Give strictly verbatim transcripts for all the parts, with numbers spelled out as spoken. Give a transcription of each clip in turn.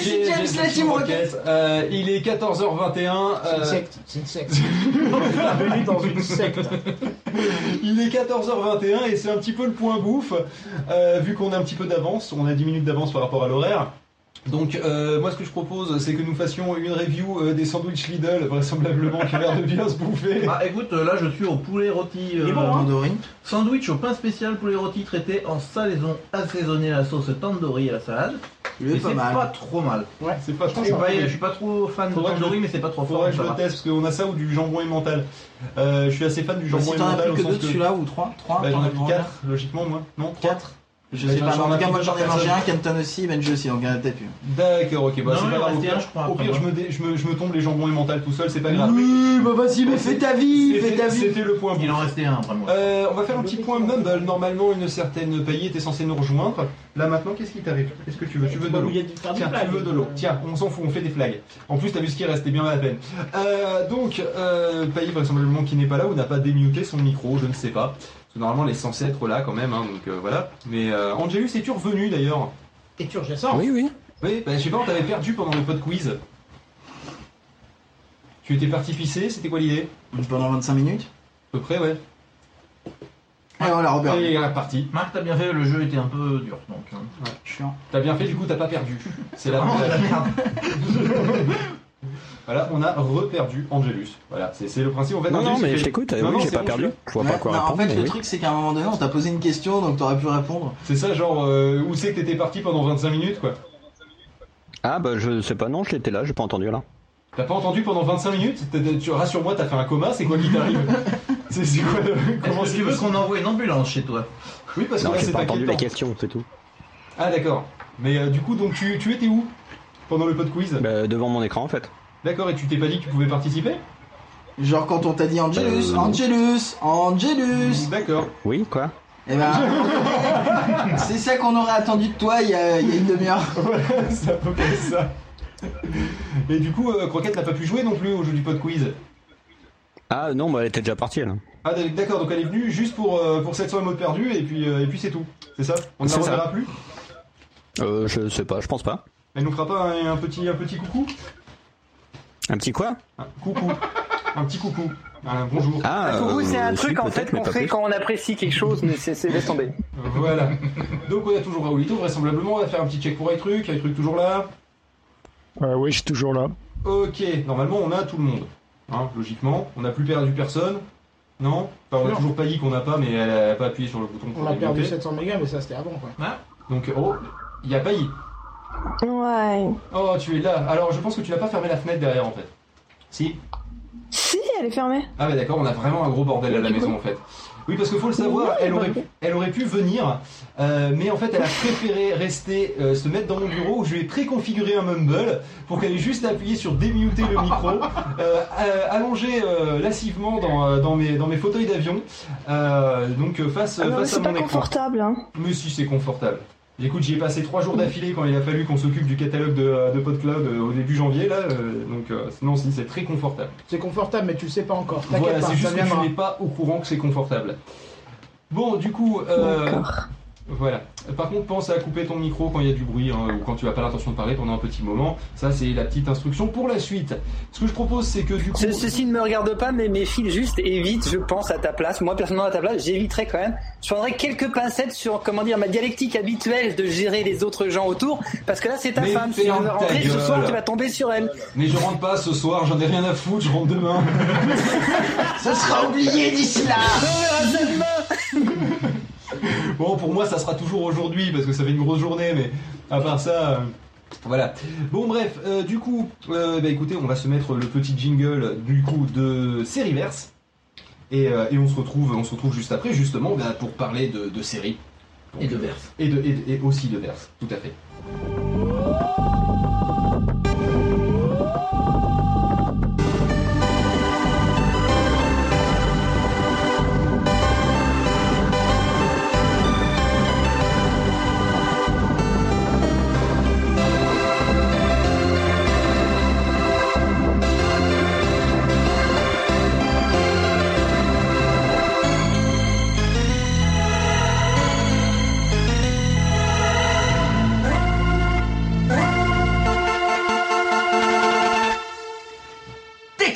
J'ai James la Team Rocket. Euh, il est quatorze heures vingt et un. C'est une euh, secte, c'est une secte. Bienvenue dans une secte. Il est quatorze heures vingt et un et c'est un petit peu le point bouffe. Euh, vu qu'on a un petit peu d'avance, on a dix minutes d'avance par rapport à l'horaire. Donc euh, moi ce que je propose c'est que nous fassions une review euh, des sandwichs Lidl vraisemblablement qui a l'air de bien se bouffer. Ah écoute, euh, là je suis au poulet rôti euh, bon, hein. Tandoori. sandwich au pain spécial poulet rôti traité en salaison assaisonné à la sauce tandoori à la salade. Il est Et pas c'est mal. pas trop mal. Ouais, c'est pas Je suis pas, je suis pas trop fan de Faudrait que tandoori je- mais c'est pas trop fort. Faudrait que je ça le va. teste parce qu'on a ça ou du jambon emmental. Euh, je suis assez fan du Bah, jambon si t'en as emmental au plus que sens deux de celui-là ou trois trois Bah, j'en ai t'en plus as quatre logiquement moi. Non quatre Je Bah, sais pas, j'en en ai tout cas, moi plus j'en ai par mangé un, personne. Kenton aussi, Benji aussi, donc il y en a peut-être plus. D'accord, ok, bah Non, c'est il pas en grave. Au restait pire, un, je crois, au après, pire, je moi. me, dé- je, me, je me tombe les jambons emmental tout seul, c'est pas grave. Oui, bah vas-y, mais fais ta vie, fais C'était ta vie. c'était le point. Il en restait un après moi. Euh, on va faire un petit point Mumble. Normalement, une certaine Pailly était censée nous rejoindre. Là maintenant, qu'est-ce qui t'arrive? Qu'est-ce que tu veux? Tu veux de l'eau? Il y a dû faire des Tiens, blagues. tu veux de l'eau? Tiens, on s'en fout, on fait des flags. En plus, t'as vu ce qui reste, c'était bien la peine. Euh, donc, euh, Pailly vraisemblablement qui n'est pas là ou n'a pas démuté son micro, je ne sais pas. Parce que normalement, elle est censée être là quand même, hein, donc euh, voilà. Mais euh, Angelus, es-tu revenu d'ailleurs? Et tu ressens. Oui, oui. Oui, bah, je sais pas, on t'avait perdu pendant le pod quiz. Tu étais parti pisser, c'était quoi l'idée? Pendant vingt-cinq minutes. À peu près, ouais. Et voilà, Robert. Et reparti. Marc, t'as bien fait, le jeu était un peu dur donc. euh, Chiant. T'as bien fait, du coup, t'as pas perdu. C'est la Vraiment de la merde. Voilà, on a reperdu Angelus. Voilà, c'est c'est le principe. En fait, Non, non, Angelus, mais il je fait- t'écoute. Non, Oui, non, j'ai c'est pas bon, perdu. je- Je vois pas quoi Non, en répondre. fait, mais le oui. truc, c'est qu'à un moment donné, on t'a posé une question, donc t'aurais pu répondre. C'est ça, genre, euh, où c'est que t'étais parti pendant vingt-cinq minutes, quoi? Ah, bah, je sais pas, non, je l'étais là, j'ai pas entendu là. T'as pas entendu pendant vingt-cinq minutes? T'as- t'as- tu- Rassure-moi, t'as fait un coma, c'est quoi qui t'arrive? C'est c'est quoi le... Comment Est-ce que c'est tu veux possible? qu'on envoie une ambulance chez toi? Oui, parce que Non, là, j'ai c'est pas entendu la inquiétant. question, c'est tout. Ah, d'accord. Mais euh, du coup, donc, tu, tu étais où? Pendant le pod quiz? Bah, devant mon écran en fait. D'accord, et tu t'es pas dit que tu pouvais participer? Genre quand on t'a dit Angelus, Euh, Angelus, Angelus. D'accord. Oui, quoi? Eh ben, c'est ça qu'on aurait attendu de toi il y a, il y a une demi-heure. Voilà, c'est à peu près ça. Et du coup, euh, Croquette n'a pas pu jouer non plus au jeu du pod quiz. Ah, non, bah, elle était déjà partie là. Ah d'accord, donc elle est venue juste pour, euh, pour sept cents mots perdus et puis, euh, et puis c'est tout. C'est ça? On ne la C'est ça. reverra plus? Euh, je sais pas, je pense pas. Elle nous fera pas un, un petit, un petit coucou? Un petit quoi? Un coucou. Un petit coucou. Un bonjour. Ah, Un coucou, euh, c'est un si, truc en peut-être, fait mais qu'on pas fait plus. quand on apprécie quelque chose, mais c'est c'est laisse tomber. Voilà. Donc on a toujours Raoulito, vraisemblablement on va faire un petit check pour iTruc. iTruc toujours là? Euh, oui, je suis toujours là. Ok, normalement on a tout le monde. Hein, logiquement, on n'a plus perdu personne. Non? Enfin on a Non. toujours Pailly qu'on n'a pas, mais elle a pas appuyé sur le bouton pour On a perdu démuter. sept cents mégas, mais ça c'était avant quoi. Donc oh, il y a Pailly. Ouais. Oh, tu es là. Alors je pense que tu n'as pas fermé la fenêtre derrière en fait. Si? Si, elle est fermée. Ah bah d'accord, on a vraiment un gros bordel à la maison en fait. Oui, parce qu'il faut le savoir, Oui, elle aurait, bah, pu, elle aurait pu venir, euh, mais en fait elle a préféré rester, euh, se mettre dans mon bureau où je lui ai préconfiguré un mumble pour qu'elle ait juste à appuyer sur démuter le micro, euh, euh, allongé euh, lassivement dans, euh, dans, mes, dans mes fauteuils d'avion, euh, donc euh, face, Ah non, mais face à c'est mon pas écran. confortable, hein. Mais si, c'est confortable. Écoute, j'y ai passé trois jours d'affilée quand il a fallu qu'on s'occupe du catalogue de, de PodCloud euh, au début janvier, là, euh, donc euh, non, si, c'est très confortable. C'est confortable, mais tu le sais pas encore. T'inquiète Voilà, pas, c'est ça juste que tu viendra. n'es pas au courant que c'est confortable. Bon, du coup, euh, D'accord. voilà. Par contre, pense à couper ton micro quand il y a du bruit hein, ou quand tu n'as pas l'intention de parler pendant un petit moment. Ça, c'est la petite instruction pour la suite. Ce que je propose, c'est que du coup... Ce- ceci ne me regarde pas, mais mes fils juste évite, je pense, à ta place. Moi, personnellement, à ta place, j'éviterais quand même. Je prendrais quelques pincettes sur, comment dire, ma dialectique habituelle de gérer les autres gens autour. Parce que là, c'est ta Mais femme. Si tu ferme veux ta rentrer ce gueule. soir, tu vas tomber sur elle. Mais je rentre pas ce soir, j'en ai rien à foutre, je rentre demain. Ça sera oublié d'ici là. On verra ça demain. Bon, pour moi, ça sera toujours aujourd'hui parce que ça fait une grosse journée, mais à part ça... euh, Voilà. Bon bref, euh, du coup, euh, bah écoutez, on va se mettre le petit jingle du coup de Sériverse et, euh, et on se retrouve, on se retrouve juste après justement bah, pour parler de, de séries Et de verse. et de et, et aussi de Verse, tout à fait.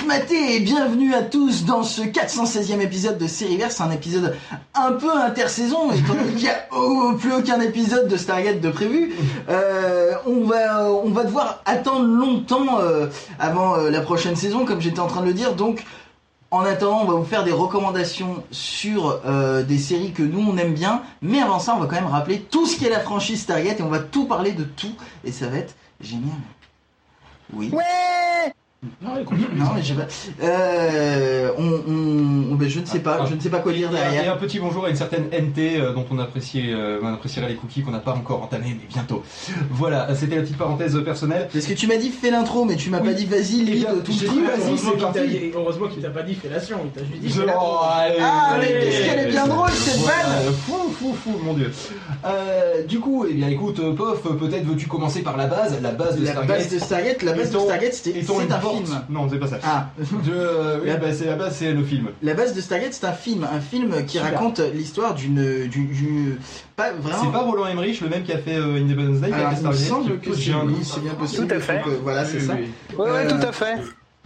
maté et bienvenue à tous dans ce quatre cent seizième épisode de Sérieverse, un épisode un peu intersaison étant donné qu'il n'y a oh, plus aucun épisode de Stargate de prévu. Euh, on va on va devoir attendre longtemps euh, avant euh, la prochaine saison, comme j'étais en train de le dire. Donc en attendant, on va vous faire des recommandations sur euh, des séries que nous on aime bien, mais avant ça on va quand même rappeler tout ce qu'est la franchise Stargate et on va tout parler de tout et ça va être génial. Oui. Ouais. Non, écoute, Non, mais j'ai pas. Euh, on, on, ben, je ne sais pas, je ne sais pas quoi dire Et un derrière. petit bonjour à une certaine N T euh, dont on appréciait, euh, on apprécierait les cookies qu'on n'a pas encore entamé, mais bientôt. Voilà, c'était la petite parenthèse personnelle. Parce que tu m'as dit fais l'intro, mais tu m'as Oui. pas dit vas-y, lis bien, tout j'ai le dit, truc. vas-y, heureusement c'est qu'il t'a- parti. heureusement qu'il t'a pas dit fellation, il t'a juste dit Je- fellation. Oh, allez, Ah, mais allez, qu'est-ce qu'elle est bien allez, drôle, cette voilà, vanne. Fou, fou, fou, mon dieu. Euh, du coup, eh bien, écoute, euh, Pof, peut-être veux-tu commencer par la base, la base de La Stargate. base de Stargate, la base de Étant- Stargate, c'était étant c'est une un porte. film. Non, c'est pas ça. Ah, Je, euh, oui, La- bah, c'est la base, c'est le film. la base de Stargate, c'est un film, un film qui Super. raconte l'histoire d'une, d'une, d'une- pas vraiment. C'est pas Roland Emmerich, le même qui a fait euh, Independence Day, qui a Alors, fait il me Stargate. semble que J'ai c'est un oui, doute. c'est bien possible. Tout à fait. Donc, euh, voilà, c'est Oui, ça. oui. Ouais, ouais, Euh, tout à fait.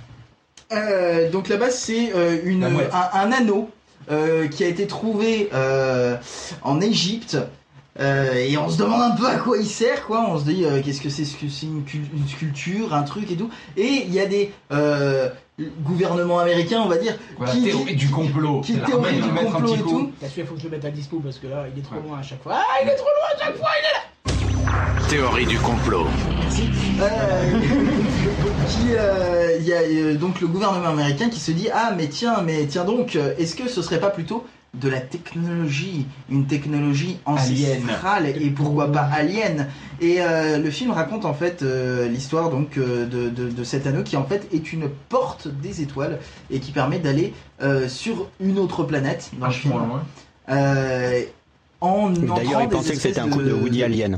Euh, donc la base c'est euh, une La mouette. un, un anneau euh, qui a été trouvé euh, en Égypte euh, et on se demande un peu à quoi il sert quoi. On se dit euh, qu'est-ce que c'est, ce que c'est une, cul- une sculpture, un truc et tout. Et il y a des euh, gouvernements américains on va dire Voilà, qui théorie du complot. qui C'est la théorie remède du de mettre un complot petit et coup. tout. T'as su, il faut que je le mette à dispo parce que là, il est trop Ouais. loin à chaque fois. Ah, il est trop loin à chaque fois, il est là. Théorie du complot. Merci. Euh, qui, euh, il y a euh, donc le gouvernement américain qui se dit ah mais tiens mais tiens donc euh, est-ce que ce serait pas plutôt de la technologie, une technologie ancestrale et pourquoi pas alien. Et euh, le film raconte en fait euh, l'histoire donc euh, de, de, de cet anneau qui en fait est une porte des étoiles et qui permet d'aller euh, sur une autre planète dans le film. Vachement loin. Euh, en entrant D'ailleurs, il des pensait que c'était un espèces coup de Woody Allen.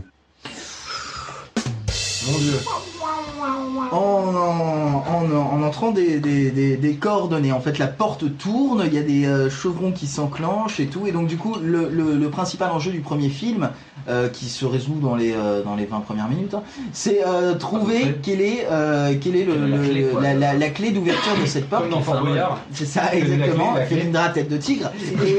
Mon dieu. En, en, en, en entrant des, des, des, des coordonnées. En fait, la porte tourne, il y a des euh, chevrons qui s'enclenchent et tout. Et donc, du coup, le, le, le principal enjeu du premier film, euh, qui se résout dans les, euh, dans les vingt premières minutes, hein, c'est euh, trouver quelle est, euh, quelle est le, La le- clé, quoi. la, la, la clé d'ouverture de cette porte. Comme dans Fort Boyard. C'est ça, La clé, exactement. la clé. Felindra, tête de tigre. Et,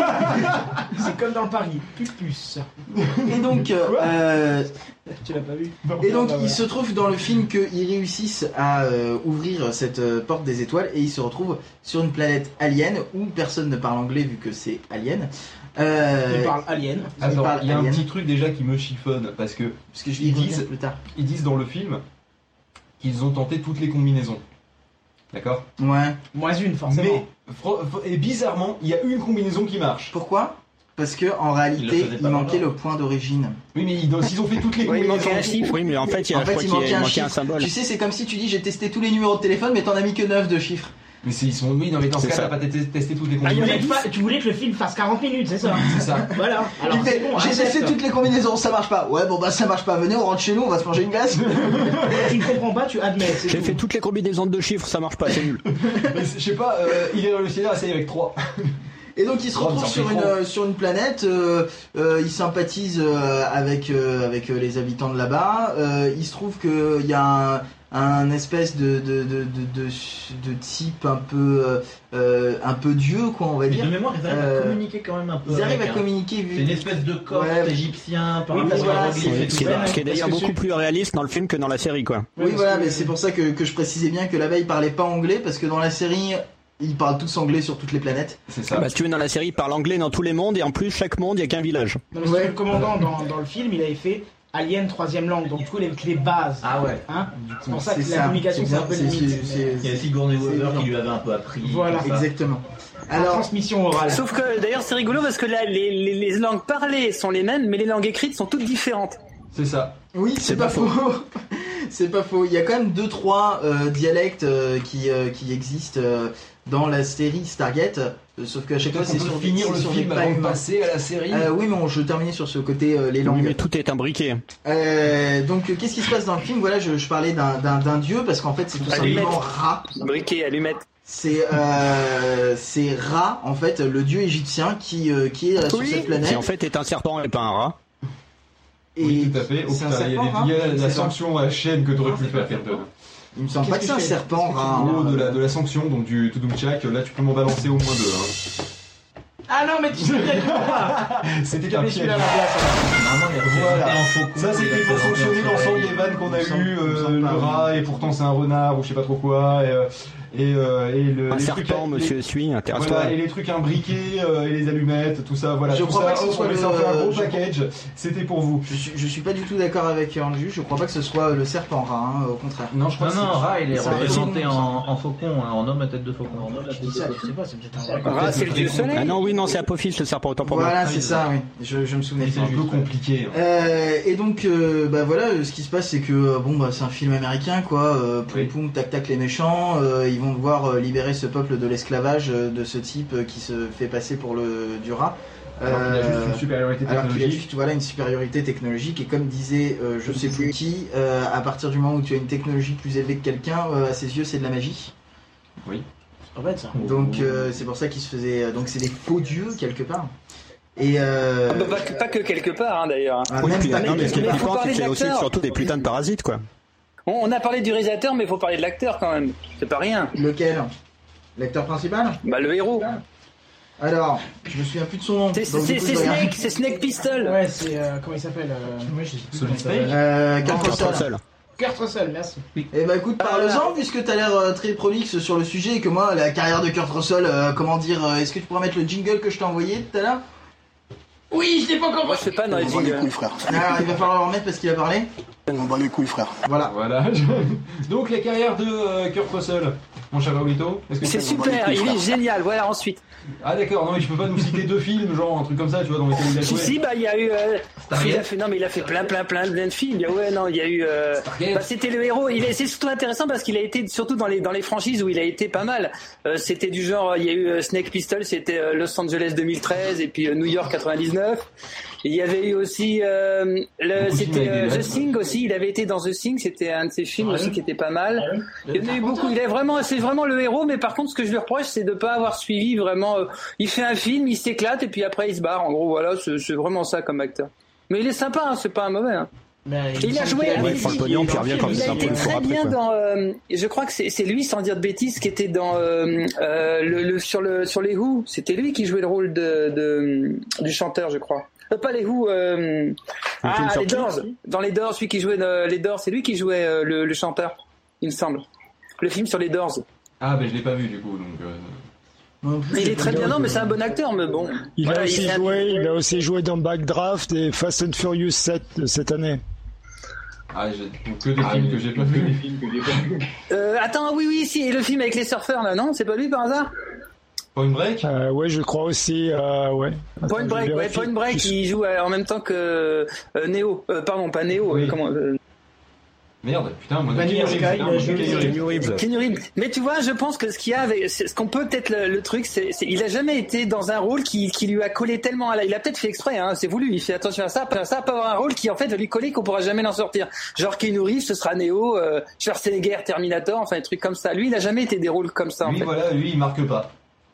C'est comme dans le pari, pupus. et donc, euh, Tu l'as pas vu? Et donc Bah, il voilà. se trouve dans le film qu'ils réussissent à euh, ouvrir cette euh, porte des étoiles et ils se retrouvent sur une planète alien où personne ne parle anglais vu que c'est alien. Euh, Il parle alien. Attends, parle il y a un alien. petit truc déjà qui me chiffonne parce que parce que je vais y ils revenir disent- plus tard. ils disent dans le film qu'ils ont tenté toutes les combinaisons. D'accord. Ouais. Moins une, forcément. Mais fro- fro- et bizarrement, il y a une combinaison qui marche. Pourquoi? Parce que en Ils réalité le faisaient il pas manquait vraiment. le point d'origine. Oui, mais ils- s'ils ont fait toutes les Oui, il combinaisons. manquait un chiffre. Oui, mais en fait, il y a, En je fait, crois il qu'il y a- manquait il un manquait un chiffre. symbole. Tu sais, c'est comme si tu dis j'ai testé tous les numéros de téléphone mais t'en as mis que neuf de chiffres. Mais c'est- ils sont. Oui, non, mais dans ce C'est cas, ça. t'as pas testé testé toutes les Ah, il y en a combinaisons. pas- tu voulais que le film fasse quarante minutes, c'est ça? C'est ça. Voilà. Alors, Il fait, c'est bon, j'ai accepte. testé toutes les combinaisons, ça marche pas. Ouais bon bah ça marche pas, venez on rentre chez nous, on va se manger une glace. Tu ne comprends pas, tu admets. c'est J'ai tout. fait toutes les combinaisons de deux chiffres, ça marche pas, c'est nul. Mais c'est- je sais pas, euh, il est révolutionnaire, essaye avec trois. Et donc il se Oh, retrouve mais ça sur fait une, trop. euh, sur une planète, euh, euh, il sympathise euh, avec, euh, avec euh, les habitants de là-bas, euh, il se trouve qu'il y a un, un espèce de, de, de, de, de, de type un peu, euh, euh, un peu dieu quoi on va Mais dire. de mémoire, ils arrivent Euh, à communiquer quand même un peu. Ils arrivent avec, à hein. communiquer C'est vu... une espèce de corps Ouais. égyptien par Oui, rapport voilà, aux c'est- hiéroglyphes et Ce tout qui ça. est, ce qui est d'ailleurs Parce que beaucoup plus réaliste dans le film que dans la série, quoi. Oui parce voilà que- mais c'est pour ça que, que je précisais bien que là-bas ils parlaient pas anglais parce que dans la série ils parlent tous anglais sur toutes les planètes. C'est ça. Bah, si tu veux, dans la série, il parle anglais dans tous les mondes, et en plus, chaque monde, il y a qu'un village. Non, mais si Ouais. tu veux, le commandant dans, dans le film, il avait fait Alien troisième langue, donc du coup il avait que les bases. Ah ouais. Hein, c'est pour ça que C'est la communication c'est un peu c'est- limite. c'est- mais- Il y a Sigourney c'est Weaver évident. qui lui avait un peu appris. Voilà. tout ça. Exactement. En Alors transmission orale. Sauf que d'ailleurs c'est rigolo parce que là les, les, les langues parlées sont les mêmes mais les langues écrites sont toutes différentes. C'est ça. oui c'est C'est pas pas faux. C'est pas faux. Il y a quand même deux trois euh, dialectes euh, qui euh, qui existent euh, dans la série Stargate. Euh, sauf qu'à chaque fois Peut-être c'est qu'on peut sur finir c'est le sur des film pas avant de humains. passer à la série. Euh, oui, mais on, je terminais sur ce côté euh, les Oui, langues. mais tout est imbriqué. Euh, donc, euh, qu'est-ce qui se passe dans le film? Voilà, je, je parlais d'un, d'un, d'un dieu parce qu'en fait, c'est tout Allumette. simplement Ra. Briquet, allumette. C'est euh, c'est Ra, en fait, le dieu égyptien qui euh, qui est euh, sur Oui. cette Qui planète. en fait est un serpent et pas un rat. Et Oui, tout à fait. Oh c'est un putain, il y a, serpent, des, il y a hein, la c'est sanction à la chaîne que t'aurais Non, pu c'est faire, pas Captain. Il me semble pas que c'est un Qu'est-ce que serpent Qu'est-ce que rat. tu En hein. haut de la, de la sanction, donc du Tudumchak, là tu peux m'en balancer au moins deux. Hein. Ah non, mais tu sais bien pas. C'était Tu un mets piège. celui-là à la place. Normalement, il y a Voilà. un faucon. Ça c'était pour sanctionner l'ensemble des vannes qu'on a Il me semble- eu, il me semble le pas, rat et pourtant c'est un renard ou je sais pas trop quoi, et, euh, et, euh, et le, Un les serpent, trucs, monsieur les- Sui, intéresse-toi. Voilà, et les trucs imbriqués, euh, et les allumettes, tout ça, voilà. Je tout crois ça, pas que ce hop, soit on les le- a fait un gros je- package, c'était pour vous. Je suis, je suis pas du tout d'accord avec Anju, je crois pas que ce soit le serpent rat, hein, au contraire. Non, je crois Non, que non, c'est- Ra, il est c'est représenté un en, en faucon, hein, en homme à tête de faucon. Je dis ça, je sais pas, c'est peut-être un vrai. Ah, c'est le dieu soleil. Ah non, oui, non, c'est Apophis le serpent, autant pour moi. Voilà, c'est ça, oui. Je, je me souvenais. c'est un peu compliqué. hein. Euh, et donc, euh, bah voilà, euh, ce qui se passe, c'est que euh, bon, bah c'est un film américain, quoi. Euh, poum Oui. poum, tac tac, les méchants. euh, ils vont devoir euh, libérer ce peuple de l'esclavage euh, de ce type euh, qui se fait passer pour le du rat. Alors qu'il a juste Euh, une supériorité alors qu'il a technologique. juste voilà une supériorité technologique et comme disait euh, je sais plus qui, euh, à partir du moment où tu as une technologie plus élevée que quelqu'un, euh, à ses yeux c'est de la magie. C'est pas bête ça. Donc euh, c'est pour ça qu'ils se faisaient donc c'est des faux dieux quelque part. Et euh, Ah bah, pas, que, pas que quelque part hein, d'ailleurs. hein. ah, Oui, même puis, pas- non, mais ce qui est mais faut flippant, c'est parler que de c'est aussi l'acteur. surtout des putains de parasites, quoi. On, on a parlé du réalisateur, mais il faut parler de l'acteur quand même. C'est pas rien. lequel l'acteur principal. Bah le héros. Alors je me souviens plus de son nom. C'est donc, c'est- du coup, c'est je regarde. Snake, c'est Snake Pistol. Ouais, c'est. euh, comment il s'appelle euh, moi, je sais plus Solid comment il s'appelle. Snake. Euh, Kurt Contre Russell. seul. Kurt Russell, merci. Eh bah écoute, parle-en puisque t'as l'air euh, très prolixe sur le sujet et que moi, la carrière de Kurt Russell, euh, comment dire, euh, est-ce que tu pourrais mettre le jingle que je t'ai envoyé tout à l'heure? Oui, je l'ai pas encore. Moi je fais pas dans les On bat les jingles. couilles, frère. Alors il va falloir le remettre parce qu'il a parlé. On bat les couilles, frère. Voilà. Voilà. Donc la carrière de euh, Kurt Russell, mon cher Raoulito. Est-ce que C'est tu- super, il est génial. Voilà ensuite. Ah d'accord, non mais je peux pas nous citer deux films, genre un truc comme ça, tu vois, dans lesquels il a Si joué. si bah il y a eu. Euh, Stargate. il a fait non mais il a fait plein plein plein plein de films. Il y a, ouais non il y a eu. Euh, Stargate. bah, c'était le héros. Il est, c'est surtout intéressant parce qu'il a été surtout dans les dans les franchises où il a été pas mal. Euh, c'était du genre il y a eu euh, Snake Pistol, c'était euh, Los Angeles deux mille treize et puis euh, New York quatre-vingt-dix-neuf. Il y avait eu aussi euh, le, Beaucoup de films c'était avec des euh, The lettres. Thing aussi. Il avait été dans The Thing, c'était un de ses films aussi qui était pas mal. Il y en a eu beaucoup. Il est vraiment, c'est vraiment le héros. Mais par contre, ce que je lui reproche, c'est de pas avoir suivi vraiment. euh, il fait un film, il s'éclate et puis après il se barre. En gros, voilà, c'est, c'est vraiment ça comme acteur. Mais il est sympa, hein, c'est pas un mauvais. Hein. Mais Il a joué. Ouais, il- prend le il- pognon, puis il revient quand il c'est a un peu été le four très après, bien quoi. dans. euh, je crois que c'est, c'est lui, sans dire de bêtises, qui était dans euh, euh, le, le sur le sur les Who. C'était lui qui jouait le rôle de, de du chanteur, je crois. Euh, pas les Who. Euh, Un film ah, sur les qui Doors. Dans les Doors, celui qui jouait euh, les Doors, c'est lui qui jouait euh, le, le chanteur, il me semble. Le film sur les Doors. Ah ben je l'ai pas vu du coup, donc... Euh... Non plus, Il est très bien, non, mais c'est un bon acteur, mais bon. Il, Voilà, a aussi il est- joué, il a aussi joué dans Backdraft et Fast and Furious sept de cette année. Ah, j'ai donc que des films que j'ai pas vus. Euh, attends, oui, oui, si, et le film avec les surfeurs, là, non? C'est pas lui par hasard? Point Break. Euh, ouais, je crois aussi. Euh, ouais. Attends, Point je Break, ouais, vérifie. Point Break, il joue euh, en même temps que euh, Neo. Euh, pardon, pas Neo, Oui. euh, comment euh, Merde, putain, moi... Vanilla Keanu Sky, Reeves, il a putain, joué- Keanu Reeves. Keanu Reeves. Keanu Reeves. Mais tu vois, je pense que ce qu'il y a avec, c'est- ce qu'on peut peut-être le, le truc, c'est, c'est, il a jamais été dans un rôle qui, qui lui a collé tellement à la, il a peut-être fait exprès, hein, c'est voulu, il fait attention à ça, à ça, pas avoir un rôle qui en fait va lui coller qu'on pourra jamais en sortir. Genre Keanu Reeves, ce sera Neo, euh, Schwarzenegger, Terminator, enfin des trucs comme ça. Lui, il a jamais été des rôles comme ça, en Lui, fait. voilà, lui, il marque pas.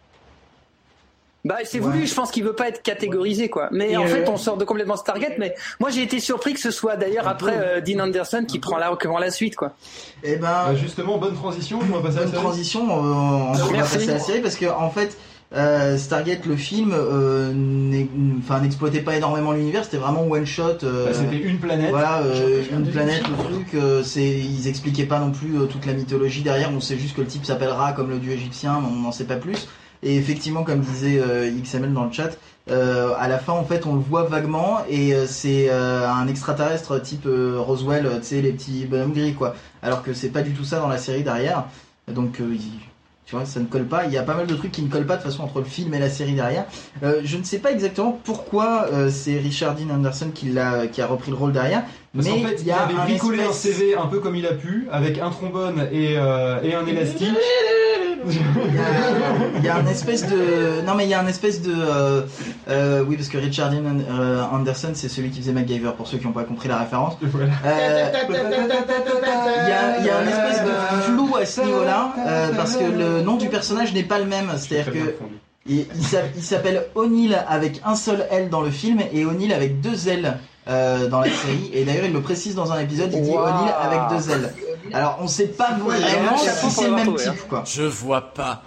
Bah c'est voulu, je pense qu'il veut pas être catégorisé quoi. Mais Et en euh, fait on sort de complètement Stargate. Mais moi j'ai été surpris que ce soit d'ailleurs après euh, Dean Anderson qui prend la, qui prend la suite quoi. Eh ben, Bah, justement, bonne transition, on va passer à la bonne série. transition, euh, on va Merci. passer à la série parce que en fait, euh, Stargate le film, euh, n'est- enfin n'exploitait pas énormément l'univers, c'était vraiment one shot. euh, Bah, c'était une planète. Voilà, euh, une planète, le truc, euh, c'est, ils expliquaient pas non plus euh, toute la mythologie derrière. On sait juste que le type s'appellera comme le dieu égyptien, mais on n'en sait pas plus. Et effectivement, comme disait euh, X M L dans le chat, euh, à la fin, en fait, on le voit vaguement et euh, c'est euh, un extraterrestre type euh, Roswell, euh, tu sais, les petits bonhommes gris, quoi. Alors que c'est pas du tout ça dans la série derrière. Donc, euh, il- tu vois, ça ne colle pas. Il y a pas mal de trucs qui ne collent pas de toute façon entre le film et la série derrière. Euh, je ne sais pas exactement pourquoi euh, c'est Richard Dean Anderson qui l'a, qui a repris le rôle derrière. Parce mais qu'en fait, il il y a avait un bricolé un espèce- C V un peu comme il a pu, avec un trombone et, euh, et un élastique. Il y, a, il y a un espèce de non mais il y a un espèce de euh, euh, oui parce que Richard Dean euh, Anderson c'est celui qui faisait MacGyver pour ceux qui n'ont pas compris la référence. Voilà. Euh, Il y a, il y a un espèce de flou à ce niveau-là euh, parce que le nom du personnage n'est pas le même, c'est-à-dire que il, il s'a- il s'appelle O'Neill avec un seul L dans le film et O'Neill avec deux L euh, dans la série et d'ailleurs il le précise dans un épisode, il dit Wow. O'Neill avec deux L. Alors on sait pas Ouais, vraiment ouais, si ouais, c'est le même ouais. type quoi. Je vois pas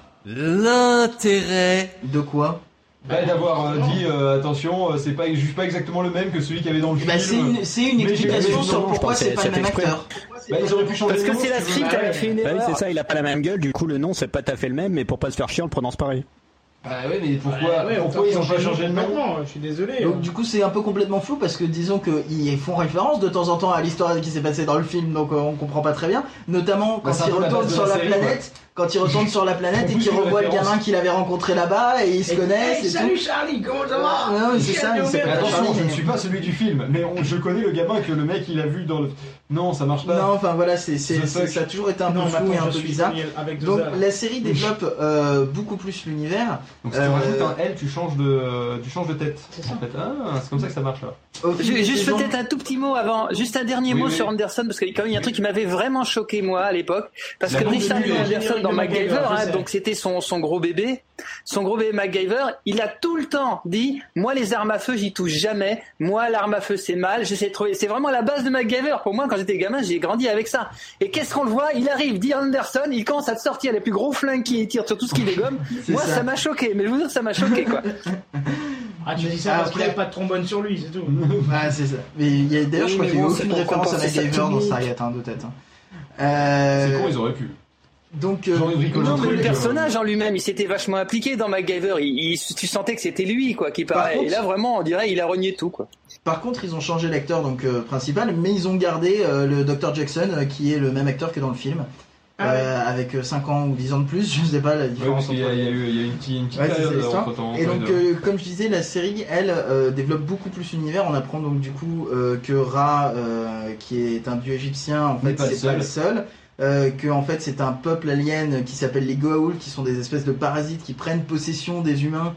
l'intérêt. De quoi? Bah, d'avoir euh, dit euh, attention, euh, c'est pas juste pas exactement le même que celui qu'il y avait dans le Bah, film. c'est une, c'est une Mais j'ai- explication mais sur non, pourquoi je pense c'est que pas c'est le même exprès. acteur. Bah, ils auraient pu changer Parce le que nom, c'est la si tu veux. street avait fait une Bah oui, erreur. c'est ça, il a pas la même gueule, du coup le nom c'est pas tout à fait le même, mais pour pas se faire chier on le prononce pareil. Bah ouais, mais pourquoi, Ouais, on pourquoi peut ils ont pas changer changé le nom? complètement, Je suis désolé. Donc du coup c'est un peu complètement flou parce que disons qu'ils font référence de temps en temps à l'histoire qui s'est passée dans le film, donc euh, on comprend pas très bien, notamment quand Bah, c'est un il peu la retourne base de sur la la série, planète, quand il retourne sur la planète On et pousse qu'il une revoit le référence. gamin qu'il avait rencontré là-bas et ils se connaissent Hey, et salut tout. Charlie, comment ça va? Non, mais c'est ça, il Quel s'est Mais pas numéro? attention, Charlie, je ne mais- suis pas celui du film, mais on- je connais le gamin que le mec il a vu dans le. Non, ça marche pas. Non, enfin voilà, c'est, c'est, The c'est- fuck. ça a toujours été un peu Non, flou mais et attends, un je peu suis bizarre. avec deux Donc A, là. la série développe euh, beaucoup plus l'univers. Donc si tu Euh, rajoutes un L, tu changes de, tu changes de tête. C'est ça. En fait. Ah, c'est comme ça que ça marche là. Au fil Ju- des Juste saisons- peut-être un tout petit mot avant, juste un dernier Oui, mot oui. sur Anderson, parce qu'il y a un truc qui m'avait vraiment choqué moi à l'époque, parce La que bande Richard de nuit, Dean le Anderson générique dans de MacGyver, MacGyver, hein, je sais. donc c'était son, son gros bébé, son gros bébé MacGyver, il a tout le temps dit, moi les armes à feu j'y touche jamais, moi l'arme à feu c'est mal, j'essaie de trouver, c'est vraiment la base de MacGyver, pour moi quand j'étais gamin j'ai grandi avec ça, et qu'est-ce qu'on le voit, il arrive, dit Anderson, il commence à te sortir les plus gros flingues qui tire sur tout ce qui dégomme, C'est moi ça. ça. m'a choqué, mais je vous dis ça m'a choqué quoi. Ah, tu dis ça parce qu'il Après- a pas de trombone sur lui, c'est tout. Ah, c'est ça. Mais il y a, d'ailleurs, Oui, je crois mais qu'il n'y a bon, aucune c'est pour référence à compenser sa MacGyver dans technique. Stargate, hein, de tête. hein. Euh, C'est con, ils auraient pu. Donc, euh, Genre, ils bricolent Non, un mais truc, le euh, personnage en lui-même, il s'était vachement impliqué dans MacGyver. Il, il- tu sentais que c'était lui, quoi, qui parlait. contre- Et là, vraiment, on dirait, il a renié tout, quoi. par contre, ils ont changé l'acteur donc euh, principal, mais ils ont gardé euh, le docteur Jackson, euh, qui est le même acteur que dans le film, Ah euh, avec euh, cinq ans ou dix ans de plus, je sais pas la Ouais, différence parce qu'il y a, entre il y a eu il y a eu une petite, une petite Ouais, c'est ça, période l'histoire. entre-temps, Et entre donc, les deux. euh, comme je disais, la série, elle, euh, développe beaucoup plus l'univers. On apprend donc du coup euh, que Ra, euh, qui est un dieu égyptien, en N'est fait, pas le c'est pas le seul. Euh, que en fait, c'est un peuple alien qui s'appelle les Goa'uld, qui sont des espèces de parasites qui prennent possession des humains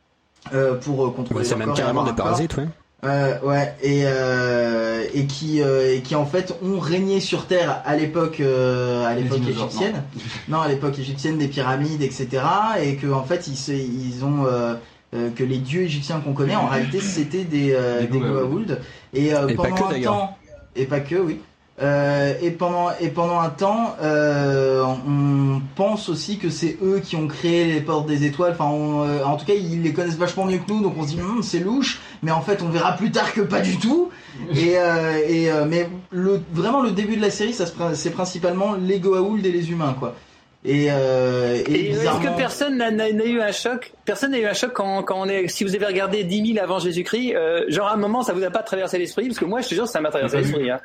euh, pour euh, contrôler C'est leur même corps et carrément avoir des un corps. parasites, ouais. Euh, ouais, et, euh, et, qui, euh, et qui en fait ont régné sur Terre à l'époque euh, à Les l'époque dinosaures, égyptienne. Non, à l'époque égyptienne des pyramides, et cetera. Et que en fait ils, se, ils ont euh, euh, que les dieux égyptiens qu'on connaît en réalité c'était des, euh, Des des Goa'uld. Goa'uld. Et, euh, Et pas pendant que, un d'ailleurs. temps, et pas que, oui. Euh, et pendant et pendant un temps, euh, on pense aussi que c'est eux qui ont créé les portes des étoiles. Enfin, on, euh, en tout cas, ils les connaissent vachement mieux que nous, donc on se dit Hum, c'est louche. Mais en fait, on verra plus tard que pas du tout. Et, euh, et euh, mais le vraiment le début de la série, ça se prin- c'est principalement les Goa'uld et les humains, quoi. Et, euh, et, Et est-ce bizarrement, que personne n'a, n'a- n'a eu un choc? Personne n'a eu un choc quand, quand on est, si vous avez regardé dix mille avant Jésus-Christ, euh, genre à un moment, ça vous a pas traversé l'esprit? Parce que moi, je te jure, ça m'a traversé Pas l'esprit, hein.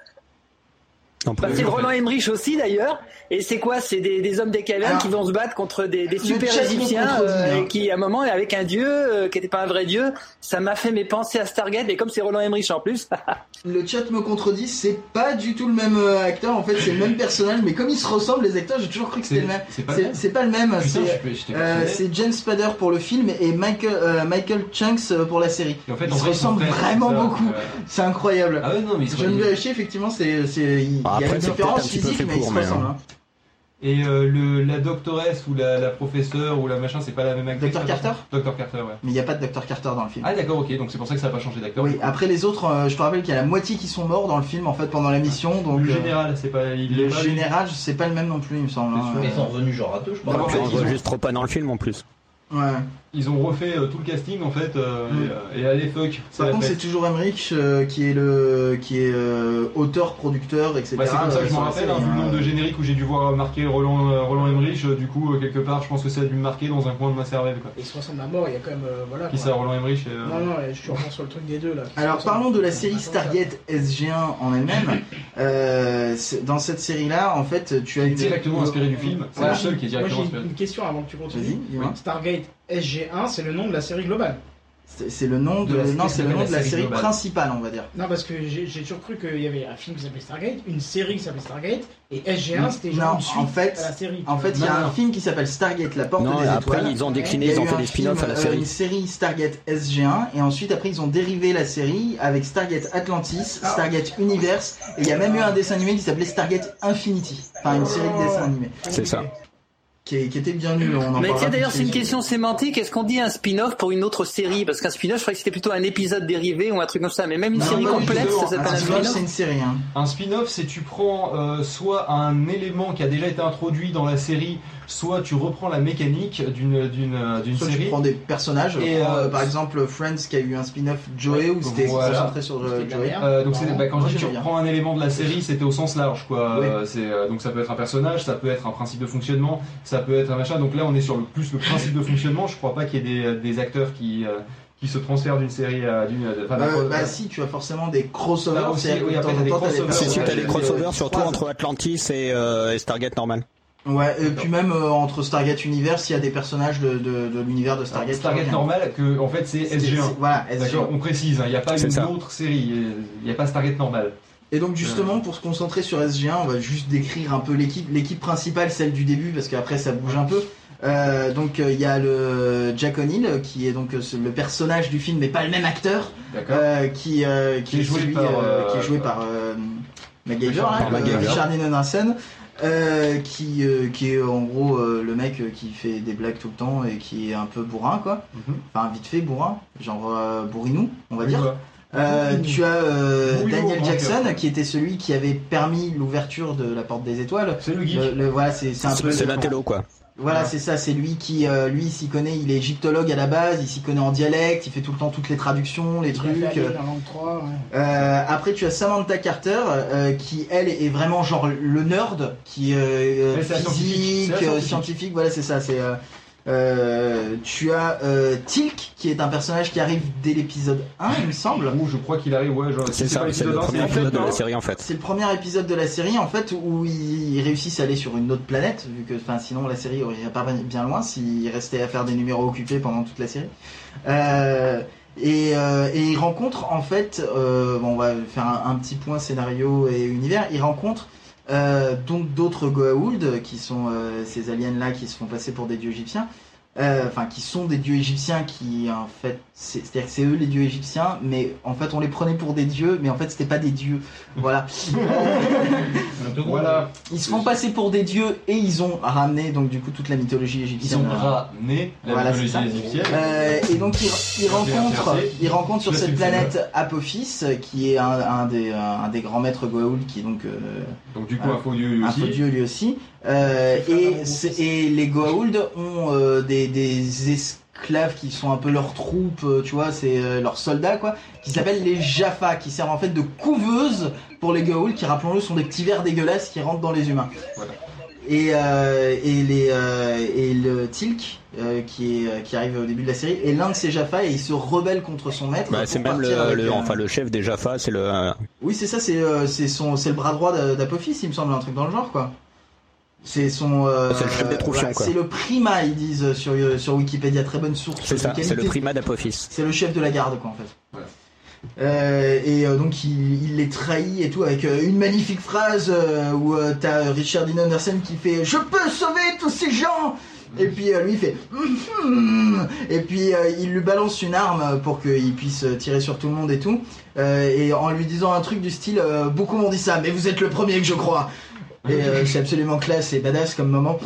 Non, Bah, plus. c'est Roland Emmerich aussi d'ailleurs, et c'est quoi? C'est des, des hommes des cavernes Alors, qui vont se battre contre des, des le super chat me égyptiens, contredit, euh, hein. et qui à un moment avec un dieu euh, qui était pas un vrai dieu, ça m'a fait mes pensées à Stargate, et comme c'est Roland Emmerich en plus, le chat me contredit, c'est pas du tout le même euh, acteur. En fait, c'est le même personnage, mais comme ils se ressemblent les acteurs, j'ai toujours cru que c'était C'est- le même. c'est pas le C'est même. c'est pas le même. Putain, c'est- je- j'étais Euh, persuadé. c'est James Spader pour le film et Michael, euh, Michael Chunks euh, pour la série. Et en fait, Ils en se vrai, ils sont ressemblent frères, vraiment c'est ça, beaucoup. ouais. C'est incroyable. Ah ouais, non, mais ils Je sont viens de vérifier, effectivement, c'est, c'est, il Bah, y a après, une c'est différence peut-être un petit peu physique, fait mais ils pour, se mais, ressemblent. euh, hein. Et euh, le, la doctoresse ou la, la professeure ou la machin, c'est pas la même actrice? Docteur Carter Docteur Carter, ouais. Mais il n'y a pas de docteur Carter dans le film. Ah d'accord, ok, donc c'est pour ça que ça n'a pas changé d'acteur. Oui, après les autres, euh, je te rappelle qu'il y a la moitié qui sont morts dans le film en fait pendant la mission. Donc, le euh, général, c'est pas... Il le est pas, lui général, c'est pas le même non plus, il me semble. C'est hein. sûr. Mais ils sont revenus genre à deux, je crois. D'abord, Puis on ils voit ont- juste trop pas dans le film en plus. Ouais. Ils ont refait euh, tout le casting en fait, euh, Mm. et, euh, et allez fuck. c'est Par la contre, fête. c'est toujours Emmerich euh, qui est le qui est euh, auteur, producteur, et cetera. Bah, c'est comme ça que euh, je m'en sur la rappelle, série, hein, vu le hein. nombre de génériques où j'ai dû voir marquer Roland, euh, Roland Emmerich, euh, du coup, euh, quelque part, je pense que ça a dû me marquer dans un coin de ma cervelle. Quoi. Ils se ressemblent à mort, il y a quand même. euh, voilà. Qui quoi. ça, Roland Emmerich et, euh, Non, non, je suis vraiment sur le truc des deux là. qui se Alors ressemblent. parlons de la série Attends, Stargate S G un en elle-même. Euh, c'est- dans cette série-là, en fait, tu as C'est une directement inspiré du film, c'est Moi, la j'ai- seule qui est Moi directement j'ai inspirée. une question avant que tu Vas-y, continues. dis-moi. Stargate S G un, c'est le nom de la série globale. C'est c'est le nom de, De la- non, c'est le nom de la série série globale. principale, on va dire. Non, parce que j'ai j'ai toujours cru qu'il y avait un film qui s'appelait Stargate, une série qui s'appelait Stargate, et S G un c'était genre Non, une suite en fait, à la série. En fait, il y a Non, un non. film qui s'appelle Stargate, la porte Non, des et après étoiles. ils ont Il décliné, y a ils ont eu fait un des spin-offs film, à la euh, série. une série Stargate S G un, et ensuite après ils ont dérivé la série avec Stargate Atlantis, Ah. Stargate Universe, et il y a même eu un dessin animé qui s'appelait Stargate Infinity, enfin une série de dessins animés. C'est ça. qui, est, qui était bien nul. On en Mais parlera tiens, d'ailleurs, plus c'est une dessus. question sémantique. Est-ce qu'on dit un spin-off pour une autre série? Parce qu'un spin-off, je croyais que c'était plutôt un épisode dérivé ou un truc comme ça. Mais même une Non, série pas du complète, tout. ça s'appelle Un un spin-off, spin-off. c'est une série. Hein. Un spin-off, c'est tu prends euh, soit un élément qui a déjà été introduit dans la série, soit tu reprends la mécanique d'une d'une d'une Soit série. tu prends des personnages, Et, prends, euh, euh, par exemple Friends qui a eu un spin-off Joey où c'était voilà. concentré sur euh, C'était de la Joey. merde. Euh, donc c'est, Non, bah, quand moi, je dis tu j'aimais bien. reprends un élément de la série, c'était au sens large quoi. Oui. Euh, c'est, euh, donc ça peut être un personnage, ça peut être un principe de fonctionnement, ça peut être un machin. Donc là on est sur le plus le principe de fonctionnement. Je crois pas qu'il y ait des, des acteurs qui euh, qui se transfèrent d'une série à d'une. Enfin, d'un- Euh, bah si, tu as forcément des crossovers. Là aussi, c'est-à-dire que oui, de après, temps t'as des en temps, t'as crossovers. Si, si, personnages t'as des qui, crossovers, euh, surtout croisent. entre Atlantis et, euh, et Stargate normal. Ouais, et puis même euh, entre Stargate Universe, il y a des personnages de, de, de l'univers de Stargate. Stargate qui normal que en fait c'est reviennent. S G un. C'est- Voilà, S G un. D'accord, on précise, il n'y a pas C'est une ça. autre série, il n'y a pas Stargate normal. Et donc justement, pour se concentrer sur S G un, on va juste décrire un peu l'équipe, l'équipe principale, celle du début, parce qu'après ça bouge un peu. Euh, donc il euh, y a le Jack O'Neill qui est donc euh, le personnage du film, mais pas le même acteur, D'accord. euh, qui, euh, qui, Qui est est joué celui, par, euh, qui est euh, joué par euh, MacGyver, Richard- hein, par euh, MacGyver. Richard Dean Anderson, euh, qui, euh, qui est en gros euh, le mec euh, qui fait des blagues tout le temps et qui est un peu bourrin quoi, Mhm. enfin vite fait bourrin, genre euh, bourrinou on va Oui, dire. voilà. Euh, tu as euh, Oui, Daniel oui, Jackson oui. qui était celui qui avait permis l'ouverture de la Porte des Étoiles. C'est le geek. Le, le- voilà, c'est c'est un peu. C'est l'intello, quoi. Voilà, Ouais. c'est ça. C'est lui qui, euh, lui, il s'y connaît. Il est égyptologue à la base. Il s'y connaît en dialecte. Il fait tout le temps toutes les traductions, les Il a trucs. fait Alien en langue trois, ouais. Euh, après, tu as Samantha Carter euh, qui, elle, est vraiment genre le nerd qui est euh, Ouais, c'est la physique, scientifique. C'est la euh, scientifique. scientifique. Voilà, c'est ça. C'est. Euh, euh, tu as euh, Tilk qui est un personnage qui arrive dès l'épisode un, il me semble. Ou je crois qu'il arrive, ouais, genre, C'est si ça, pas c'est le l'épisode un, premier c'est épisode de l'épisode la un. série en fait. C'est le premier épisode de la série en fait où ils réussissent à aller sur une autre planète, vu que enfin sinon la série aurait pas bien loin s'ils restaient à faire des numéros occupés pendant toute la série. Euh, et, euh, et ils rencontrent en fait, euh, bon, on va faire un, un petit point scénario et univers. Ils rencontrent euh, donc d'autres Goa'uld qui sont euh, ces aliens là qui se font passer pour des dieux égyptiens. Euh, enfin qui sont des dieux égyptiens qui en fait c'est, c'est-à-dire que c'est eux les dieux égyptiens mais en fait on les prenait pour des dieux mais en fait c'était pas des dieux voilà. Voilà, Ils se font passer pour des dieux et ils ont ramené donc du coup toute la mythologie ils égyptienne. ont ramené la Voilà, c'est mythologie ça. égyptienne. Euh, et donc ils, ils rencontrent, ils rencontrent sur Je cette sais que c'est planète Apophis qui est un, un des un des grands maîtres Goa'uld qui est donc euh, Donc du coup, un faux dieu lui un aussi. faux dieu lui aussi. Euh, C'est le frère et, d'un c'est- gros et les Goa'uld ont euh, des, des esclaves qui sont un peu leurs troupes, euh, tu vois, c'est euh, leurs soldats quoi, qui s'appellent les Jaffa, qui servent en fait de couveuses pour les Goa'uld, qui rappelons-le sont des petits vers dégueulasses qui rentrent dans les humains. Voilà. Et, euh, et, les, euh, et le Tilk, euh, qui, est, qui arrive au début de la série, est l'un de ces Jaffa et il se rebelle contre son maître. Bah, pour c'est même partir le, avec, le- euh, enfin le chef des Jaffa, c'est le. euh, Oui, c'est ça, c'est euh, c'est son, c'est le bras droit d'A- d'Apophis, il me semble, un truc dans le genre, quoi. C'est son. euh, C'est le chef des troufions, voilà, quoi. C'est le primat, ils disent sur, euh, sur Wikipédia, très bonne source. C'est de ça, qualité. c'est le primat d'Apophis. C'est le chef de la garde, quoi, en fait. Voilà. Euh, et euh, donc il, il les trahit et tout avec euh, une magnifique phrase euh, où euh, t'as Richard Dean Anderson qui fait je peux sauver tous ces gens et puis euh, lui il fait mm-hmm. Et puis euh, il lui balance une arme pour qu'il puisse tirer sur tout le monde et tout euh, et en lui disant un truc du style euh, beaucoup m'ont dit ça mais vous êtes le premier que je crois et euh, c'est absolument classe et badass comme moment.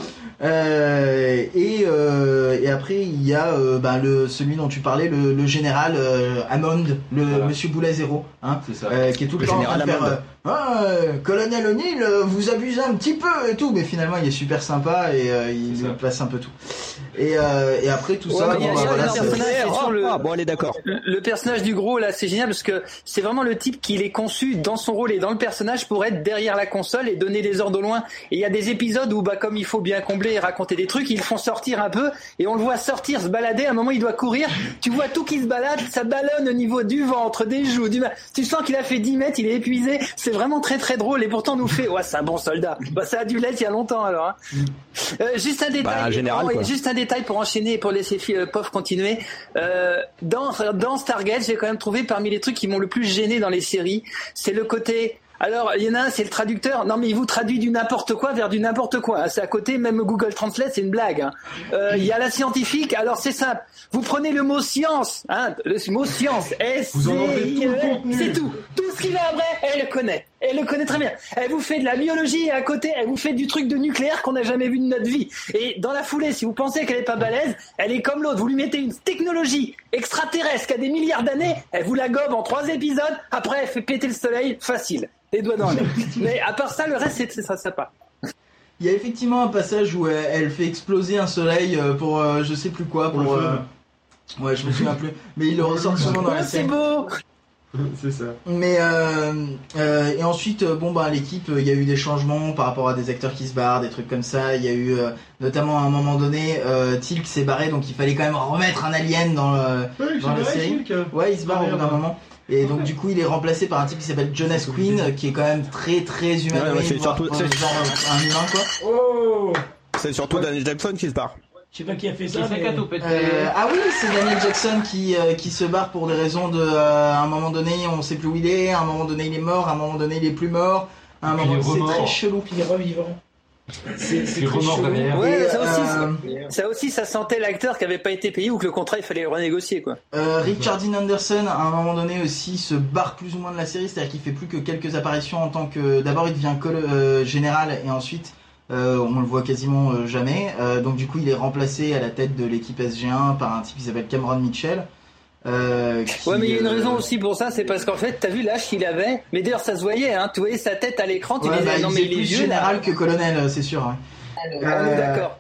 Euh, et, euh, et après il y a euh, bah, le, celui dont tu parlais, le, le général euh, Hammond, le Voilà. monsieur Boula Zéro, hein, C'est ça. euh, qui est tout le, Le temps en train de général faire Hammond. euh, ah, euh, colonel O'Neill, euh, vous abusez un petit peu et tout, mais finalement il est super sympa et euh, il C'est lui ça. passe un peu tout. Et, euh, et après tout Ouais, ça, mais il y a- bon, bah, il y a voilà, un c'est- personnage qui est sur le- Ah, bon, allez, d'accord. Le, le personnage du gros là, c'est génial parce que c'est vraiment le type qui est conçu dans son rôle et dans le personnage pour être derrière la console et donner des ordres au loin. Et il y a des épisodes où bah comme il faut bien combler et raconter des trucs, ils le font sortir un peu et on le voit sortir, se balader. À un moment il doit courir, tu vois tout qui se balade, ça ballonne au niveau du ventre, des joues, du ma- tu sens qu'il a fait dix mètres, il est épuisé. C'est vraiment très très drôle et pourtant on nous fait ouais c'est un bon soldat. Bah ça a dû l'être il y a longtemps alors. Hein. Euh, juste un détail, Bah, un général, oh, quoi. juste un détail pour enchaîner et pour laisser euh, Pof continuer. Euh, dans dans Stargate, j'ai quand même trouvé parmi les trucs qui m'ont le plus gêné dans les séries, c'est le côté. Alors, il y en a un, c'est le traducteur. Non, mais il vous traduit du n'importe quoi vers du n'importe quoi. C'est à côté, même Google Translate, c'est une blague. Hein. Euh, il y a la scientifique. Alors, c'est simple. Vous prenez le mot science, hein, le mot science. S Vous en enlevez tout le C I E, contenu. c'est tout. Tout ce qui va après, elle le connaît. Elle le connaît très bien. Elle vous fait de la biologie et à côté, elle vous fait du truc de nucléaire qu'on n'a jamais vu de notre vie. Et dans la foulée, si vous pensez qu'elle est pas balèze, elle est comme l'autre. Vous lui mettez une technologie extraterrestre qui a des milliards d'années, elle vous la gobe en trois épisodes, après elle fait péter le soleil, facile. Les doigts dans l'air. Mais à part ça, le reste, c'est, c'est ça, ça pas. Il y a effectivement un passage où elle, elle fait exploser un soleil pour euh, je sais plus quoi, pour... Pour le euh, ouais, je me souviens plus. Mais il le ressort souvent dans Oh, la c'est scène. beau. C'est ça. Mais euh, euh, et ensuite euh, bon bah l'équipe il euh, y a eu des changements par rapport à des acteurs qui se barrent, des trucs comme ça. Il y a eu euh, notamment à un moment donné euh, Teal'c s'est barré, donc il fallait quand même remettre un alien dans, le, Ouais, dans la série. Teal'c. Ouais, il se barre au bout d'un Ouais. moment. Et donc du coup il est remplacé par un type qui s'appelle Jonas Quinn, qui est quand même très très humanoïde, Ouais, ouais, c'est voire, surtout- euh, c'est- genre un humain quoi. Oh C'est surtout Daniel Jackson qui se barre. Je sais pas qui a fait Qui ça, s'est mais... cato pété. Euh, ah oui, c'est Daniel Jackson qui euh, qui se barre pour des raisons de euh, à un moment donné on sait plus où il est, à un moment donné il est mort, à un moment donné il est plus mort, à un Puis il moment est c'est remort. très chelou. Puis il est revivant. C'est c'est Il est très remort chelou. derrière. Ouais, Et, ça aussi, euh, ça, ça aussi, ça sentait l'acteur qui avait pas été payé ou que le contrat il fallait le renégocier, quoi. Euh, Richard Dean Anderson, à un moment donné aussi, se barre plus ou moins de la série, c'est-à-dire qu'il fait plus que quelques apparitions en tant que... D'abord, il devient col- euh, général, et ensuite, euh, on le voit quasiment euh, jamais. Euh, donc du coup, il est remplacé à la tête de l'équipe S G un par un type qui s'appelle Cameron Mitchell. Euh, qui, Ouais, mais il y a une euh, raison aussi pour ça, c'est parce qu'en fait, t'as vu l'âge qu'il avait, mais d'ailleurs ça se voyait, hein, tu voyais sa tête à l'écran, tu ouais, disais, bah, non il mais est il est plus vieux général là. que colonel, c'est sûr. Hein. Ah, on est Euh, d'accord.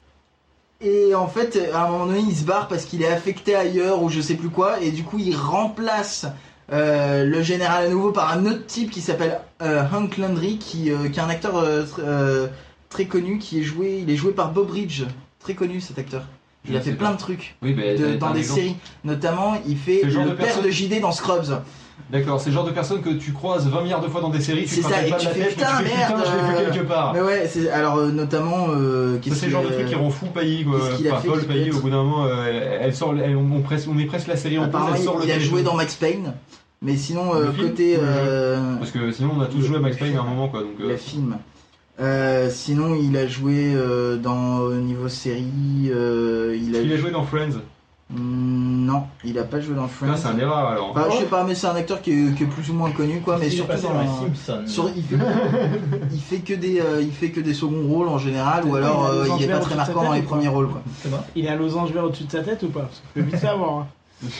Et en fait, à un moment donné, il se barre parce qu'il est affecté ailleurs ou je sais plus quoi, et du coup, il remplace euh, le général à nouveau par un autre type qui s'appelle euh, Hank Landry, qui, euh, qui est un acteur euh, tr- euh, très connu, qui est joué, il est joué par Bob Ridge, très connu cet acteur. Il Je a fait sais plein pas. de trucs Oui, bah, de- t'as- dans t'as un des exemple. séries, notamment il fait C'est le genre le de père personne- de J D dans Scrubs. D'accord, c'est le genre de personne que tu croises vingt milliards de fois dans des séries, tu C'est te ça, rappelles et pas tu de la fais, tête, putain, mais tu fais merde, putain, je l'ai vu euh, quelque part. Mais ouais, c'est alors euh, notamment euh, Ça, qu'est-ce c'est le genre de qu'il, truc qui euh, rend fou Pailly, quoi. qu'est-ce qu'il a Enfin, fait Paul qui peut Pailly, être- au bout d'un moment, euh, elle sort, elle- on, presse, on met presque la série en pause, apparemment, elle sort le il a téléphone. joué dans Max Payne, mais sinon euh, Le film côté ou le jeu euh, Parce que sinon, on a tous joué à Max Payne à un moment, quoi. Donc, euh, le film. Euh, sinon, il a joué euh, dans au niveau série. Euh, il a. il a joué dans Friends. Mm, non, il a pas joué dans Friends. Là, c'est un des rares alors. Enfin, je sais pas, mais c'est un acteur qui est, qui est plus ou moins connu, quoi. Mais Il est surtout passé dans, dans les Simpsons. sur- il, fait, il fait que des, euh, il fait que des seconds rôles en général, ou Ouais, alors il a euh, des il est enjeux pas au-dessus très de sa marquant dans tête les ou premiers pas rôles, quoi. C'est bon. Il a un losange vert au-dessus de sa tête ou pas? Parce que je peux vite savoir. Hein.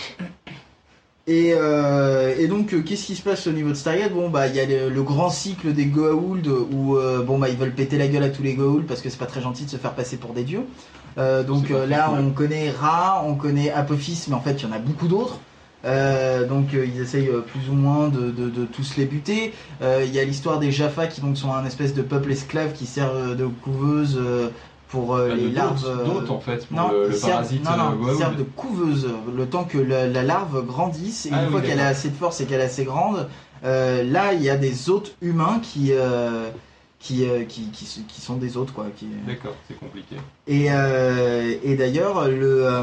Et, euh, et donc, euh, qu'est-ce qui se passe au niveau de Stargate? Bon, bah, il y a le, le grand cycle des Goa'uld où, euh, bon, bah, ils veulent péter la gueule à tous les Goa'uld parce que c'est pas très gentil de se faire passer pour des dieux. Euh, donc C'est pas euh, là, cool. on connaît Ra, on connaît Apophis, mais en fait, il y en a beaucoup d'autres. Euh, donc euh, ils essayent euh, plus ou moins de, de, de tous les buter. Euh, Il y a l'histoire des Jaffa qui donc sont un espèce de peuple esclave qui servent de couveuse euh, pour euh, Bah, les de larves. d'autres- euh, d'autres, en fait, pour non, le, ils le servent- parasite non, non, euh, ils Goa'uld. servent de couveuse le temps que la, la larve grandisse et Ah une oui, fois qu'elle a d'accord. assez de force et qu'elle est assez grande, euh, là il y a des hôtes humains qui euh, qui, euh, qui, qui, s- qui sont des hôtes quoi. Qui, D'accord, c'est compliqué. et, euh, et d'ailleurs, le, euh,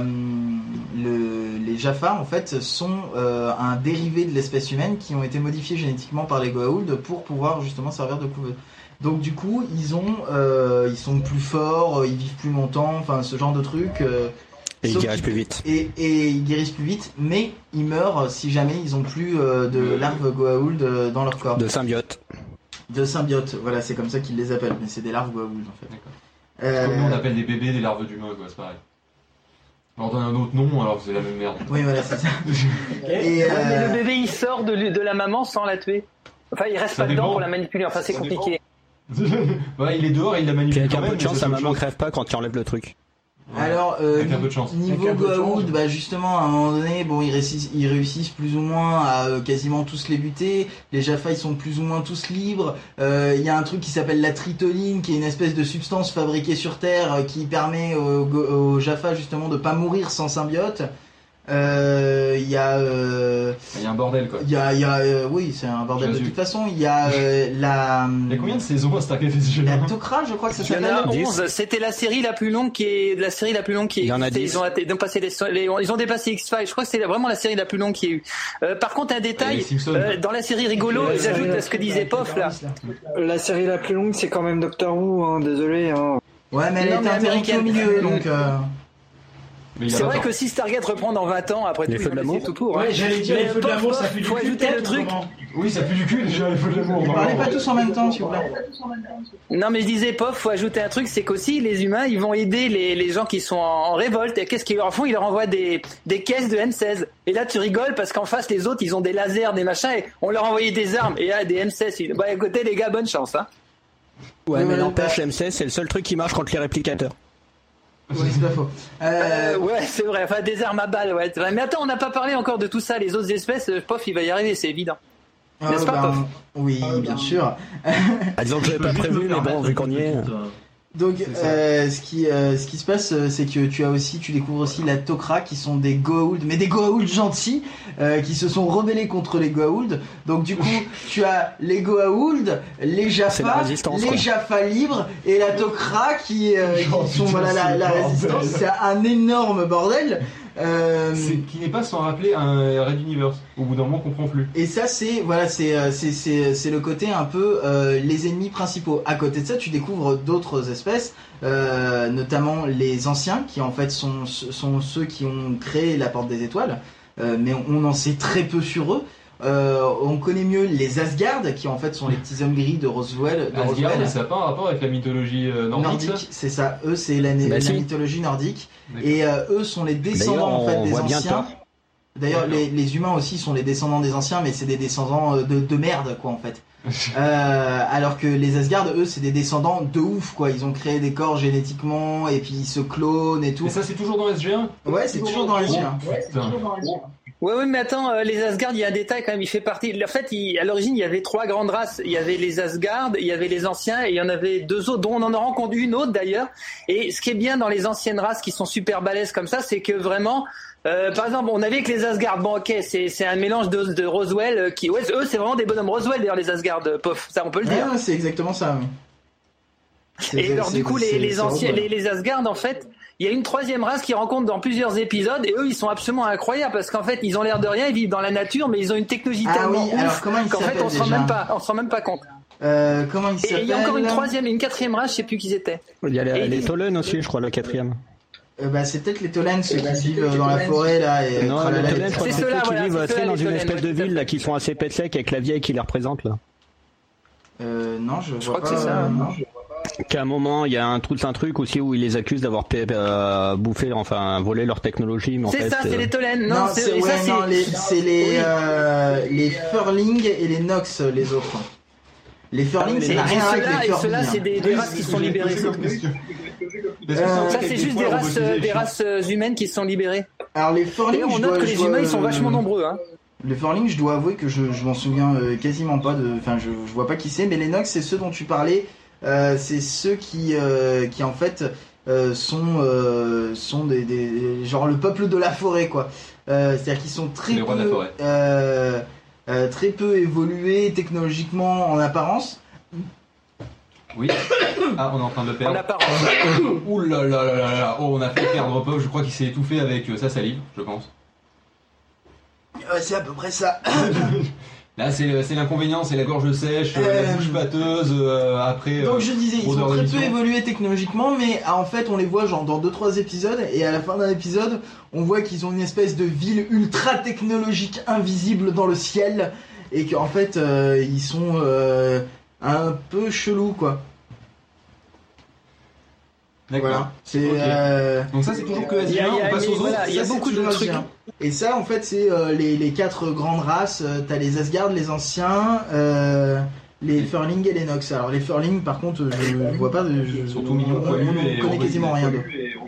le, les Jaffa en fait sont euh, un dérivé de l'espèce humaine qui ont été modifiés génétiquement par les Goa'uld pour pouvoir justement servir de couveuse. Donc du coup, ils ont, euh, ils sont plus forts, ils vivent plus longtemps, enfin ce genre de truc. euh, Et il sauf guérissent qu'ils- plus vite. Et, et ils guérissent plus vite, mais ils meurent si jamais ils ont plus euh, de Euh. larves Goa'uld euh, dans leur corps. De symbiote. De symbiotes, voilà, c'est comme ça qu'ils les appellent, mais c'est des larves Goa'uld en fait. D'accord. Euh, Comme nous, on appelle des bébés des larves d'humains, quoi, c'est pareil. On leur donne un autre nom, alors c'est la même merde. Oui, voilà, c'est ça. Ok. Et, Ouais, mais euh, le bébé il sort de, de la maman sans la tuer. Enfin, il reste Ça pas dedans dépend. pour la manipuler. Enfin, c'est Ça compliqué. Ouais, il est dehors et il la Puis manipule avec quand un même. peu de mais chance, c'est sa autre maman chose. crève pas quand il enlève le truc. Ouais. Alors, euh, Avec un peu de chance. niveau Avec un peu de chance. Goa'uld, bah justement, à un moment donné, bon, ils réussissent, ils réussissent plus ou moins à euh, quasiment tous les buter. Les Jaffa, ils sont plus ou moins tous libres. Euh, Il y a un truc qui s'appelle la tritoline, qui est une espèce de substance fabriquée sur Terre euh, qui permet aux, Go- aux Jaffa justement de pas mourir sans symbiote. Euh, Il y a, euh, Il y a un bordel, quoi. il y a, il y a, euh, oui, c'est un bordel de Jésus. toute façon. Il y a euh, la, Il y a combien de saisons à Stargate S G la un? Tok'ra, je crois que ça Il y en s'appelle. a dix. onze. C'était la série la plus longue qui est la série la plus longue qui est. Il y en a existé. dix. Ils ont, ils ont passé les, les- ils ont dépassé X-Files. Je crois que c'est vraiment la série la plus longue qui ait eu. Euh, par contre, un Et détail. les Simpsons. euh, dans la série rigolo, ils ajoutent à ce que disait Poff là. La série la plus longue, c'est quand même Doctor Who, hein, désolé. Hein. Ouais, mais elle Non, était mais interrompue américaine. au milieu, donc. Euh... Mais il a C'est pas vrai tort. que si Stargate reprend dans vingt ans, après Les tout, feux ils de vont l'amour. laisser tout pour. Ouais, hein. j'allais dire Mais les feux de pof, l'amour, pof, ça fait du faut cul, ajouter le peut-être, truc. comment Oui, ça pue du cul déjà, les feux de l'amour. Ne parlez pas tous en même temps, s'il vous plaît. Non, mais je disais, pof, faut ajouter un truc, c'est qu'aussi les humains, ils vont aider les, les gens qui sont en, en révolte. Et qu'est-ce qu'ils leur font? Ils leur envoient des, des caisses de M seize. Et là, tu rigoles parce qu'en face, les autres, ils ont des lasers, des machins, et on leur envoyait des armes. Et là, des M seize. Bah, écoutez, les gars, bonne chance, hein. Ouais, Ouais, mais ouais, n'empêche, bah- l'M seize, c'est le seul truc qui marche contre les réplicateurs. Oui, c'est pas faux. Euh, Euh, ouais, c'est vrai. Enfin, des armes à balles, ouais. c'est vrai. Mais attends, on n'a pas parlé encore de tout ça. Les autres espèces, euh, pof, il va y arriver, c'est évident. euh, N'est-ce pas, ben, Pof? Oui, bien sûr. Ah, disons que j'avais pas prévu, mais bon, vu qu'on y est. Donc, C'est ça. euh, ce qui euh, ce qui se passe, euh, c'est que tu as aussi, tu découvres aussi la Tok'ra, qui sont des Goa'uld, mais des Goa'uld gentils, euh, qui se sont rebellés contre les Goa'uld. Donc, du coup, tu as les Goa'uld, les C'est la Jaffa, résistance, les quoi. Jaffa libres et la Tok'ra qui, euh, qui Oh, sont putain, voilà la, c'est la le bordel. résistance. C'est un énorme bordel. Euh, C'est qui n'est pas sans rappeler un Red Universe. Au bout d'un moment, on comprend plus. Et ça, c'est voilà, c'est euh, c'est c'est c'est le côté un peu euh, les ennemis principaux. À côté de ça, tu découvres d'autres espèces, euh, notamment les anciens, qui en fait sont sont ceux qui ont créé la Porte des Étoiles, euh, mais on, on en sait très peu sur eux. Euh, on connaît mieux les Asgard, qui en fait sont les petits hommes gris de Roswell. De Asgard, Roswell. ça n'a pas un rapport avec la mythologie euh, nordique, Nordique, c'est ça. Eux, c'est la, Bah, la si. mythologie nordique. ça Et euh, eux sont les descendants D'ailleurs, en fait on des voit bien anciens. Thor. D'ailleurs, D'accord. les, les humains aussi sont les descendants des anciens, mais c'est des descendants euh, de, de merde, quoi, en fait. Euh, alors que les Asgard, eux, c'est des descendants de ouf, quoi. Ils ont créé des corps génétiquement, et puis ils se clonent et tout. Et ça, c'est toujours dans S G un? Ouais, c'est toujours dans les un. Putain. Ouais, ouais, mais attends, euh, les Asgard, il y a un détail quand même, il fait partie. En fait, il- à l'origine, il y avait trois grandes races. Il y avait les Asgard, il y avait les anciens, et il y en avait deux autres, dont on en a rencontré une autre d'ailleurs. Et ce qui est bien dans les anciennes races qui sont super balèzes comme ça, c'est que vraiment, euh, par exemple, on avait que les Asgard. Bon, ok, c'est c'est un mélange de, de Roswell euh, qui, ouais, eux, c'est vraiment des bonhommes Roswell d'ailleurs, les Asgard, euh, pof, ça on peut le dire. Ouais, c'est exactement ça, oui. C'est- Et alors c'est- du coup, c'est- les, les c'est anciens, Roswell. les, les Asgard, en fait, il y a une troisième race qui rencontre dans plusieurs épisodes, et eux, ils sont absolument incroyables parce qu'en fait, ils ont l'air de rien, ils vivent dans la nature, mais ils ont une technologie Ah tellement oui, ouf alors comment ils qu'en fait, s'appellent on se rend déjà même pas, on se rend même pas compte. Euh, comment ils Et s'appellent il y a encore une troisième et une quatrième race, je sais plus qui ils étaient. Il y a les, Et- les Tolen aussi, je crois, la quatrième. Euh, bah, c'est peut-être les Tolen, ceux qui vivent euh, dans la forêt, là, et Non, tralala, les et Tolen, je crois que C'est c'est ceux-là, ceux qui voilà, vivent c'est tu sais, ceux-là, dans les une Tolen, espèce ouais, de tout à ville fait. là, qui sont assez pète sec avec la vieille qui les représente là. Euh, non, je, Je vois crois que pas, c'est ça, euh, ouais. non. Qu'à un moment, il y a un truc, un truc aussi où ils les accusent d'avoir pe- euh, bouffé, enfin volé leur technologie, mais en C'est fait. ça, c'est euh, les Tolen. Non, Non, c'est c'est et ouais, ça, non, c'est. les- c'est les, Oui. euh, les Furling et les Nox, les autres. Les Furling, Et c'est rien à voir avec ceux-là, les et Furby. ceux-là, hein. c'est des, des races qui sont libérées. c'est tout. Euh, Ça, c'est juste des races, euh, des races euh, humaines qui sont libérées. Alors les Furling, D'ailleurs, on je note dois- que je les dois, humains, ils sont euh, vachement nombreux, hein. Les Furling, je dois avouer que je, je m'en souviens euh, quasiment pas de. Enfin, je, je vois pas qui c'est, mais les Nox, c'est ceux dont tu parlais. Euh, c'est ceux qui, euh, qui en fait euh, sont, euh, sont des, des genre le peuple de la forêt, quoi. Euh, C'est-à-dire qu'ils sont très Les rois de la peu, forêt. euh, euh, très peu évolués technologiquement en apparence. Oui. Ah, on est en train de le En perdre. apparence. Ouh là là là là là. Oh, on a fait perdre Pop. Je crois qu'il s'est étouffé avec euh, sa salive, je pense. Ouais, c'est à peu près ça. Là, c'est c'est l'inconvénient, c'est la gorge sèche, euh, Euh, la bouche pâteuse. euh, après. euh, Donc je disais, ils trop sont d'heures très peu d'émission. évolués technologiquement, mais ah, en fait on les voit genre dans deux trois épisodes, et à la fin d'un épisode, on voit qu'ils ont une espèce de ville ultra technologique invisible dans le ciel, et qu'en fait euh, ils sont euh, un peu chelous, quoi. D'accord. Voilà. C'est Ok. euh, Donc ça, c'est toujours que Il y a- S G un, il y a- on passe aux voilà, autres. il y a ça, c'est beaucoup de toujours trucs. Asgard. Et ça, en fait, c'est euh, les, les quatre grandes races. Euh, T'as les Asgard, les anciens, euh, les Furling et les Nox. Alors les Furling, par contre, je, je vois pas. Je, Ils sont tout mignons, on, poilus on, on et connaît quasiment rebondis. rien d'eux.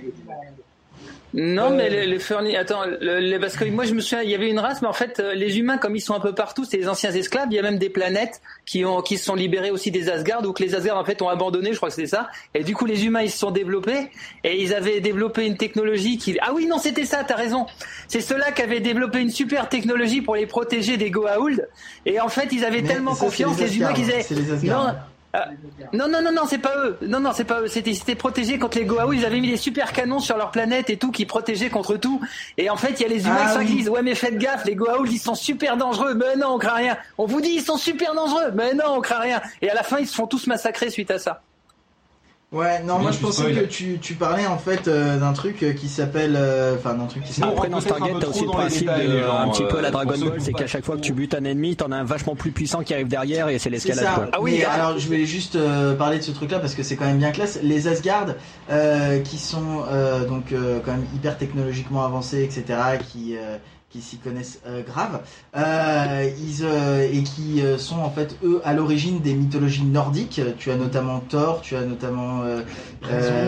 Non, mais les, les Furling, attends, le, le- parce que moi je me souviens, il y avait une race, mais en fait, euh, les humains, comme ils sont un peu partout, c'est les anciens esclaves. Il y a même des planètes qui ont, qui se sont libérées aussi des Asgard, ou que les Asgard en fait ont abandonné, je crois que c'était ça. Et du coup, les humains ils se sont développés et ils avaient développé une technologie qui, ah oui, non, c'était ça, t'as raison. C'est ceux-là qui avaient développé une super technologie pour les protéger des Goa'uld. Et en fait, ils avaient Mais tellement ça, c'est confiance, les les humains, Asgard, qu'ils avaient. c'est les Asgard. Non, ah, non, non, non, non, c'est pas eux. Non, non, c'est pas eux. C'était, c'était protégé contre les Goa'uld. Ils avaient mis des super canons sur leur planète et tout, qui protégeaient contre tout. Et en fait, il y a les humains Ah qui sont oui. qui disent, ouais, mais faites gaffe, les Goa'uld, ils sont super dangereux. Mais non, on craint rien. On vous dit, ils sont super dangereux. Mais non, on craint rien. Et à la fin, ils se font tous massacrer suite à ça. Ouais, non, Bien, moi je je pensais spoil. que tu, tu parlais en fait euh, d'un truc euh, qui s'appelle. euh, Enfin, d'un truc qui Non, s'appelle. Après dans peut-être un Stargate peu t'as aussi trop le dans les principe détails, de, les gens, un petit peu à la euh, Dragon pour ceux Ball, qui c'est ont qu'à pas chaque fois que tu trop- butes un ennemi, t'en as un vachement plus puissant qui arrive derrière et c'est C'est l'escalade ça. quoi. Ah oui, Mais ah. alors je voulais juste euh, parler de ce truc-là parce que c'est quand même bien classe. Les Asgard, euh, qui sont euh, donc euh, quand même hyper technologiquement avancés, et cetera, qui euh, qui s'y connaissent euh, grave, euh, ils, euh, et qui euh, sont en fait eux à l'origine des mythologies nordiques. Tu as notamment Thor, tu as notamment euh, euh,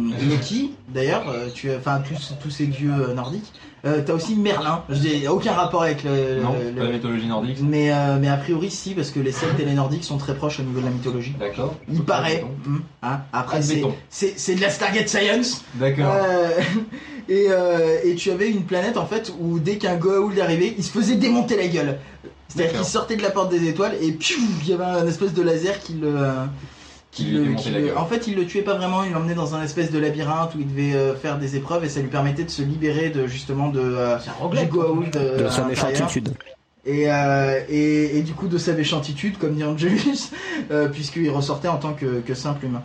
Loki d'ailleurs, euh, tu as enfin tous tous ces dieux euh, nordiques. Euh, T'as aussi Merlin. Je dis aucun rapport avec le, Non, le- c'est pas la mythologie nordique. mais euh, mais a priori si parce que les Celtes et les Nordiques sont très proches au niveau de la mythologie. D'accord. Il paraît. Hum, hein. Après c'est Admettons. c'est c'est de la Stargate Science. D'accord. Euh, et, euh, et tu avais une planète en fait où dès qu'un Goa'uld arrivait, il se faisait démonter la gueule. C'est-à-dire D'accord. qu'il sortait de la porte des étoiles et piou, il y avait un espèce de laser qui le qui Qui lui le, démontait qui la le- gueule. en fait il le tuait pas vraiment, il l'emmenait dans un espèce de labyrinthe où il devait euh, faire des épreuves et ça lui permettait de se libérer de justement de euh, C'est un du roguelike. Goa'uld euh, De à son l'intérieur. échantitude. Et, euh, et, et du coup de sa méchantitude, comme dit Angelus, euh, puisqu'il ressortait en tant que, que simple humain.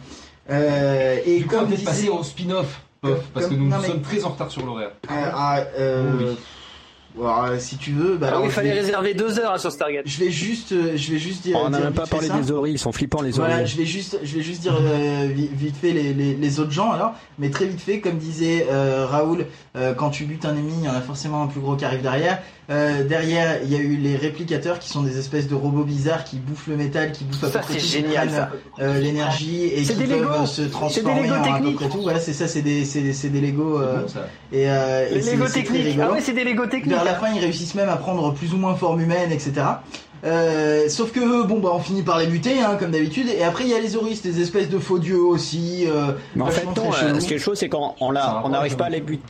Euh, et Du coup, on va comme peut-être disait, passer au spin-off, Pof, Comme- parce que comme- nous non, mais- sommes très en retard sur l'horaire. euh, ah, euh, Oh, oui. alors, euh, si tu veux, bah Ah alors, oui, il je, fallait vais, réserver deux heures hein, sur Stargate. je vais juste, euh, je vais juste dire. On n'a dire même pas vite fait parlé ça. des oreilles, ils sont flippants les Voilà, oreilles. je vais juste, je vais juste dire euh, vi- vite fait les, les, les autres gens alors, mais très vite fait, comme disait euh, Raoul, euh, quand tu butes un ennemi, il y en a forcément un plus gros qui arrive derrière. Euh, derrière, il y a eu les réplicateurs qui sont des espèces de robots bizarres qui bouffent le métal, qui bouffent à Ça, peu près c'est tout, génial, qui ça. prennent euh, l'énergie et C'est qui des peuvent Lego. euh, se transformer Lego en à peu techniques. près tout. Voilà, c'est ça, c'est des, c'est, des- c'est des Lego. C'est euh, bon, ça. et, euh, et Les c'est- Lego c'est très techniques. rigolo. Ah ouais, c'est des Lego techniques. Vers la fin, ils réussissent même à prendre plus ou moins forme humaine, et cetera. Euh, sauf que bon bah on finit par les buter hein, comme d'habitude et après il y a les Oris, des espèces de faux dieux aussi. Euh, Mais en fait vachement non, très euh, chelous. ce qui est chaud c'est qu'on on Ça l'a- rapporte on n'arrive un pas à peu. les buter.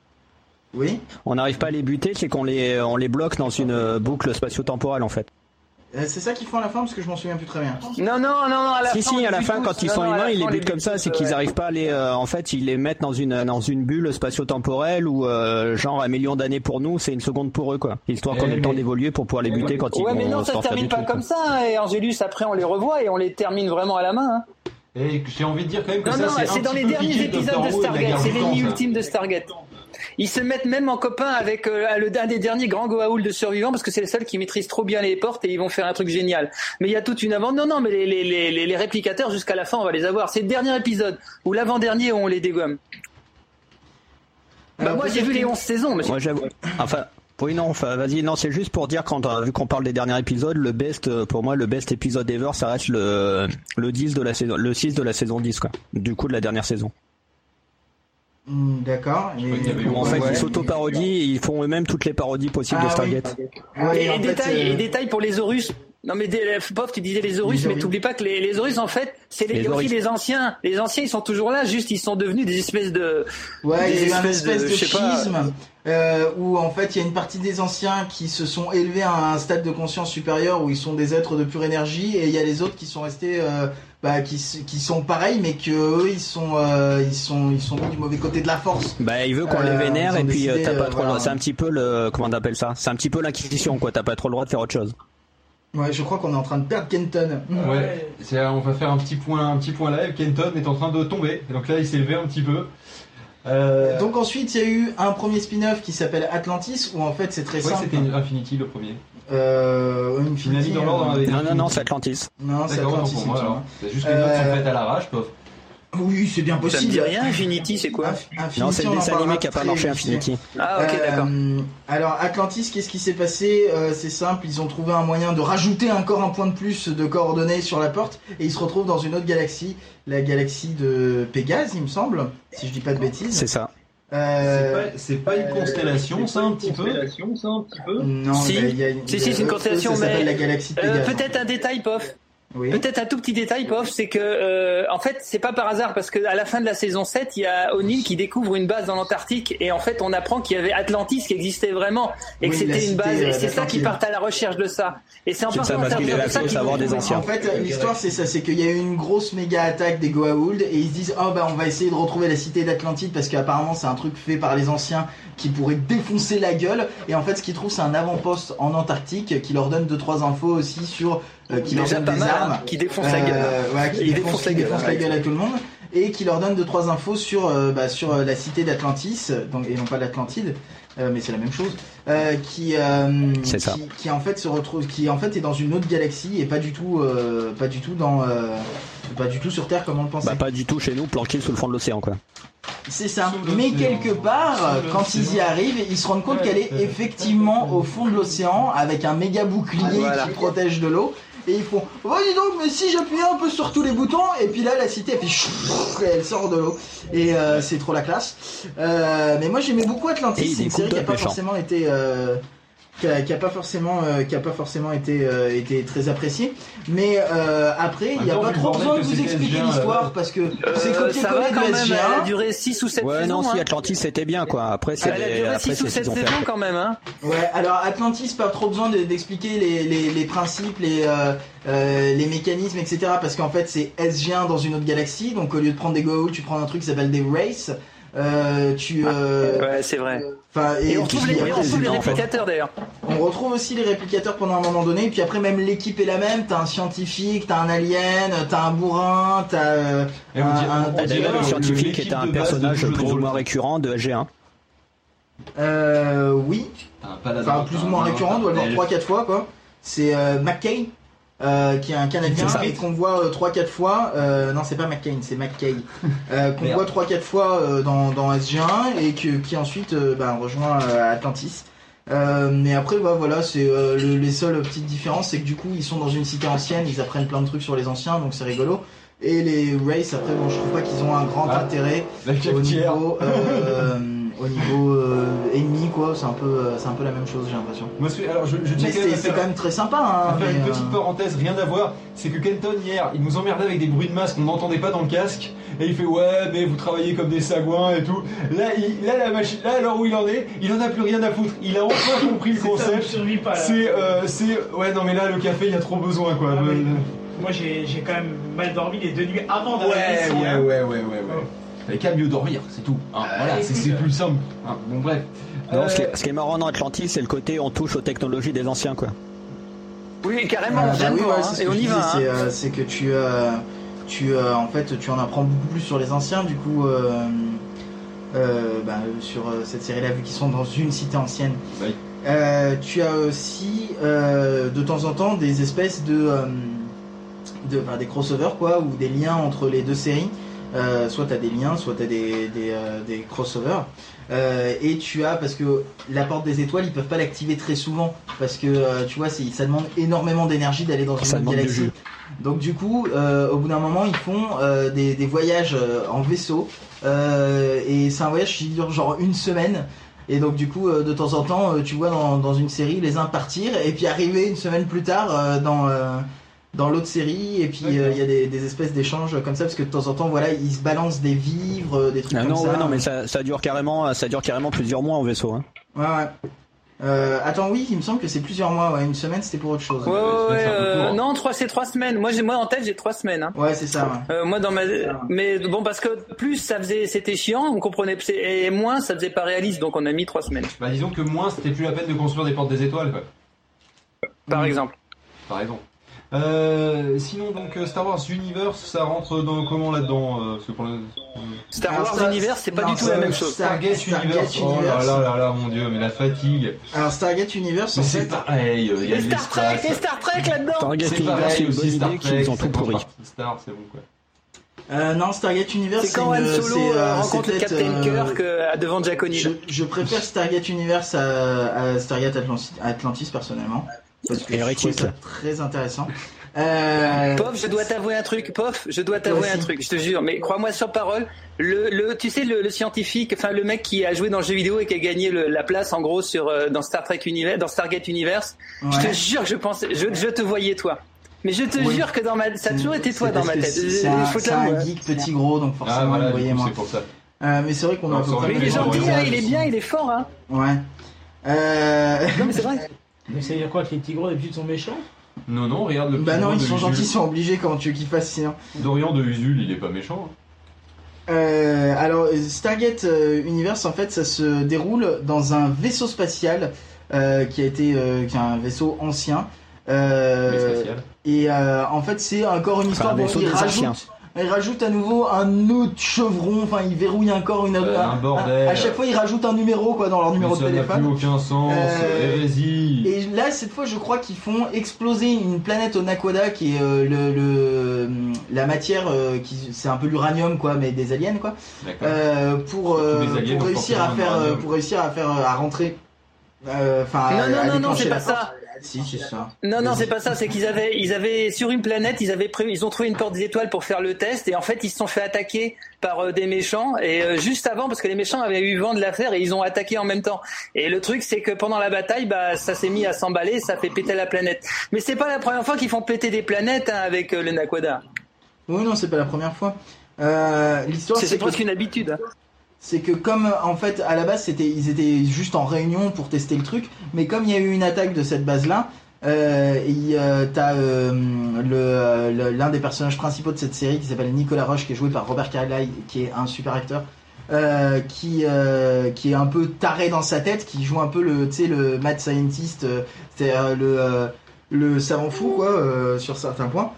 Oui. On n'arrive pas à les buter, c'est qu'on les on les bloque dans une euh, boucle spatio-temporelle en fait. Euh, c'est ça qu'ils font à la fin parce que je m'en souviens plus très bien. Non, non, non, non, à la Si fin. si, on à la les fin bute quand tous. ils Non, sont non, à la humains, ils fin, les on butent comme ça, bute c'est tous, qu'ils ouais. arrivent pas à les euh, en fait, ils les mettent dans une dans une bulle spatio-temporelle où euh, genre un million d'années pour nous, c'est une seconde pour eux quoi. Histoire qu'on Eh, ait le temps mais- d'évoluer pour pouvoir les Eh, buter quand ils Ouais, vont mais non, ça se sortir termine du pas truc, comme quoi. ça. hein, Et Angelus, après, on les revoit et on les termine vraiment à la main. hein. Et j'ai envie de dire quand même que Non, ça, non, c'est un c'est dans petit les peu derniers piqué épisodes Doctor de Who et la Stargate. guerre C'est du l'ennemi temps, ça. ultime de Stargate. Ils se mettent même en copain avec euh, le, un des derniers grands Goa'uld de survivants parce que c'est le seul qui maîtrise trop bien les portes et ils vont faire un truc génial. Mais il y a toute une avant. Non, non, mais les, les, les, les, les réplicateurs jusqu'à la fin, on va les avoir. C'est le dernier épisode ou l'avant-dernier où on les dégomme. Bah, Alors, moi, j'ai peut-être vu les que- onze saisons, monsieur. Moi j'avoue. Enfin, oui non, enfin vas-y, non, c'est juste pour dire quand euh, vu qu'on parle des derniers épisodes, le best euh, pour moi le best épisode ever, ça reste le le dix de la saison le six de la saison dix quoi. Du coup de la dernière saison. Hmm, D'accord. Et- crois qu'il y avait eu En fait, ouais. ils s'auto-parodient et ils font eux-mêmes toutes les parodies possibles Ah de Stargate. Ouais, Et, en et fait, détail, euh, et détail pour les Horus. Non mais des, Pof, tu disais les Horus, Les mais Horus. t'oublies pas que les, les Horus en fait, c'est les, Les aussi Horus. les anciens. Les anciens, ils sont toujours là, juste ils sont devenus des espèces de. Ouais, des il y a eu un espèces espèce de, je sais pas. schisme euh, où en fait il y a une partie des anciens qui se sont élevés à un stade de conscience supérieur où ils sont des êtres de pure énergie et il y a les autres qui sont restés euh, bah, qui, s- qui sont pareils mais que eux ils sont euh, ils sont ils sont mis du mauvais côté de la force. Bah, il veut qu'on Euh, les vénère ils ont et puis euh, décidé, t'as pas euh, trop le voilà. droit. C'est un petit peu le comment t'appelles ça C'est un petit peu l'inquisition quoi. T'as pas trop le droit de faire autre chose. Ouais, je crois qu'on est en train de perdre Kenton. Ouais, c'est, on va faire un petit point, un petit point live. Kenton est en train de tomber, et donc là il s'est levé un petit peu. Euh, Donc ensuite il y a eu un premier spin-off qui s'appelle Atlantis où en fait c'est très ouais, simple. c'était Infinity le premier. Euh, Infinity, Tu l'as mis dans l'ordre euh, avec Non non non, Infinity. c'est Atlantis. Non, c'est D'accord, Atlantis. donc il me pour moi, semble. alors. C'est juste que les notes Euh, sont faites à l'arrache, Pof. Oui, c'est bien Ça me possible. dit rien, Infinity, c'est quoi? Inf- Infinity, Non, c'est le on en dessin parlera animé qui a pas très marché vite. Infinity. Ah ok, Euh, d'accord. Alors Atlantis, qu'est-ce qui s'est passé Euh, C'est simple, ils ont trouvé un moyen de rajouter encore un point de plus de coordonnées sur la porte et ils se retrouvent dans une autre galaxie, la galaxie de Pégase, il me semble, si je dis pas de bêtises. C'est ça. Euh, C'est pas, c'est pas une constellation, ça, un petit peu Non, Si. mais il y a une, Si, si, c'est une eux, constellation, ça s'appelle mais- la galaxie de Euh, Pégase. peut-être un détail, Pof. Oui. Peut-être un tout petit détail, Pof, c'est que euh, en fait c'est pas par hasard parce que à la fin de la saison sept, il y a O'Neill qui découvre une base dans l'Antarctique et en fait on apprend qu'il y avait Atlantis qui existait vraiment et que Oui, la c'était une cité, base euh, et c'est ça qui d'Atlantide. partent à la recherche de ça. Et c'est en C'est partant ça, parce à la qu'il est recherche de ça là-dessus, qu'ils savoir vont- des anciens. En fait, l'histoire c'est ça, c'est qu'il y a eu une grosse méga attaque des Goa'uld et ils se disent oh bah on va essayer de retrouver la cité d'Atlantide parce qu'apparemment c'est un truc fait par les anciens qui pourrait défoncer la gueule et en fait ce qu'ils trouvent c'est un avant-poste en Antarctique qui leur donne deux trois infos aussi sur euh, qui leur Déjà donne pas des mal, armes hein, qui défonce la gueule. Euh, ouais, qui Il défonce, défonce la qui gueule, défonce la ouais. gueule à tout le monde et qui leur donne deux trois infos sur euh, bah, sur euh, la cité d'Atlantis, donc et non pas l'Atlantide. Euh, mais c'est la même chose, euh, qui, euh, C'est ça. qui, qui en fait se retrouve, qui en fait est dans une autre galaxie et pas du tout, euh, pas du tout dans, euh, pas du tout sur Terre comme on le pensait. Bah pas du tout chez nous, planqué sous le fond de l'océan quoi. C'est ça. Sous Mais l'océan. quelque part, Sous quand l'océan. ils y arrivent, ils se rendent compte qu'elle est effectivement au fond de l'océan avec un méga bouclier Voilà. qui protège de l'eau. Et ils font, oh dis donc, mais si j'appuyais un peu sur tous les boutons, et puis là la cité elle fait chou, et elle sort de l'eau. Et euh, c'est trop la classe. Euh, mais moi j'aimais beaucoup Et Atlantis, il c'est une série découpe qui a de pas méchants. forcément été... Euh, qui a, qui a pas forcément euh, qui a pas forcément été euh, été très apprécié, mais euh, après il En y a même temps, pas vu le trop bordel besoin que de vous c'était expliquer S G un, l'histoire là. parce que Euh, c'est ça va copier-coller quand de même, S G elle a un. duré six ou sept Ouais saisons. non si hein. Atlantis c'était bien quoi. Après c'est Elle a des- duré après six ou c'est ce sept qu'ils ont saisons fait. quand même. Hein. Ouais, alors Atlantis, pas trop besoin de- d'expliquer les, les, les principes, les, euh, euh, les mécanismes, et cetera. Parce qu'en fait, c'est S G un dans une autre galaxie. Donc au lieu de prendre des Goa'uld, tu prends un truc qui s'appelle des Wraiths. Euh, tu, euh, Ouais, c'est vrai. enfin, Et, on puis, retrouve les, après, et on retrouve les en fait. réplicateurs d'ailleurs. on retrouve aussi les réplicateurs pendant un moment donné. Et puis après, même l'équipe est la même. T'as un scientifique, t'as un alien, t'as un bourrin, t'as euh, Et on un- dirait- un- on Ah, dirait D'ailleurs le- le scientifique l'équipe est un de base personnage de jeu de plus ou rôle. moins récurrent de S G un. Euh, oui. T'as un paladin, Enfin, plus t'as ou un moins nain, récurrent, t'as on doit un le voir elfe. trois quatre fois quoi. C'est euh, McKay, euh, qui est un Canadien C'est ça. et qu'on voit trois quatre fois. Euh, non, c'est pas McCain, c'est McKay. Euh, qu'on Merde. voit trois quatre fois euh, dans, dans S G un et que, qui ensuite euh, bah, rejoint euh, Atlantis. Euh, mais après, bah, voilà, c'est euh, le- les seules petites différences, c'est que du coup, ils sont dans une cité ancienne, ils apprennent plein de trucs sur les anciens, donc c'est rigolo. Et les Wraiths, après, bon, je trouve pas qu'ils ont un grand Ah, intérêt La au cafetière. niveau, euh, au niveau euh, ennemi, quoi. C'est un peu, euh, c'est un peu la même chose, j'ai l'impression. Moi, c'est- alors, je, je tiens Mais quand même c'est à c'est faire, quand même très sympa. Hein, à faire mais, une petite euh, parenthèse, rien à voir. C'est que Kenton, hier, il nous emmerdait avec des bruits de masque qu'on n'entendait pas dans le casque. Et il fait, ouais, mais vous travaillez comme des sagouins et tout. Là, il, là, la machine, là, alors où il en est, il en a plus rien à foutre. Il a enfin compris le C'est ça, je concept. survis pas là. C'est, euh, c'est, ouais, non, mais là, le café, il y a trop besoin, quoi. Ah, Le- mais- Moi j'ai j'ai quand même mal dormi les deux nuits avant Ouais, d'arriver ici. ouais, hein. ouais, ouais, ouais, ouais. T'avais qu'à mieux dormir, c'est tout. Hein, Ah, voilà, c'est écoute. c'est plus simple. Hein, bon, bref. Non, ce, qui Euh, est, ce qui est marrant dans Atlantis, c'est le côté on touche aux technologies des anciens quoi. Oui, carrément, Ah, on bah vient de oui, voir, ouais, hein, c'est ce et que on je y disais, va. hein. c'est, euh, c'est que tu, euh, tu, euh, en fait, tu en apprends beaucoup plus sur les anciens, du coup, euh, euh, bah, sur euh, cette série-là, vu qu'ils sont dans une cité ancienne. Oui. Euh, tu as aussi, euh, de temps en temps, des espèces de, euh, de, enfin, des crossovers, quoi, ou des liens entre les deux séries. Euh, soit t'as des liens, soit t'as des, des, euh, des crossovers. Euh, et tu as, parce que la porte des étoiles, ils peuvent pas l'activer très souvent, parce que euh, tu vois, c'est, ça demande énormément d'énergie d'aller dans une Ça autre demande du galaxie. jus. Donc du coup, euh, au bout d'un moment, ils font euh, des, des voyages euh, en vaisseau, euh, et c'est un voyage qui dure genre une semaine. Et donc du coup, euh, de temps en temps, euh, tu vois dans, dans une série les uns partir, et puis arriver une semaine plus tard euh, dans euh, dans l'autre série, et puis euh, il y a des, des espèces d'échanges comme ça, parce que de temps en temps, voilà, ils se balancent des vivres, euh, des trucs Ah comme non, ça. ouais, non, mais ça, ça dure carrément, ça dure carrément plusieurs mois en vaisseau. Hein. Ouais, ouais. Euh, attends, oui, il me semble que c'est plusieurs mois, ouais. Une semaine, c'était pour autre chose. Ouais, ouais, ouais, c'est un peu euh, court, hein. non, trois, c'est trois semaines. Moi, j'ai, moi, en tête, j'ai trois semaines. Hein. Ouais, c'est ça, ouais. Euh, moi, dans ma, mais bon, parce que plus ça faisait, c'était chiant, on comprenait, et moins ça faisait pas réaliste, donc on a mis trois semaines, Bah, disons que moins, c'était plus la peine de construire des portes des étoiles, quoi. par exemple. Par exemple. Euh, sinon, donc, euh, Star Wars Universe, ça rentre dans comment là-dedans euh, parce que pour le- Star Alors, Wars Star- Univers, c'est pas non, du tout la Star- même chose. Stargate, Stargate Universe. Oh là Universe. là là là, mon dieu, mais la fatigue. Alors Stargate Universe, en Mais fait, c'est pareil, euh, il y a Et de Star Trek, l'espace. et Star Trek là-dedans. Stargate C'est Universe, c'est pareil une bonne aussi, Star idée Trek, qu'ils ont ça tout pourri. compte pas. Star, c'est bon quoi. Euh, non, Stargate Universe, C'est quand une- Han Solo c'est, euh, euh, rencontre c'est le peut-être, Captain euh, Kirk euh, devant Jack Je, O'Neill. je préfère Stargate Universe à, à Stargate Atlantis, Atlantis personnellement, parce que je Hérétique. trouve ça très intéressant. Euh, Pof, je dois t'avouer un truc. Pof, je dois t'avouer Toi un aussi. truc. Je te jure, mais crois-moi sur parole. Le, le, tu sais, le, le scientifique, enfin le mec qui a joué dans le jeu vidéo et qui a gagné le, la place en gros sur euh, dans Star Trek Universe, dans Stargate Universe. Je ouais. te jure que je pensais, je, je te voyais toi. Mais je te Oui. jure que dans ma, ça a toujours été toi C'est dans parce ma que tête. C'est Je- c'est un, il faut te c'est un l'avouer. geek petit gros, donc forcément, Ah voilà, vous du voyez coup, moi. c'est pour ça. Euh, mais c'est vrai qu'on a Non, un peu ça aurait Mais il est Ouais, gentil, ouais, hein, ouais, il est ouais. bien, il est fort, hein. Ouais. Euh... Non mais c'est vrai. Mais ça veut dire quoi que les petits gros d'habitude sont méchants? Non, non, regarde le Bah petit non, nom ils de sont Usul. gentils, ils sont obligés quand tu veux qu'ils fassent sinon. Dorian de Usul, il est pas méchant. hein. Euh, alors Stargate euh, Universe, en fait, ça se déroule dans un vaisseau spatial euh, qui a été, euh, qui est un vaisseau ancien. Euh, Mais spatial. Et euh, en fait, c'est encore une Enfin, histoire un bon, vaisseau ils des anciens. rajoutent il rajoute à nouveau un autre chevron, enfin il verrouille encore une autre. Euh, un bordel. À, à chaque fois, il rajoute un numéro quoi dans leur numéro Mais de ça téléphone. n'a plus aucun sens, Euh, hérésie. Et là, cette fois, je crois qu'ils font exploser une planète au Naquadah qui est euh, le, le la matière euh, qui c'est un peu l'uranium quoi, mais des aliens quoi. Euh, pour euh, Tous les aliens pour ont réussir à forcément faire un euh, uranium. pour réussir à faire euh, à rentrer. Enfin. Non, à- non, à non, non, déclencher c'est la pas force. ça. Si, c'est ça. Non, non, c'est pas ça. C'est qu'ils avaient, ils avaient sur une planète, ils avaient prévu, ils ont trouvé une porte des étoiles pour faire le test, et en fait, ils se sont fait attaquer par euh, des méchants. Et euh, juste avant, parce que les méchants avaient eu vent de l'affaire et ils ont attaqué en même temps. Et le truc, c'est que pendant la bataille, bah, ça s'est mis à s'emballer, ça fait péter la planète. Mais c'est pas la première fois qu'ils font péter des planètes hein, avec euh, le Naquadah. Oui, non, c'est pas la première fois. Euh, L'histoire, C'est c'est presque que... une habitude. Hein. C'est que comme en fait à la base c'était ils étaient juste en réunion pour tester le truc, mais comme il y a eu une attaque de cette base là, euh, il, euh, t'as euh, le, le- l'un des personnages principaux de cette série qui s'appelle Nicolas Roche qui est joué par Robert Carlyle qui est un super acteur. Euh, qui euh, qui est un peu taré dans sa tête, qui joue un peu le tu sais le mad scientist, euh, c'est euh, le euh, le savant fou quoi euh, sur certains points.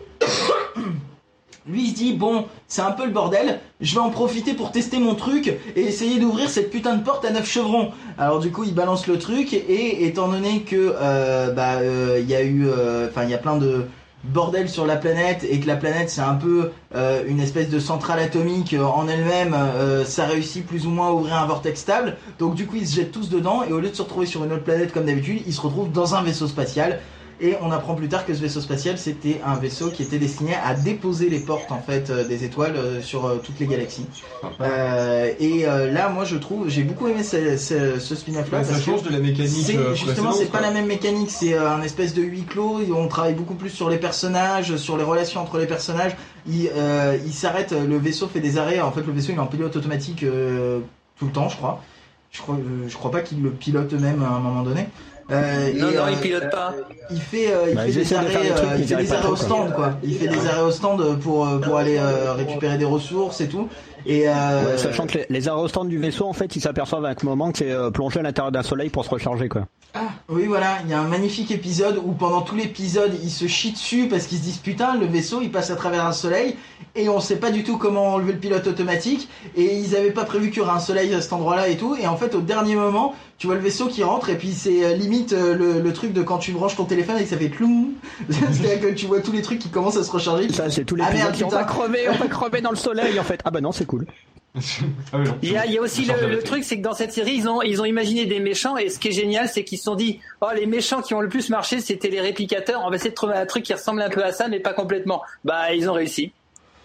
Lui il se dit bon c'est un peu le bordel, je vais en profiter pour tester mon truc et essayer d'ouvrir cette putain de porte à neuf chevrons. Alors du coup il balance le truc et étant donné que euh, bah euh, il y a eu enfin euh, il y a plein de bordel sur la planète et que la planète c'est un peu euh, une espèce de centrale atomique en elle-même, euh, ça réussit plus ou moins à ouvrir un vortex stable, donc du coup ils se jettent tous dedans et au lieu de se retrouver sur une autre planète comme d'habitude, ils se retrouvent dans un vaisseau spatial. Et on apprend plus tard que ce vaisseau spatial c'était un vaisseau qui était destiné à déposer les portes en fait euh, des étoiles euh, sur euh, toutes les galaxies. Euh, et euh, là moi je trouve j'ai beaucoup aimé ce, ce, ce spin-off là. Ouais, ça parce change que de la mécanique, c'est- euh, justement précédente, c'est pas quoi. la même mécanique, c'est euh, un espèce de huis clos. Et on travaille beaucoup plus sur les personnages, sur les relations entre les personnages. Il, euh, il s'arrête, le vaisseau fait des arrêts. En fait le vaisseau il est en pilote automatique euh, tout le temps je crois. Je crois, je crois pas qu'il le pilote eux-mêmes à un moment donné. Euh, Non, et, non, euh, il pilote pas. Il fait, euh, il Bah, fait ils des essaient de faire arrêts, des trucs, euh, mais il ils fait arrivent des pas arrêts trop, au quoi. stand quoi. Il fait des arrêts au stand pour euh, pour aller euh, récupérer des ressources et tout. Et euh, Ouais, sachant que les, les aérostants du vaisseau, en fait, ils s'aperçoivent à un moment que c'est euh, plongé à l'intérieur d'un soleil pour se recharger, quoi. Ah, oui, voilà, il y a un magnifique épisode où pendant tout l'épisode, ils se chient dessus parce qu'ils se disent putain, le vaisseau il passe à travers un soleil et on sait pas du tout comment enlever le pilote automatique et ils avaient pas prévu qu'il y aurait un soleil à cet endroit-là et tout. Et en fait, au dernier moment, tu vois le vaisseau qui rentre et puis c'est euh, limite euh, le, le truc de quand tu branches ton téléphone et que ça fait cloum. C'est-à-dire que tu vois tous les trucs qui commencent à se recharger. Ça, c'est tous les Ah épisodes merde, qui on putain. va crever, on va crever dans le soleil, en fait. Ah bah non, c'est cool. Ah oui, non. Il y a, il y a aussi le, le truc, c'est que dans cette série, ils ont, ils ont imaginé des méchants, et ce qui est génial, c'est qu'ils se sont dit, oh, les méchants qui ont le plus marché, c'était les réplicateurs, on va essayer de trouver un truc qui ressemble un peu à ça, mais pas complètement. Bah, ils ont réussi.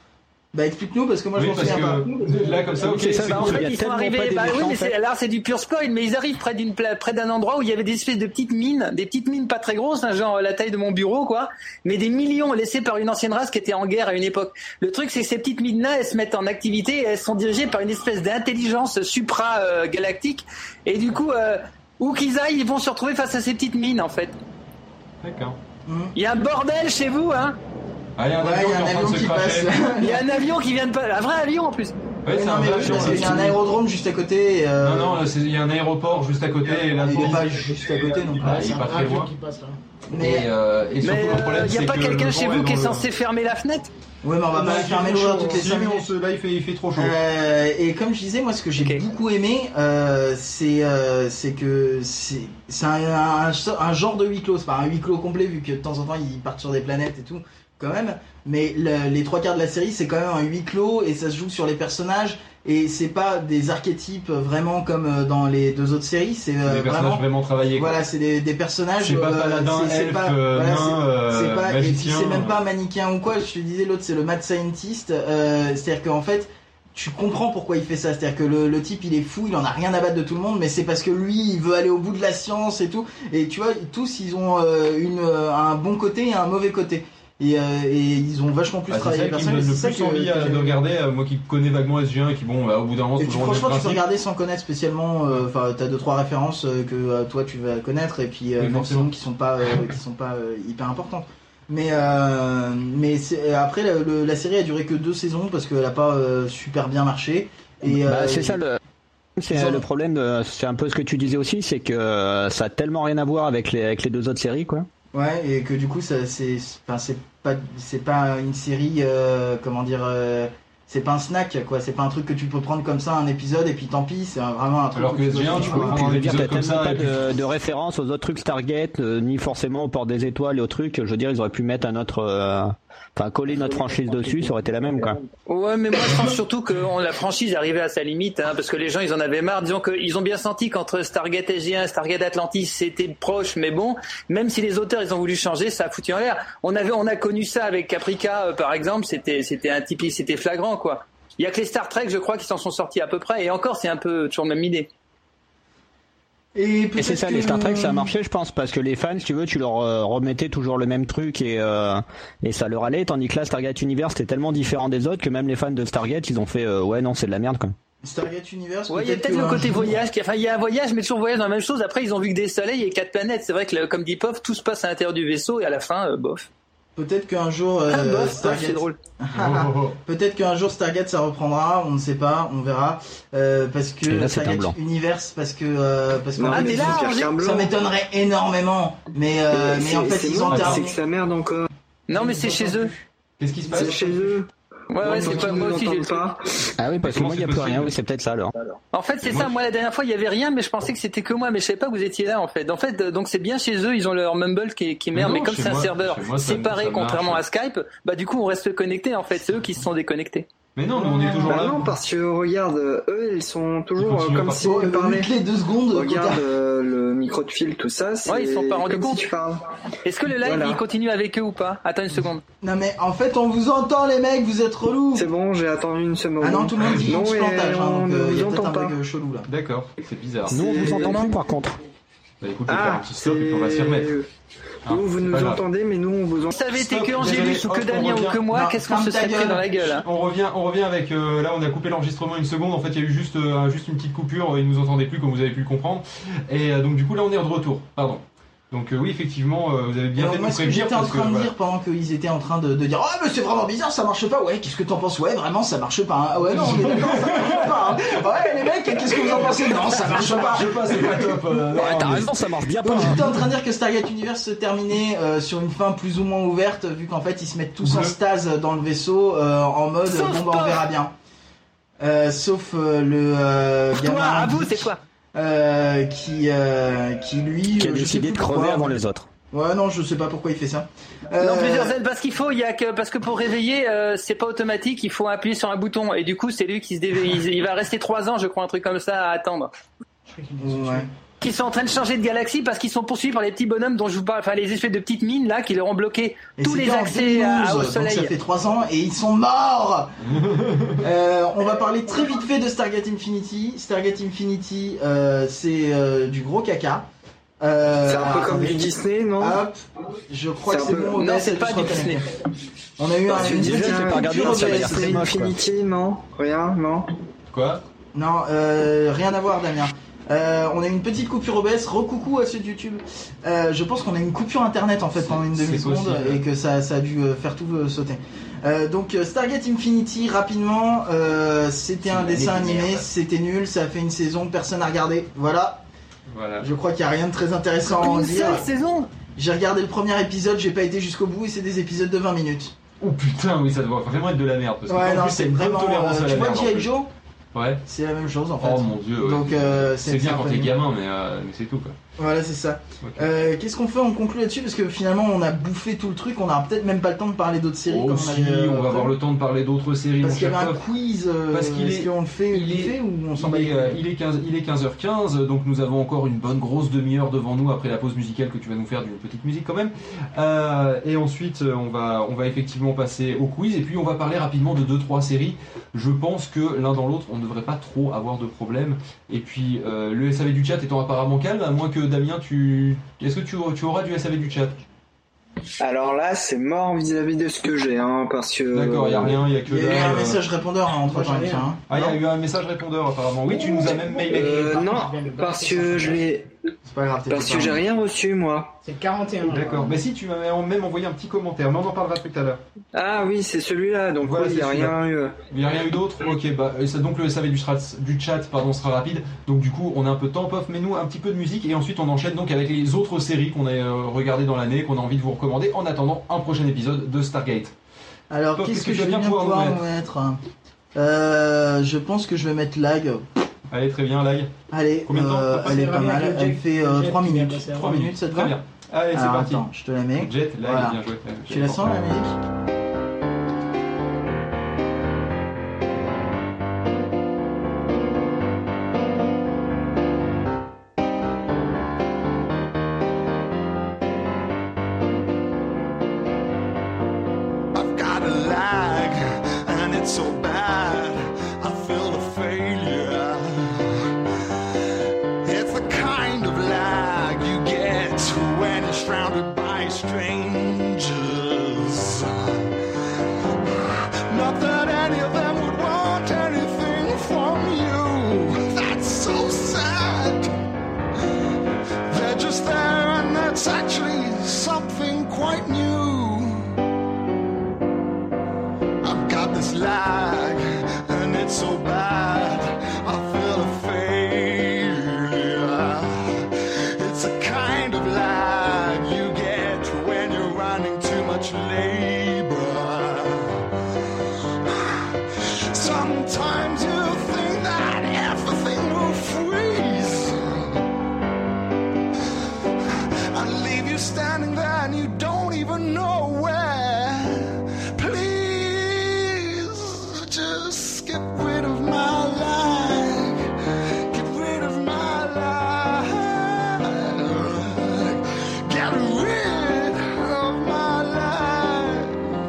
Bah explique-nous parce que moi je Oui, m'en parce souviens pas. que là, comme ça, ok, C'est ça, c'est bah, en cool. fait, Ils il y a sont tellement arrivés, pas des bah oui, méchants, mais en fait. c'est, là c'est du pur spoil, mais ils arrivent près d'une, pla- près d'un endroit où il y avait des espèces de petites mines, des petites mines pas très grosses, hein, genre la taille de mon bureau, quoi, mais des millions laissés par une ancienne race qui était en guerre à une époque. Le truc, c'est que ces petites mines-là, elles se mettent en activité et elles sont dirigées par une espèce d'intelligence supra-galactique, et du coup, euh, où qu'ils aillent, ils vont se retrouver face à ces petites mines, en fait. D'accord. Il y a un bordel chez vous, hein. Ah, il y a un Ouais, avion il y a qui est un en train avion de se qui cracher. passe. Il y a un avion qui vient de pas, un vrai avion en plus. Ouais, Ouais, c'est non, un mais vrai oui, avion, parce qu'il y a un ouais. aérodrome juste à côté. et, euh, Non, non, là, c'est- il y a un aéroport juste à côté. Et là, il pour- est pas juste à côté non plus. Ah, il C'est est un pas très avion loin. qui passe là. Mais Et, euh, et surtout, Mais le problème, il n'y a c'est pas que quelqu'un le chez vent vous est qui est dans le- censé fermer la fenêtre? ouais, mais on va pas fermer l'ouvrir toutes les Si, cinq mais on minutes. se- là, il fait, il fait trop chaud. Euh, et comme je disais, moi, ce que j'ai Ok. beaucoup aimé, euh, c'est euh, c'est que c'est c'est un, un, un genre de huis clos. C'est pas un huis clos complet, vu que de temps en temps ils partent sur des planètes et tout, quand même. Mais le- les trois quarts de la série, c'est quand même un huis clos et ça se joue sur les personnages. Et c'est pas des archétypes vraiment comme euh, dans les deux autres séries. C'est C'est euh, des personnages vraiment. vraiment travaillés. quoi. Voilà, c'est des, des personnages. C'est pas euh, paladin, c'est- c'est elfe, pas- euh, voilà, nain, c'est- euh, c'est pas- et puis magicien, c'est même euh. pas manichéen ou quoi. Je te disais, l'autre c'est le mad scientist. Euh, C'est-à-dire qu'en fait, tu comprends pourquoi il fait ça. C'est-à-dire que le, le type il est fou, il en a rien à battre de tout le monde, mais c'est parce que lui il veut aller au bout de la science et tout. Et tu vois, tous ils ont euh, une, euh, un bon côté et un mauvais côté. Et, euh, et ils ont vachement plus Ah, c'est travaillé ça les qui me personnages. donne le c'est ça plus que- envie que euh, j'aime. de regarder, euh, moi qui connais vaguement S G un et qui, bon, bah, au bout d'un moment, Et c'est puis toujours le même franchement, tu peux principe. regarder sans connaître spécialement. euh, Enfin, t'as deux trois références euh, que euh, toi tu vas connaître et puis euh, Oui, même forcément. sinon qui sont pas, euh, qui sont pas euh, hyper importantes. Mais euh, mais c'est- après le- le- la série a duré que deux saisons parce qu'elle a pas euh, super bien marché. Et Bah, euh, c'est ça le. C'est ils euh, ont- le problème, de- c'est un peu ce que tu disais aussi, c'est que euh, ça a tellement rien à voir avec les, avec les deux autres séries, quoi. Ouais, et que du coup, ça, c'est, enfin, c'est pas, c'est pas une série, euh, comment dire, euh, c'est pas un snack, quoi. C'est pas un truc que tu peux prendre comme ça, un épisode, et puis tant pis, c'est vraiment un truc. Alors que S G un, tu peux prendre un épisode comme ça. Pas Et puis... de, de référence aux autres trucs Stargate, euh, ni forcément aux portes des étoiles et aux trucs. Je veux dire, ils auraient pu mettre un autre, euh, enfin, coller notre franchise dessus, ça aurait été la même, quoi. Ouais, mais moi, je pense surtout que on, la franchise arrivait à sa limite, hein, parce que les gens, ils en avaient marre. Disons qu'ils ont bien senti qu'entre Stargate S G un et Stargate Atlantis, c'était proche, mais bon, même si les auteurs, ils ont voulu changer, ça a foutu en l'air. On avait, on a connu ça avec Caprica, euh, par exemple, c'était, c'était un typique, c'était flagrant, quoi. Il y a que les Star Trek, je crois, qui s'en sont sortis à peu près, et encore, c'est un peu toujours la même idée. Et, et c'est ça, que... les Star Trek, ça a marché, je pense, parce que les fans, si tu veux, tu leur euh, remettais toujours le même truc et euh, et ça leur allait, tandis que là, Stargate Universe, c'était tellement différent des autres que même les fans de Stargate, ils ont fait euh, ouais, non, c'est de la merde, quoi. Stargate Universe. Ouais, il y a peut-être le côté jour... voyage, qui... enfin, il y a un voyage, mais toujours voyage dans la même chose. Après, ils ont vu que des soleils et quatre planètes. C'est vrai que, comme dit Pof, tout se passe à l'intérieur du vaisseau et à la fin, euh, bof. Peut-être qu'un jour euh, ah, bof, Stargate... c'est drôle. Peut-être qu'un jour Stargate ça reprendra, on ne sait pas, on verra. Euh, parce que là, Stargate Universe, parce que euh, parce non, qu'en fait, là, ça m'étonnerait énormément. Mais euh, mais, mais en fait ils ont terminé. C'est que ça merde encore. Non mais c'est chez eux. Qu'est-ce qui se passe? C'est chez eux. Ouais, ouais, c'est pas moi aussi, j'ai pas. Ah oui, parce que moi, il n'y a plus rien, oui, c'est peut-être ça, alors. En fait, c'est ça, moi, la dernière fois, il y avait rien, mais je pensais que c'était que moi, mais je savais pas que vous étiez là, en fait. En fait, donc c'est bien chez eux, ils ont leur Mumble qui est, qui est merde, mais, mais comme c'est un moi, serveur moi, séparé, ça, ça contrairement à Skype, bah, du coup, on reste connecté, en fait. C'est eux qui se sont déconnectés. Mais non, nous on est toujours bah là. Non, parce que regarde, eux ils sont toujours ils comme si ils parlaient. Les deux secondes. Regarde euh, le micro de fil, tout ça. C'est ouais, ils sont pas rendus compte. Si tu parles. Est-ce que le live voilà. il continue avec eux ou pas? Attends une seconde. Non mais en fait on vous entend les mecs, vous êtes relous. C'est bon, j'ai attendu une seconde. Ah non, tout le monde dit non, je plantage, hein, donc euh, il y a vous peut-être un pas. bug chelou là. D'accord, c'est bizarre. Nous on vous entend plus par contre. Bah écoute, on va faire un petit stop et puis on va s'y remettre. Vous, vous nous entendez, mais nous on vous entend. Si ça avait été que Angélus ou que Damien ou que moi, qu'est-ce qu'on se serait pris dans la gueule hein. On revient, on revient avec. Euh, là, on a coupé l'enregistrement une seconde. En fait, il y a eu juste, euh, juste une petite coupure. Ils nous entendaient plus, comme vous avez pu le comprendre. Et euh, donc, du coup, là, on est de retour. Pardon. Donc euh, oui, effectivement, euh, vous avez bien alors, fait de moi, nous prévenir. J'étais en train que, de voilà. dire pendant qu'ils étaient en train de, de dire ah mais c'est vraiment bizarre, ça marche pas. Ouais, qu'est-ce que t'en penses? Ouais, vraiment, ça marche pas. Hein. Ouais, non, on est d'accord, ça marche pas. Hein. Ouais, les mecs, qu'est-ce que vous en pensez? Non, ça marche pas. Ça marche pas, c'est pas top. Euh, ouais, t'as raison, ça marche bien pas. Donc j'étais en train de dire que Stargate Universe se terminait euh, sur une fin plus ou moins ouverte, vu qu'en fait ils se mettent tous Bleu. en stase dans le vaisseau, euh, en mode sauf bon bah on verra bien. Euh, sauf euh, le euh, gamin. Toi, à vous, c'est quoi euh, Qui, euh, qui lui, qui a décidé de crever avant les autres. Ouais, non, je sais pas pourquoi il fait ça. Euh... Non, plusieurs ailes, parce qu'il faut, il y a que, parce que pour réveiller, euh, c'est pas automatique, il faut appuyer sur un bouton, et du coup, c'est lui qui se déveille. il, il va rester trois ans, je crois, un truc comme ça, à attendre. Ouais. Qui sont en train de changer de galaxie parce qu'ils sont poursuivis par les petits bonhommes dont je vous parle, enfin, les espèces de petites mines, là, qui leur ont bloqué et tous les accès à, au soleil. Donc ça fait trois ans, et ils sont morts! euh, on va parler très vite fait de Stargate Infinity. Stargate Infinity, euh, c'est euh, du gros caca. Euh, c'est un peu comme du Disney, non? Hop, je crois que c'est peu... bon. Non, c'est pas du Disney. On a eu un une petite Infinity, non? Rien, non? Quoi? Non, euh, rien à voir, Damien. Euh, on a eu une petite coupure O B S, recoucou à ceux de YouTube. Euh, je pense qu'on a eu une coupure internet en fait pendant une demi-seconde et que ça, ça a dû faire tout euh, sauter. Euh, donc Stargate Infinity, rapidement, euh, c'était un dessin animé, c'était nul, ça a fait une saison, personne n'a regardé. Voilà. Voilà. Je crois qu'il n'y a rien de très intéressant à en dire. Une seule saison. J'ai regardé le premier épisode, j'ai pas été jusqu'au bout et c'est des épisodes de vingt minutes. Oh putain, oui, ça doit vraiment être de la merde. Parce que ouais, en non, plus, c'est une vraiment. tolérance Euh, à la tu vois merde, G I. Joe? Ouais. C'est la même chose en fait. Oh mon dieu. Ouais. Donc euh, c'est, c'est bien quand t'es gamin, mais, euh, mais c'est tout quoi. Voilà, c'est ça. Okay. Euh, qu'est-ce qu'on fait? On conclut là-dessus parce que finalement on a bouffé tout le truc. On a peut-être même pas le temps de parler d'autres séries. Oh comme si, on, avait, euh, on va avoir le temps de parler d'autres séries. Parce qu'il y avait un quiz. Euh, parce qu'il est-ce est, qu'on le fait, il est, ou on s'en bat il, est, il est quinze, il est quinze heures quinze, donc nous avons encore une bonne grosse demi-heure devant nous après la pause musicale que tu vas nous faire d'une petite musique quand même. Euh, et ensuite on va, on va effectivement passer au quiz et puis on va parler rapidement de deux trois séries. Je pense que l'un dans l'autre on ne devrait pas trop avoir de problème. Et puis euh, le S A V du chat étant apparemment calme, à moins que Damien, tu est-ce que tu, tu auras du S A V du chat? Alors là, c'est mort vis-à-vis de ce que j'ai, hein, parce que. D'accord, il y a rien, il y a que. Il y a eu un message répondeur hein, entre temps. Hein. Ah, il y a eu un message répondeur apparemment. Oui, tu nous as même mailé. Euh, non, parce que je l'ai. C'est pas grave, t'es Parce que j'ai rien reçu, moi. C'est le quarante et un. D'accord. Mais si, tu m'avais même envoyé un petit commentaire, mais on en parlera tout à l'heure. Ah oui, c'est celui-là, donc Voilà, oui, il n'y a c'est rien eu. Il n'y a rien eu d'autre. Ok, bah et ça, donc le S A V du, strat- du chat pardon, sera rapide. Donc du coup, on a un peu de temps, pof, mais nous un petit peu de musique et ensuite on enchaîne donc avec les autres séries qu'on a euh, regardées dans l'année, qu'on a envie de vous recommander en attendant un prochain épisode de Stargate. Alors, Pof, qu'est-ce que, tu je vas vais bien pouvoir pouvoir nous vous mettre euh, Je pense que je vais mettre lag. Allez, très bien, lag. Allez, Combien de temps euh, elle est pas mal. Elle fait euh, trois minutes. trois minutes, ça te très va bien. Allez, c'est Alors, parti. Attends, je te la mets. Jet, lag, Voilà. bien joué. Ouais, Tu la sens la musique? I've got a lag, and it's so bad. I feel a failure. It's the kind of lag you get when you're surrounded by strangers. Not that any of them would want anything from you. That's so sad. They're just there, and that's actually something quite new. I've got this lag, and it's so bad. I feel a failure. It's a kind of lag you get when you're running too much labor. Sometimes you think that everything will freeze and leave you standing there, and you don't even know where. Please just get rid of my lag. Get rid of my lag. Get rid of my lag.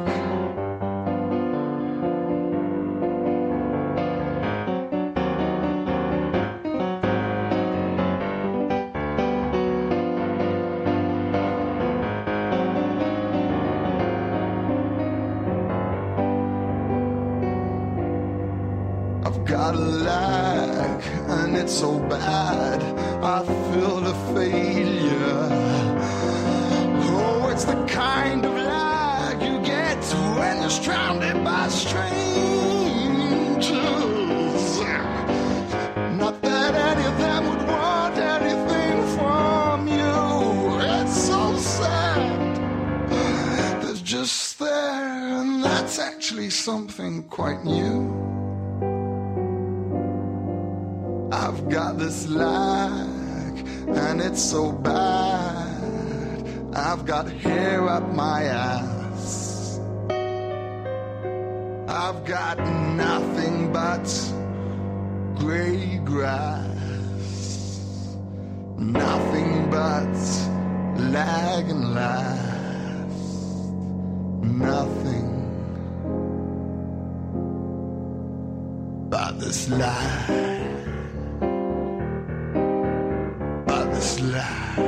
I've got a lag, and it's so bad. I feel the failure. Oh, it's the kind of lag you get when you're surrounded by strangers. Not that any of them would want anything from you. It's so sad. They're just there, and that's actually something quite new. I've got this lag, and it's so bad. I've got hair up my ass. I've got nothing but grey grass. Nothing but lag and last. Nothing but this lag. This lie.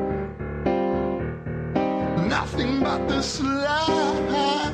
Nothing but this lie.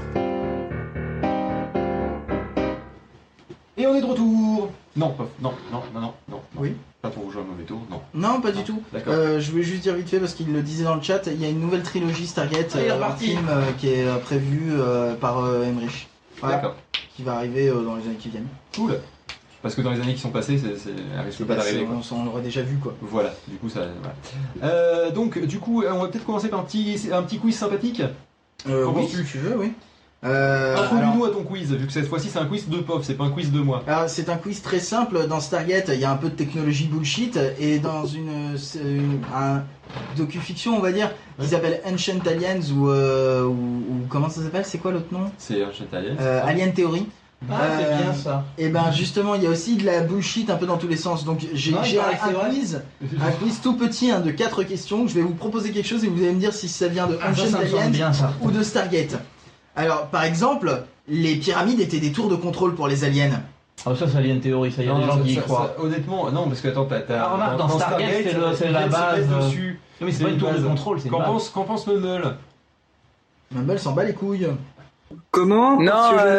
Et on est de retour. Non, pof, non, non, non, non, non. Oui. Pas pour jouer un mauvais tour, non. Non, pas du tout. D'accord. Euh, je voulais juste dire vite fait parce qu'il le disait dans le chat, il y a une nouvelle trilogie Stargate, Ah, il est euh, un reparti. film euh, qui est euh, prévu euh, par euh, Emmerich. Voilà. D'accord. Qui va arriver euh, dans les années qui viennent. Cool. Parce que dans les années qui sont passées, c'est, c'est, elle risque pas Bah, d'arriver. c'est- quoi. on s'en- on l'aurait déjà vu quoi. Voilà, du coup ça. Voilà. Euh, donc, du coup, on va peut-être commencer par un petit, un petit quiz sympathique. Euh, Qu'en oui, penses-tu si tu veux, oui. Euh, Introduis-nous à ton quiz, vu que cette fois-ci c'est un quiz de Pof, c'est pas un quiz de moi. Alors c'est un quiz très simple. Dans Stargate, il y a un peu de technologie bullshit et dans une, c'est une un docu-fiction, on va dire, qui s'appelle Ancient Aliens ou, euh, ou, ou comment ça s'appelle? C'est quoi l'autre nom? C'est un chatalier. euh, Alien Theory. Ah, c'est bien ça. Et ben justement, il y a aussi de la bullshit un peu dans tous les sens. Donc j'ai Ouais, il j'ai un, paraît que c'est un vrai. quiz, un quiz tout petit hein, de quatre questions. Je vais vous proposer quelque chose et vous allez me dire si ça vient de Ah, ça, Ancient ça me semble Aliens bien, ça. ou de Stargate. Alors par exemple, les pyramides étaient des tours de contrôle pour les aliens. Ah, ça, c'est Alien Theory, ça y a Non, des gens ça- qui y ça- croient. ça- honnêtement, non, parce que attends, t'as. t'as- Ah, remarque, dans Stargate, c'est le- c'est la ils viennent se base, mettre euh, dessus. mais c'est pas une tour de base. contrôle, c'est une Qu'en base. pense, qu'en pense Mumble? Mumble s'en bat les couilles. Comment? Non, Parce que je-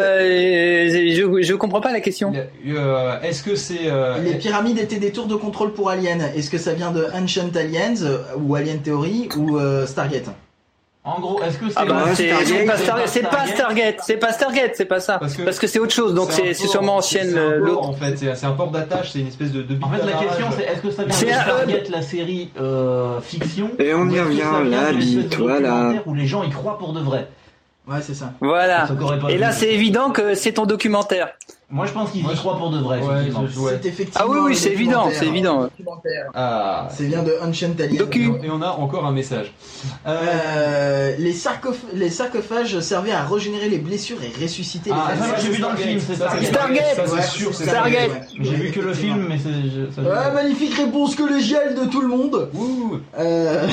euh, je, je comprends pas la question. Euh, Est-ce que c'est euh, Les pyramides étaient des tours de contrôle pour aliens. Est-ce que ça vient de Ancient Aliens euh, ou Alien Theory ou euh, Stargate? En gros, est-ce que c'est Ah bah Ouais, c'est Stargate, c'est pas c'est Stargate, c'est pas Stargate, c'est pas Stargate, c'est pas ça. Parce que- Parce que c'est autre chose, donc c'est un c'est c'est port, sûrement c'est- ancienne c'est un le- port, l'autre. en fait, c'est c'est un port d'attache, c'est une espèce de, de En fait, la bite question d'amarrage. c'est est-ce que ça vient C'est de un Stargate, la série euh, fiction Et on ou y est-ce que revient, ça vient la de l'espèce bite, de voilà. documentaire où les gens y croient pour de vrai? Ouais, c'est ça. Voilà. Ça qu'aurait pas Et là dû. c'est évident que c'est ton documentaire. Moi, je pense qu'ils Moi, y je- croient pour de vrai. Ouais, effectivement. je- ouais. C'est effectivement. Ah oui oui le c'est évident, documentaire. c'est évident. Documentaire. Ah, C'est vient de Ancient Aliens. Docu. et on a encore un message. Euh, Euh, les, sarcoph- les sarcophages servaient à régénérer les blessures et ressusciter ah, les ça, blessures. j'ai vu dans le film, c'est Ça, Stargate. Stargate. Ça, c'est Ouais, sûr, c'est c'est Stargate. Stargate. ouais. J'ai vu que le Effectivement. film, mais c'est. je- ça- Ouais, magnifique réponse collégiale de tout le monde. Ouh. Euh,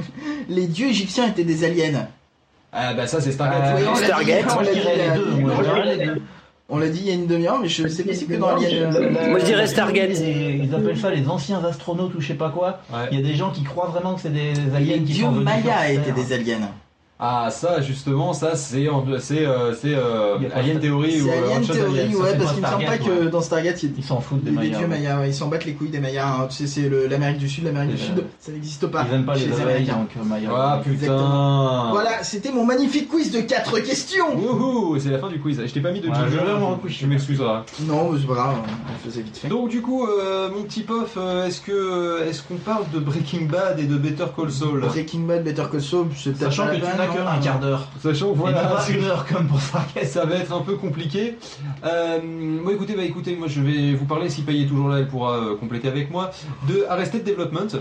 les dieux égyptiens étaient des aliens. Ah bah ça c'est Stargate. Euh, Oui, on l'a dit, Stargate. on Moi, je l'a dit, dirais les deux. euh, Moi, je dirais les deux. On l'a dit il y a une demi-heure, mais je sais pas si que dans Alien. euh, Moi, je dirais Stargate. Et Ils appellent ça les anciens astronautes ou je sais pas quoi. Ouais. Il y a des gens qui croient vraiment que c'est des Les aliens qui dieux sont venus mayas sur étaient Terre. des aliens. Ah ça justement ça c'est en- c'est euh, c'est euh, Il y a pas Alien de- Theory ou C'est euh, Alien Ancient Theory, Aliens. ouais, c'est parce pas qu'il me semble pas Stargate, que ouais. dans Stargate, il y a Ils s'en foutent des les Mayas. dieux ouais. mayas, ouais, ils s'en battent les couilles des mayas. Hein. Tu sais, c'est le- l'Amérique du Sud, l'Amérique du Et, Sud, euh, ça n'existe pas. Ils aiment pas chez les les abeilles, Américains. donc euh, Maya. Ah putain. Exactement. Voilà, c'était mon magnifique quiz de quatre questions. Wouhou, c'est la fin du quiz. Je t'ai pas mis de Ouais, jingle. je vais me recoucher. Tu m'excuseras. Non, mais c'est pas grave, on faisait vite fait. Donc du coup, euh, mon petit pof, euh, est-ce que est-ce qu'on parle de Breaking Bad et de Better Call Saul? Breaking Bad, Better Call Saul, c'est peut-être Sachant pas que la tu peine, n'as non qu'un quart d'heure. Sachant que Et voilà, pas c'est- une heure comme pour Stargate. ça va être un peu compliqué. Euh, moi, écoutez, bah écoutez, moi je vais vous parler. Si Payet est toujours là, elle pourra euh, compléter avec moi. De Arrested Development.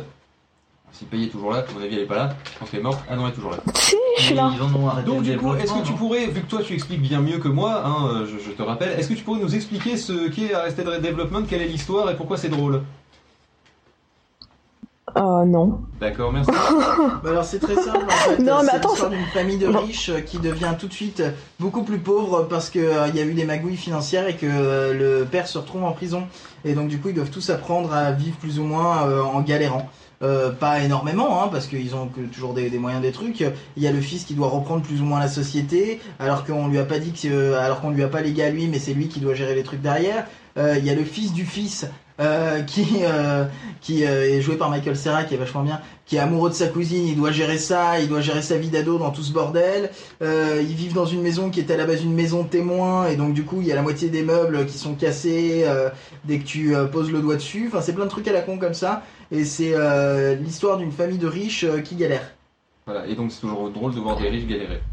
Si Payet est toujours là, à mon avis, elle est pas là. Je pense qu'elle est morte. Ah non, elle est toujours là. Si, je suis là. Ils en ont arrêté Donc le du coup, est-ce que développement, tu non pourrais, vu que toi tu expliques bien mieux que moi, hein, euh, je, je te rappelle, est-ce que tu pourrais nous expliquer ce qu'est Arrested Development, quelle est l'histoire et pourquoi c'est drôle? Euh, non. D'accord, merci. Bah alors c'est très simple en fait. Non, mais C'est attends, l'histoire d'une famille de Bon. riches euh, qui devient tout de suite beaucoup plus pauvre parce que euh, il y a eu des magouilles financières et que euh, le père se retrouve en prison. Et donc du coup ils doivent tous apprendre à vivre plus ou moins euh, en galérant. Euh, pas énormément, hein, parce qu'ils ont que toujours des, des moyens, des trucs. Il y a le fils qui doit reprendre plus ou moins la société, alors qu'on lui a pas dit que, euh, alors qu'on lui a pas légué à lui, mais c'est lui qui doit gérer les trucs derrière. Euh, Il y a le fils du fils euh, qui euh, qui euh, est joué par Michael Cera, qui est vachement bien, qui est amoureux de sa cousine. Il doit gérer ça, il doit gérer sa vie d'ado dans tout ce bordel. Euh, ils vivent dans une maison qui est à la base une maison témoin, et donc du coup il y a la moitié des meubles qui sont cassés euh, dès que tu euh, poses le doigt dessus. Enfin c'est plein de trucs à la con comme ça. Et c'est euh, l'histoire d'une famille de riches euh, qui galère. Voilà, et donc c'est toujours drôle de voir des riches galérer.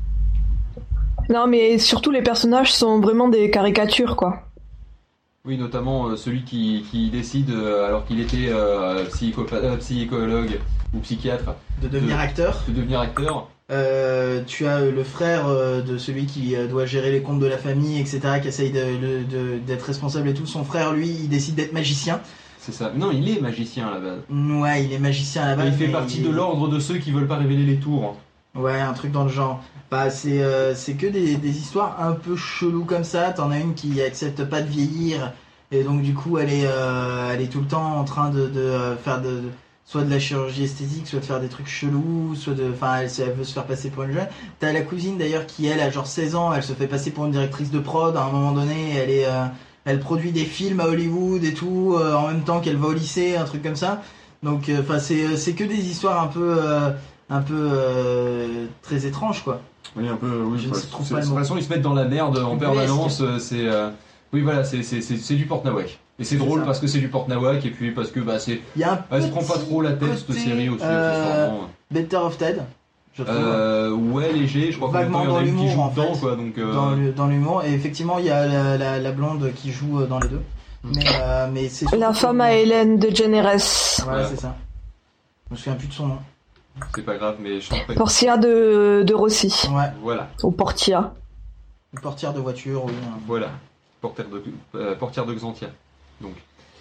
Non, mais surtout les personnages sont vraiment des caricatures, quoi. Oui, notamment euh, celui qui, qui décide, euh, alors qu'il était euh, psychopa- euh, psychologue ou psychiatre, De devenir De- acteur. de devenir acteur. Euh, tu as euh, le frère euh, de celui qui euh, doit gérer les comptes de la famille, et cetera, qui essaye de- de- de- d'être responsable et tout. Son frère, lui, il décide d'être magicien. C'est ça. Non, il est magicien à la base. Ouais, il est magicien à la Et base. il fait mais partie il- de l'ordre de ceux qui veulent pas révéler les tours. Ouais, un truc dans le genre. Bah, c'est euh, c'est que des, des histoires un peu cheloues comme ça. T'en as une qui accepte pas de vieillir, et donc du coup, elle est, euh, elle est tout le temps en train de, de euh, faire de, de- soit de la chirurgie esthétique, soit de faire des trucs chelous, soit de, enfin, elle, elle veut se faire passer pour une jeune. T'as la cousine d'ailleurs qui, elle, a genre seize ans, elle se fait passer pour une directrice de prod. À un moment donné, elle est, euh, elle produit des films à Hollywood et tout, euh, en même temps qu'elle va au lycée, un truc comme ça. Donc, enfin, c'est c'est que des histoires un peu, euh, un peu euh, très étranges, quoi. Oui, un peu. Oui, Je ne quoi. trouve C'est- pas de le toute mot. façon, ils se mettent dans la merde en Ubuesque. permanence. euh, C'est. euh, Oui, voilà, c'est c'est- c'est- c'est du porte-nawak. Et c'est C'est drôle ça. parce que c'est du porte-nawak et puis parce que bah c'est. Il y a un Elle se prend pas petit trop la tête cette côté, série aussi. euh, accessoirement. Better of Ted, je trouve. Euh, ouais, léger. Je crois qu'en même temps, Vaguement il y en dans a une qui l'humour, joue en dedans, fait. quoi. Donc. euh, Dans le- dans l'humour. Et effectivement, il y a la, la, la blonde qui joue euh, dans les deux. Mais, euh, mais c'est La surtout- femme à Hélène de Generes. Voilà, Ouais. c'est ça. Je me souviens plus de son nom. C'est pas grave, mais je pense pas. que- Portia de, de Rossi. Ouais, Voilà, Ou Portia. une portière de voiture, oui. hein. voilà. Portière de, euh, portière de Xantia. Donc.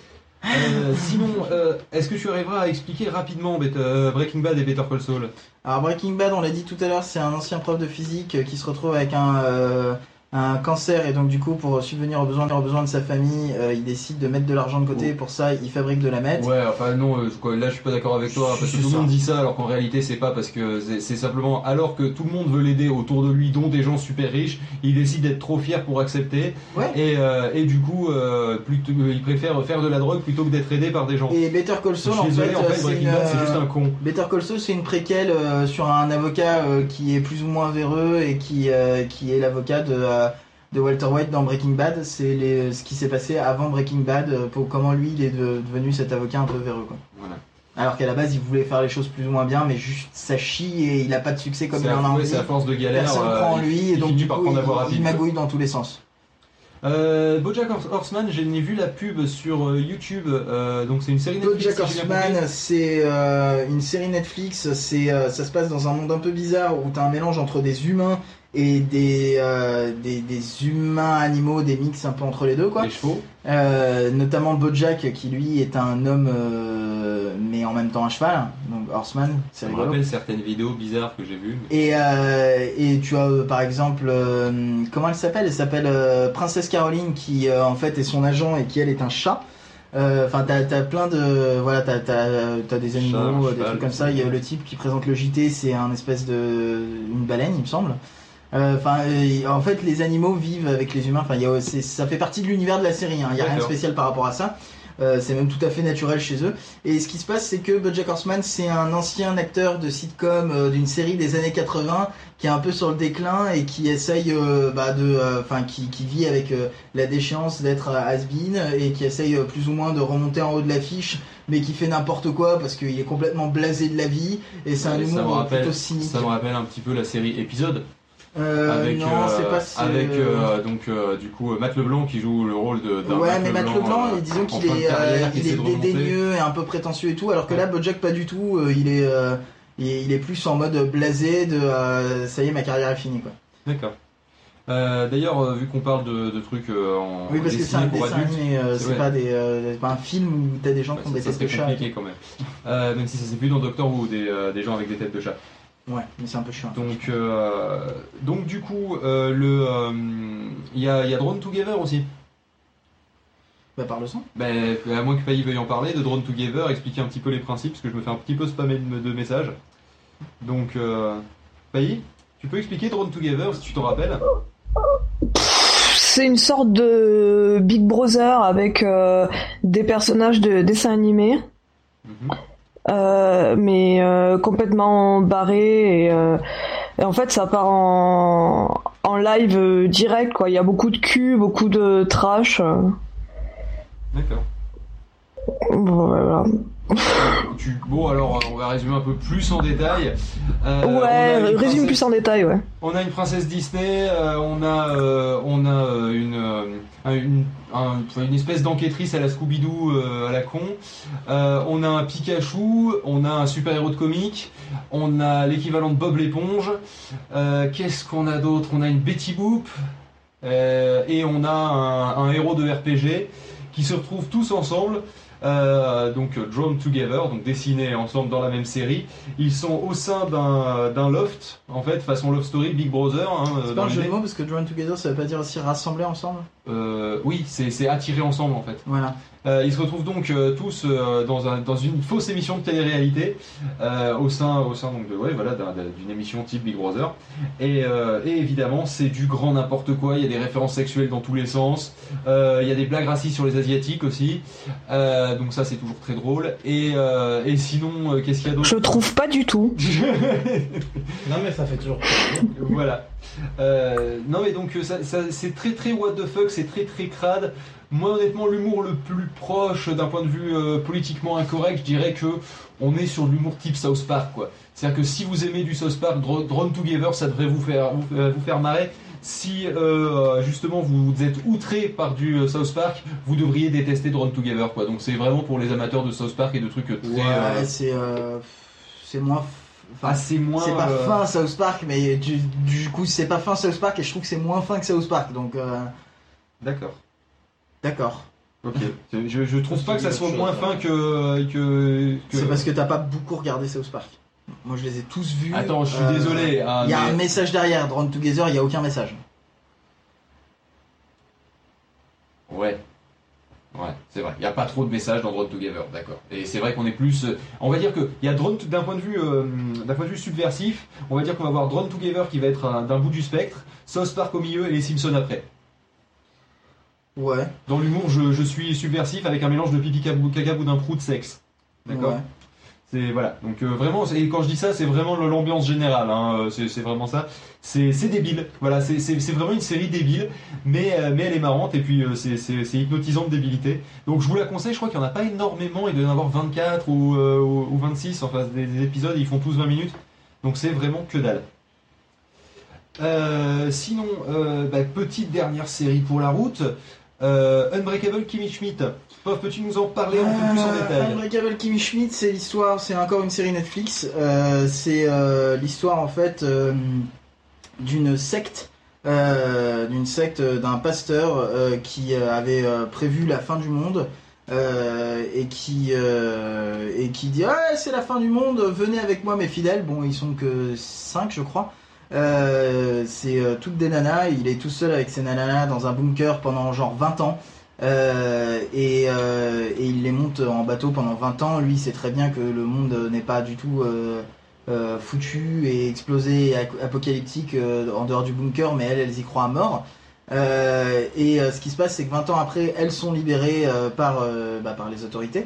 Euh, sinon, euh, est-ce que tu arriveras à expliquer rapidement Bet- euh, Breaking Bad et Better Call Saul? Alors Breaking Bad, on l'a dit tout à l'heure, c'est un ancien prof de physique euh, qui se retrouve avec un, euh, un cancer et donc du coup pour subvenir aux besoins, aux besoins de sa famille, euh, il décide de mettre de l'argent de côté. Pour ça, il fabrique de la meth. Ouais, enfin non, euh, quoi, là je suis pas d'accord avec toi parce que tout le monde dit ça alors qu'en réalité c'est pas parce que c'est, c'est simplement alors que tout le monde veut l'aider autour de lui, dont des gens super riches, il décide d'être trop fier pour accepter. Ouais. Et, euh, et du coup, euh, plutôt, il préfère faire de la drogue plutôt que d'être aidé par des gens. Et Better Call Saul, je suis en désolé, fait, en fait c'est, Breaking une, Bad, c'est juste un con. Better Call Saul, c'est une préquelle euh, sur un avocat euh, qui est plus ou moins véreux et qui euh, qui est l'avocat de euh, de Walter White dans Breaking Bad. C'est les, ce qui s'est passé avant Breaking Bad, euh, pour comment lui il est de, devenu cet avocat un peu véreux, quoi. Voilà. Alors qu'à la base il voulait faire les choses plus ou moins bien, mais juste ça chie et il a pas de succès comme c'est il en a à, envie. ouais, c'est à force de galère. Personne euh, croit en il, lui il et donc finit du par coup prendre la il, voie rapide. il magouille dans tous les sens. Euh, BoJack Horseman, j'ai vu la pub sur euh, YouTube. Euh, donc c'est une série Netflix. BoJack si j'ai bien Horseman, compris. c'est euh, une série Netflix. C'est euh, ça se passe dans un monde un peu bizarre où t'as un mélange entre des humains et des euh, des, des humains animaux, des mix un peu entre les deux, quoi. Les chevaux. Euh, notamment BoJack qui lui est un homme euh, mais en même temps un cheval. Donc Horseman, c'est Ça me rigolo. rappelle certaines vidéos bizarres que j'ai vues. mais- Et, euh, et tu as euh, par exemple, euh, comment elle s'appelle Elle s'appelle euh, Princesse Caroline qui euh, en fait est son agent et qui elle est un chat. Enfin, t'as, t'as plein de. Voilà, t'as, t'as, t'as des animaux, Chat, un des cheval, trucs comme ça. Il y a le type qui présente le J T, c'est un espèce de. Une baleine, il me semble. Enfin, euh, en fait, les animaux vivent avec les humains. Enfin, il y a, c'est, ça fait partie de l'univers de la série. Hein. Il y a rien de D'accord. spécial par rapport à ça. Euh, c'est même tout à fait naturel chez eux. Et ce qui se passe, c'est que BoJack Horseman, c'est un ancien acteur de sitcom euh, d'une série des années quatre-vingts qui est un peu sur le déclin et qui essaye euh, bah, de, enfin, euh, qui, qui vit avec euh, la déchéance d'être has-been et qui essaye euh, plus ou moins de remonter en haut de l'affiche, mais qui fait n'importe quoi parce qu'il est complètement blasé de la vie et c'est un Ouais, ça me humour rappelle- plutôt cynique. Ça me rappelle un petit peu la série Épisode. Euh, avec non, euh, c'est pas si- avec euh, donc euh, du coup euh, Matt LeBlanc qui joue le rôle de d'un Ouais, mais Matt Leblanc, euh, disons en qu'il fin de est, euh, carrière, qui il essaie est de remonter. dédaigneux et un peu prétentieux et tout, alors que Ouais. là, BoJack pas du tout. euh, il est, euh, il est, il est plus en mode blasé de, euh, ça y est, ma carrière est finie, quoi. D'accord. Euh, D'ailleurs, euh, vu qu'on parle de, de trucs euh, en Oui, parce que c'est dessinés un pour dessin adultes, animé, euh, c'est ouais. pas des, euh, c'est pas un film où t'as des gens Ouais, qui ont ça, des ça têtes de serait chat. compliqué quand même. Euh, même si ça s'est vu dans Doctor Who, des, euh, des gens avec des têtes de chat. Ouais, mais c'est un peu chiant. Donc, euh, donc du coup, euh, le, euh, il y a, il y a Drawn Together aussi. Bah, parle-en. Ben, à moins que Payi veuille en parler, de Drawn Together, expliquer un petit peu les principes, parce que je me fais un petit peu spammer de, de messages. Donc, euh, Payi, tu peux expliquer Drawn Together si tu t'en rappelles? C'est une sorte de Big Brother avec euh, des personnages de dessins animés, Mhm. euh, mais euh, complètement barrés. Et, euh, et en fait, ça part en, en live euh, direct, quoi. Il y a beaucoup de cul, beaucoup de trash. euh. D'accord. Bon, voilà. Tu, bon, alors, on va résumer un peu plus en détail. Euh, on a ouais, une résume princesse- plus en détail, ouais. On a une princesse Disney, euh, on a, euh, on a euh, une, euh, une, un- enfin, une espèce d'enquêtrice à la Scooby-Doo euh, à la con. Euh, on a un Pikachu, on a un super-héros de comics, on a l'équivalent de Bob l'éponge. Euh, Qu'est-ce qu'on a d'autre? On a une Betty Boop euh, et on a un, un héros de R P G qui se retrouvent tous ensemble. Euh, donc euh, drawn together, donc dessinés ensemble dans la même série. Ils sont au sein d'un d'un loft, en fait, façon Love Story, Big Brother. Hein, C'est dans pas un jeu de l'idée. mots parce que Drawn Together ça veut pas dire aussi rassembler ensemble. Euh, oui, c'est c'est attiré ensemble en fait. Voilà. Euh, ils se retrouvent donc euh, tous euh, dans, un, dans une fausse émission de télé-réalité euh, au sein, au sein donc de, ouais, voilà, d'un- d'un- d'une émission type Big Brother. Et, euh, et évidemment, c'est du grand n'importe quoi. Il y a des références sexuelles dans tous les sens. Euh, il y a des blagues racistes sur les Asiatiques aussi. Euh, donc ça, c'est toujours très drôle. Et, euh, et sinon, euh, qu'est-ce qu'il y a d'autre? Je trouve pas du tout. Non mais ça fait toujours. Voilà. Euh, non mais donc ça, ça- c'est très très what the fuck, c'est très très crade. Moi honnêtement l'humour le plus proche d'un point de vue euh, politiquement incorrect, je dirais que on est sur de l'humour type South Park quoi. C'est-à-dire que si vous aimez du South Park, Dra- Drawn Together, ça devrait vous faire vous, euh, vous faire marrer. Si euh, justement vous êtes outré par du euh, South Park, vous devriez détester Drawn Together quoi. Donc c'est vraiment pour les amateurs de South Park et de trucs très Ouais, euh, c'est, euh, c'est moins. Enfin, ah, c'est moins c'est pas euh, fin South Park, mais du, du coup c'est pas fin South Park et je trouve que c'est moins fin que South Park, donc euh, D'accord. d'accord. Ok. Je, je trouve pas que ça soit moins fin que que. que... C'est parce que t'as pas beaucoup regardé South Park. Moi je les ai tous vus. Attends, je suis euh, désolé. hein, Il y a mais- un message derrière, Drawn Together, il y a aucun message. c'est vrai. Il n'y a pas trop de messages dans Drawn Together, d'accord. Et c'est vrai qu'on est plus, euh, on va dire que il y a Drawn d'un point de vue, euh, d'un point de vue subversif, on va dire qu'on va avoir Drawn Together qui va être un- d'un bout du spectre, South Park au milieu et les Simpsons après. Ouais. Dans l'humour, je, je suis subversif avec un mélange de pipi cabou- caca boudin prou de sexe. D'accord. Ouais. C'est voilà. Donc euh, vraiment, c'est- et quand je dis ça, c'est vraiment le- l'ambiance générale. Hein, euh, c'est c'est vraiment ça. C'est c'est débile. Voilà, c'est c'est c'est vraiment une série débile, mais euh, mais elle est marrante et puis euh, c'est c'est c'est hypnotisant de débilité. Donc je vous la conseille. Je crois qu'il y en a pas énormément. Il doit y en avoir vingt-quatre ou euh, ou, ou vingt-six. Enfin des, des épisodes. Ils font tous vingt minutes. Donc c'est vraiment que dalle. Euh, sinon, euh, bah, petite dernière série pour la route. Euh, Unbreakable Kimmy Schmidt. Pof, peux-tu nous en parler un peu plus en Euh, détail? Unbreakable Kimmy Schmidt, c'est l'histoire, c'est encore une série Netflix. Euh, c'est euh, l'histoire en fait euh, d'une secte, euh, d'une secte d'un pasteur euh, qui euh, avait euh, prévu la fin du monde euh, et qui euh, et qui dit ah c'est la fin du monde, venez avec moi mes fidèles. Bon, ils sont que cinq je crois. Euh, c'est euh, toutes des nanas, il est tout seul avec ses nanas dans un bunker pendant genre vingt ans. Euh, et, euh, et il les monte en bateau pendant vingt ans. Lui, il sait très bien que le monde n'est pas du tout euh, euh, foutu et explosé et ac- apocalyptique euh, en dehors du bunker, mais elles, elles y croient à mort. Euh, et euh, ce qui se passe, c'est que vingt ans après, elles sont libérées euh, par, euh, bah, par les autorités.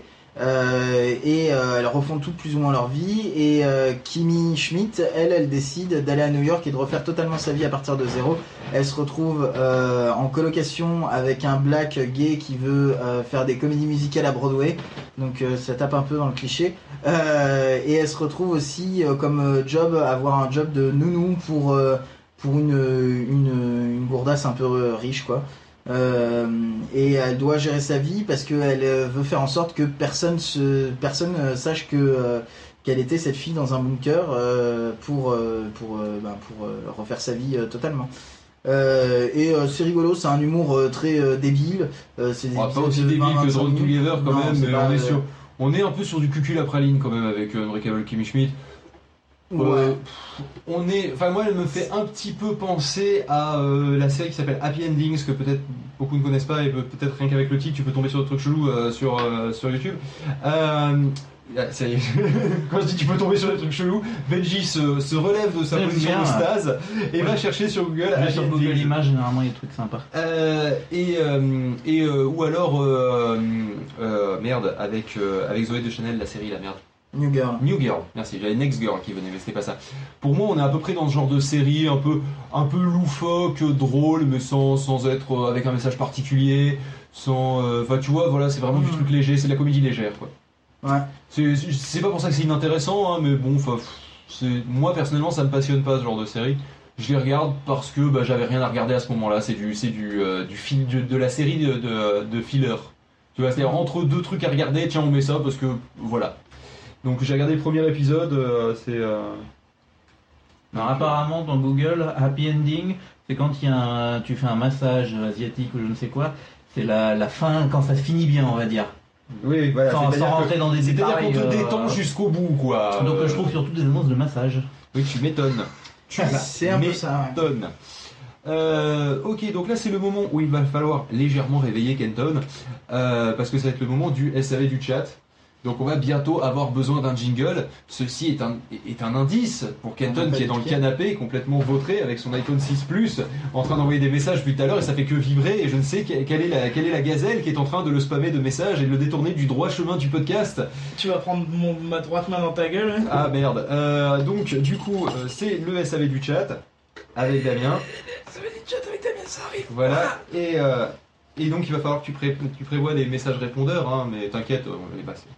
Euh, et euh, elles refont toutes plus ou moins leur vie. Et euh, Kimmy Schmidt, elle, elle décide d'aller à New York et de refaire totalement sa vie à partir de zéro. Elle se retrouve euh, en colocation avec un black gay qui veut euh, faire des comédies musicales à Broadway. Donc euh, ça tape un peu dans le cliché. Euh, et elle se retrouve aussi euh, comme euh, job, avoir un job de nounou pour, euh, pour une, une, une gourdasse un peu euh, riche, quoi. Euh, et elle doit gérer sa vie parce qu'elle euh, veut faire en sorte que personne se, personne euh, sache que euh, qu'elle était cette fille dans un bunker euh, pour euh, pour euh, ben, pour euh, refaire sa vie euh, totalement. Euh, et euh, c'est rigolo, c'est un humour euh, très euh, débile. Euh, c'est des Oh, pas épisodes aussi de débile vingt à que vingt-cinq Drawn minutes. Together quand Non, même, c'est mais pas, on est euh, sur, on est un peu sur du cucul à praline quand même avec euh, Unbreakable Kimmy Schmidt. Ouais. Euh, on est, enfin moi elle me fait un petit peu penser à euh, la série qui s'appelle Happy Endings que peut-être beaucoup ne connaissent pas et peut- peut-être rien qu'avec le titre tu peux tomber sur des trucs chelous euh, sur euh, sur YouTube. Euh, ah, ça y est. Quand je dis tu peux tomber sur des trucs chelous, Benji se, se relève de sa J'aime position bien. de stase et va chercher sur Google. Je vais Happy sur Google Endings. Images, généralement il y a des trucs sympas. Euh, et euh, et euh, ou alors euh, euh, merde avec euh, avec Zoé de Chanel la série la merde. New Girl. New Girl, merci. J'avais Next Girl qui venait, mais c'était pas ça. Pour moi, on est à peu près dans ce genre de série, un peu, un peu loufoque, drôle, mais sans, sans être euh, avec un message particulier, sans, enfin, euh, tu vois, voilà, c'est vraiment mmh. du truc léger, c'est de la comédie légère, quoi. Ouais. C'est, c'est pas pour ça que c'est inintéressant, hein, mais bon, enfin, c'est, moi personnellement, ça me passionne pas ce genre de série. Je les regarde parce que bah, j'avais rien à regarder à ce moment-là. C'est du, c'est du, euh, du fil de, de la série de, de, de filler. Tu vois, c'est-à-dire entre deux trucs à regarder, tiens, on met ça parce que voilà. Donc j'ai regardé le premier épisode, euh, c'est... Euh... Alors apparemment dans Google, Happy Ending, c'est quand il y a un, tu fais un massage asiatique ou je ne sais quoi, c'est la, la fin quand ça se finit bien on va dire. Oui, voilà. Sans, sans rentrer que, dans des détails. C'est-à-dire qu'on te euh... détend jusqu'au bout, quoi. Donc euh... je trouve surtout des annonces de massage. Oui, tu m'étonnes. Tu c'est un peu ça. m'étonnes. Euh, ok, donc là c'est le moment où il va falloir légèrement réveiller Kenton, euh, parce que ça va être le moment du S A V du chat. Donc on va bientôt avoir besoin d'un jingle. Ceci est un, est un indice pour Kenton qui est dans le canapé, complètement vautré, avec son iPhone six Plus, en train d'envoyer des messages depuis tout à l'heure, et ça fait que vibrer, et je ne sais quelle est, la, quelle est la gazelle qui est en train de le spammer de messages et de le détourner du droit chemin du podcast. Tu vas prendre mon, ma droite main dans ta gueule. Hein. Ah merde. Euh, donc du coup, euh, c'est le S A V du chat, avec Damien. S A V du chat avec Damien, ça arrive. Voilà, et, euh, et donc il va falloir que tu, pré tu prévois des messages répondeurs, hein, mais t'inquiète, on les passe.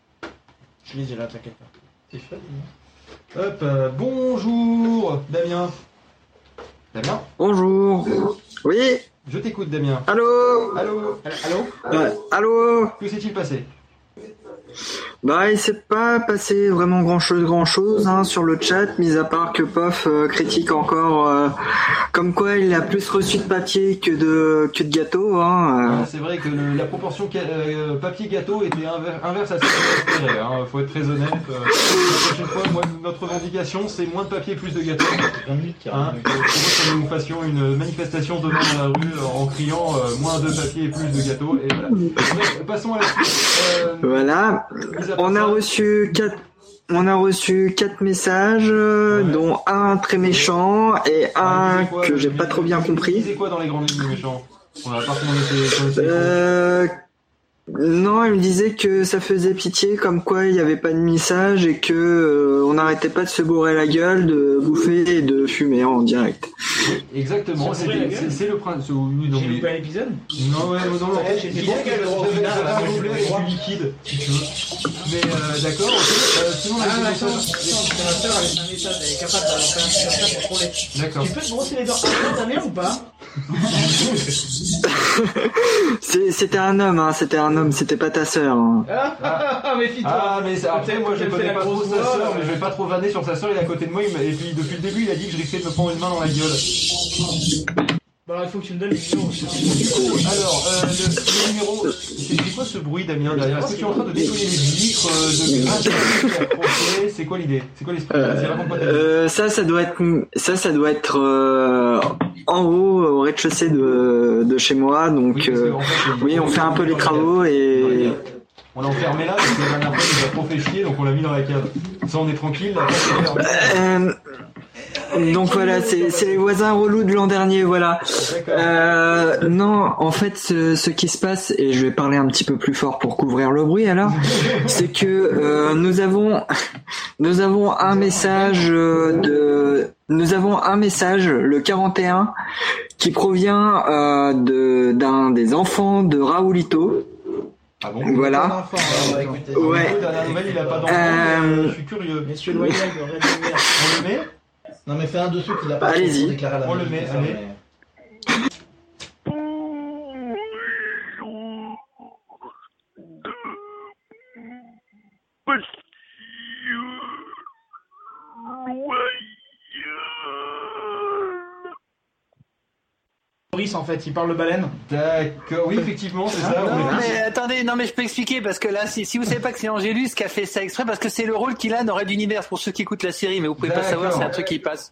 Je les ai là, t'inquiète pas. C'est chouette. Hop, euh, bonjour Damien. Damien. Bonjour. Oui. Je t'écoute Damien. Allô. Allô. Allô. Ouais. Allô. Que s'est-il passé? Bah, il s'est pas passé vraiment grand chose, grand chose hein, sur le chat, mis à part que Pof euh, critique encore, euh, comme quoi il a plus reçu de papier que de que de gâteau. Hein, euh. Ouais, c'est vrai que le- la proportion ca- euh, papier-gâteau était inver- inverse à ce qu'on espérait. Hein, faut être très honnête. Euh, la prochaine fois, moi, notre revendication, c'est moins de papier, plus de gâteau. Hein, je propose que nous fassions une manifestation demain dans la rue euh, en criant euh, moins de papier et plus de gâteau. Et voilà. Bref, passons à la suite. Euh, Voilà. On a reçu quatre. On a reçu quatre messages, euh, dont un très méchant et un quoi, que j'ai le- pas trop bien Il compris. disait quoi dans les grandes lignes, le méchant? On va pas comment on était- comment on était- Euh, non, il me disait que ça faisait pitié, comme quoi il n'y avait pas de message et que euh, on n'arrêtait pas de se bourrer la gueule, de bouffer et de fumer en direct. Exactement, Ça pourrait c'était- la gueule. c'est c'est le principe. Oui, donc, J'ai les- loupé un épisode. Non, ouais, non, non, en fait, J'ai je fait pense bien que le droit au j'avais final, j'avais là, un moi, j'ai doublé le avec droit. du liquide, si tu veux. Mais euh, d'accord, ok. Euh, sinon, Ah, la mais question- attends, attends, parce que ma soeur elle a fait un message, elle est capable d'avoir fait un truc comme ça pour troller. D'accord. Tu peux te brosser les dents avant ta mère ou pas? C'est- C'était un homme, hein, c'était un homme, c'était pas ta sœur. Hein. Ah, méfie-toi. Ah, mais ça- après, moi, je Peut-être connais qu'elle pas fait la trop grosse sa voix, sœur, euh. mais je vais pas trop vanner sur sa sœur, il est à côté de moi, il m'a- et puis depuis le début, il a dit que je risquais de me prendre une main dans la gueule. Bon, alors il faut que tu me donnes les numéros. Alors, euh, le, le numéro, c'est c'est quoi ce bruit, Damien, derrière? Est-ce que tu es en train de nettoyer les vitres, euh, de grincer les vitres accrochées? C'est quoi l'idée? C'est quoi l'esprit? Vas-y, raconte-moi ta vie. Euh, ça, ça doit être, ça, ça doit être euh, en haut, au rez-de-chaussée de, de chez moi. Donc, Oui, parce euh, qu'en fait, il- oui, on fait un peu les travaux et. On l'a enfermé là, parce que la dernière fois, il nous a trop fait chier, donc on l'a mis dans la cave. Ça, on est tranquille, la porte est fermée. Euh, donc voilà, c'est c'est les voisins relous de l'an dernier, voilà. Euh, non, en fait, ce, ce qui se passe, et je vais parler un petit peu plus fort pour couvrir le bruit alors, c'est que euh, nous avons nous avons un message euh, de nous avons un message le quarante et un qui provient euh, de d'un des enfants de Raoulito. Ah bon? Voilà. Ouais. La nouvelle, il a pas d'enfant, Euh, mais je suis curieux. Messieurs loyal de Red River. On le met? Non mais fais un dessous qu'il a pas Allez-y. déclaré à la On le musique, met, ça, allez. mais- Maurice, en fait, il parle le baleine. D'accord, oui, effectivement, c'est ça. on Non est- mais attendez, non mais je peux expliquer parce que là, si, si vous savez pas que c'est Angélus qui a fait ça exprès, parce que c'est le rôle qu'il a dans Red Universe pour ceux qui écoutent la série, mais vous pouvez pas D'accord. savoir, c'est un truc qui passe.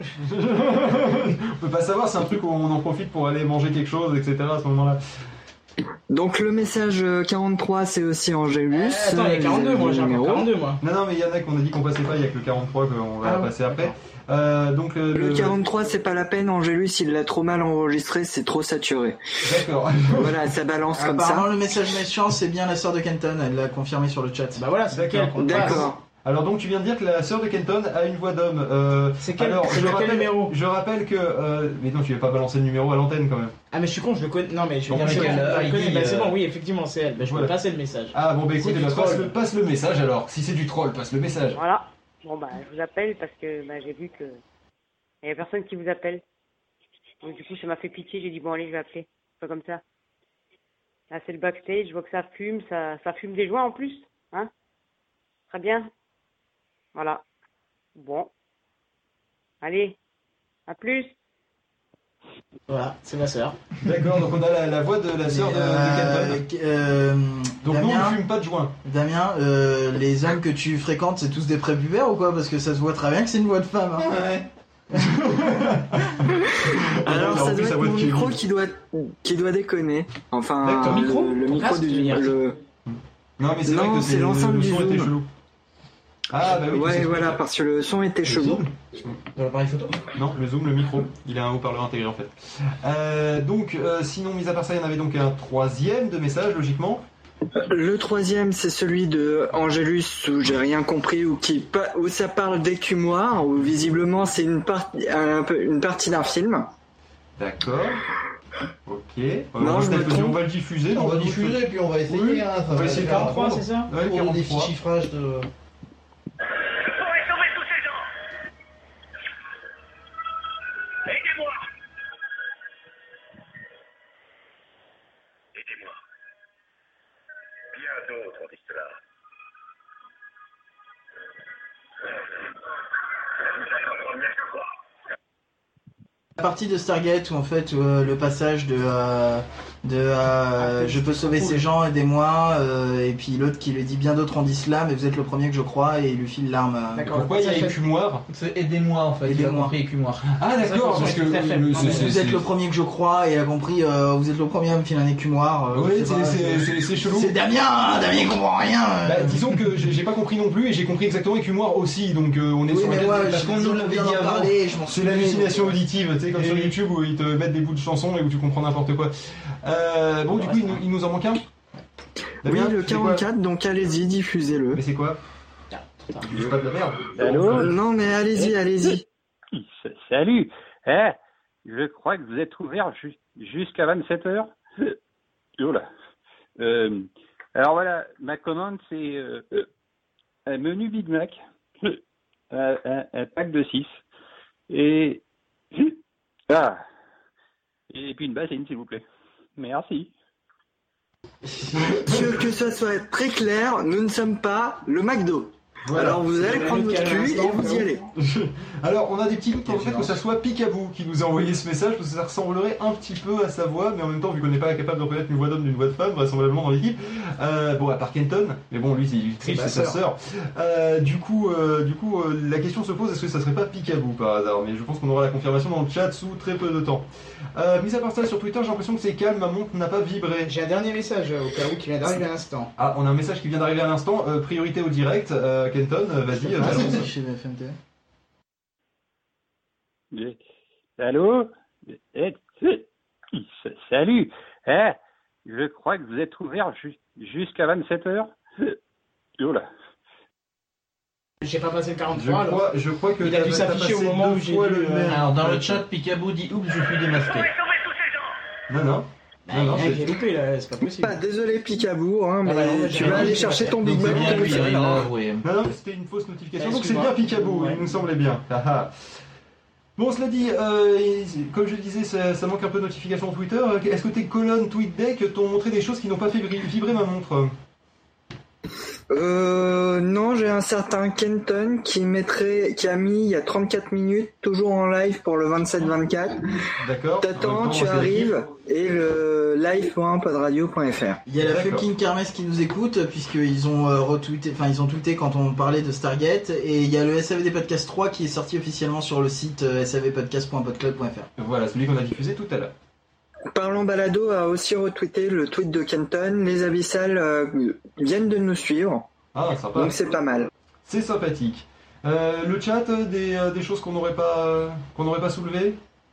On peut pas savoir, c'est un truc où on en profite pour aller manger quelque chose, et cetera à ce moment-là. Donc le message euh, quarante-trois, c'est aussi Angélus. Eh, attends, il y a quarante-deux, moi, j'ai encore Numéro. quarante-deux, moi. Non, non, mais il y en a qu'on a dit qu'on passait pas, il y a que le quarante-trois qu'on va Ah ouais, passer après. Euh, donc, euh, Le quarante-trois, c'est pas la peine, Angélus, il l'a trop mal enregistré, c'est trop saturé. D'accord. Voilà, ça balance comme Apparemment, ça. le message méchant, c'est bien la sœur de Kenton. Elle l'a confirmé sur le chat. Bah voilà, c'est D'accord. laquelle qu'on passe. D'accord. Alors donc tu viens de dire que la sœur de Kenton a une voix d'homme. Euh, C'est quel- alors, c'est je lequel rappelle, numéro Je rappelle que... euh, mais non, tu vas pas balancer le numéro à l'antenne quand même. Ah, mais je suis con, je le connais. Non, mais je Bon, veux dire, avec c'est bon, elle, je la I D, connais. Bah, c'est euh, bon, oui, effectivement, c'est elle. Bah, je peux voilà. passer le message. Ah bon bah écoute, C'est eh du ben, passe, troll. le, passe le message alors. Si c'est du troll, passe le message. Voilà. Bon, bah, je vous appelle parce que bah, j'ai vu que il y a personne qui vous appelle. Donc, du coup, ça m'a fait pitié. J'ai dit, bon, allez, je vais appeler. Pas comme ça. Là, c'est le backstage. Je vois que ça fume. Ça, ça fume des joints en plus. Hein? Très bien. Voilà. Bon. Allez. À plus. Voilà, c'est ma sœur. D'accord, donc on a la, la voix de la sœur de, de Euh, Kenton. euh, Donc nous on Damien, ne fume pas de joint. Damien, euh, les hommes que tu fréquentes, c'est tous des prépubères ou quoi? Parce que ça se voit très bien que c'est une voix de femme. Hein. Ouais. Alors Il a ça repris doit sa être voix mon de Kevin. micro qui doit, qui doit déconner. Enfin, D'accord. le, Micro le Ton micro casque, tu veux du... dire Le... Non mais c'est vrai Non, que c'est l'enceinte le du son était Zoom. chelou. Ah bah oui. Ouais, c'est- voilà, parce que le son était chelou. Dans l'appareil photo. Non, le zoom, le micro. Il a un haut-parleur intégré en fait. Euh, donc euh, sinon, mis à part ça, il y en avait donc un troisième de message logiquement. Le troisième, c'est celui de Angélus où j'ai rien compris, où, qui, pa- où ça parle d'écumoire, où visiblement c'est une, partie un peu, une partie d'un film. D'accord. Ok. Euh, Non, on, va je peut-être- me trompe. on va le diffuser. On donc, va diffuser puis on va essayer. Oui. Hein, ça On va va essayer faire quarante-trois, un c'est ça Ouais, Pour des quarante-trois. chiffrages de. Aidez-moi Aidez-moi. Bien d'autres ont dit cela. La partie de Stargate où en fait euh, le passage de euh, de euh, je peux sauver ces gens, aidez-moi, euh, et puis l'autre qui lui dit bien d'autres en d'islam et vous êtes le premier que je crois et il lui file l'arme. euh. D'accord. Pourquoi il y a écumoire? C'est aidez-moi en fait. Il a compris écumoire. Ah d'accord, parce que Le- le- c'est- c'est- vous êtes c'est- le premier que je crois et il a compris euh, vous êtes le premier à me filer un écumoire. euh, Oui, je sais c'est- pas, c'est c'est- c'est chelou. C'est Damien, hein, Damien il comprend rien. euh. Bah, disons que j'ai j'ai pas compris non plus et j'ai compris exactement écumoire aussi, donc euh, on est Oui, sur mais un moi, parce je qu'on viens nous d'en l'avait dit avant. parler, je m'en C'est souviens, l'hallucination donc, euh, auditive, tu sais, comme et sur oui. YouTube où ils te mettent des bouts de chansons et où tu comprends n'importe quoi. Euh, bon, du coup, il nous, il nous en manque un. Oui, Damien, le c'est quoi? quarante-quatre, donc allez-y, diffusez-le. Mais c'est quoi? C'est pas de la merde. Allô? Non, mais allez-y, Eh, allez-y. S- Salut. Eh, je crois que vous êtes ouvert ju- jusqu'à vingt-sept heures. Oh là. Euh, alors voilà, ma commande c'est euh, un menu Big Mac, un, un, un pack de six et ah et puis une bassine s'il vous plaît. Merci. Que, que ça soit très clair, nous ne sommes pas le McDo. Voilà. Alors vous allez prendre votre cul et vous y allez. Alors, on a des petits doutes pour le fait que ça soit Picaboo qui nous a envoyé ce message, parce que ça ressemblerait un petit peu à sa voix, mais en même temps, vu qu'on n'est pas capable de reconnaître une voix d'homme d'une voix de femme, vraisemblablement dans l'équipe, euh, bon, à part Kenton, mais bon, lui, il triche, c'est C'est sa ma sœur. Euh, du coup, euh, du coup euh, la question se pose, est-ce que ça serait pas Picaboo par hasard? Mais je pense qu'on aura la confirmation dans le chat sous très peu de temps. Euh, mis à part ça, sur Twitter, j'ai l'impression que c'est calme, ma montre n'a pas vibré. J'ai un dernier message euh, au cas où qui vient d'arriver à l'instant. Ah, on a un message qui vient d'arriver à l'instant, euh, priorité au direct, euh, Kenton, euh, vas-y. euh, Ah, balance. c'est chez B F M T V. Eh, Allô? Eh, eh, s- Salut. Eh, je crois que vous êtes ouvert ju- jusqu'à vingt-sept heures. Oh là. J'ai pas passé le Je quarante-trois alors. crois, je crois que Il a dû t'as- s'afficher t'as au passé moment deux où j'ai fois lu, le euh, même. Alors dans le chat, Picaboo dit oups, je suis démasqué. Non, non. Non, non, Eh, c'est- j'ai loupé là, c'est pas possible. Pas désolé Picaboo, hein, mais Ah bah non, tu j'ai- vas aller j'ai- chercher ton Donc Big c'est Mac bien tout lui, seul, il a hein. avoué. Non, non, mais c'était une fausse notification, donc c'est Excuse-moi. bien Picaboo, Ouais. il nous semblait bien. Ah, ah. Bon, cela dit, euh, et- comme je le disais, ça, ça manque un peu de notification Twitter. Est-ce que tes colonnes TweetDeck t'ont montré des choses qui n'ont pas fait vibrer, vibrer ma montre? Euh, non, j'ai un certain Kenton qui mettrait, qui a mis il y a trente-quatre minutes, toujours en live pour le vingt-sept vingt-quatre. D'accord. En T'attends, même temps, tu c'est arrives, et le live point podradio point f r. Il y a la D'accord. fucking Kermesse qui nous écoute puisqu'ils ont euh, retweeté, enfin ils ont tweeté quand on parlait de Stargate et il y a le S A V D Podcast trois qui est sorti officiellement sur le site euh, s a v podcast point podcloud point f r. Voilà, celui qu'on a diffusé tout à l'heure. Parlons Balado a aussi retweeté le tweet de Kenton. Les abyssales euh, viennent de nous suivre, Ah, sympa. donc c'est pas mal. C'est sympathique. Euh, le chat, euh, des, euh, des choses qu'on n'aurait pas, euh, qu'on n'aurait pas soulevées?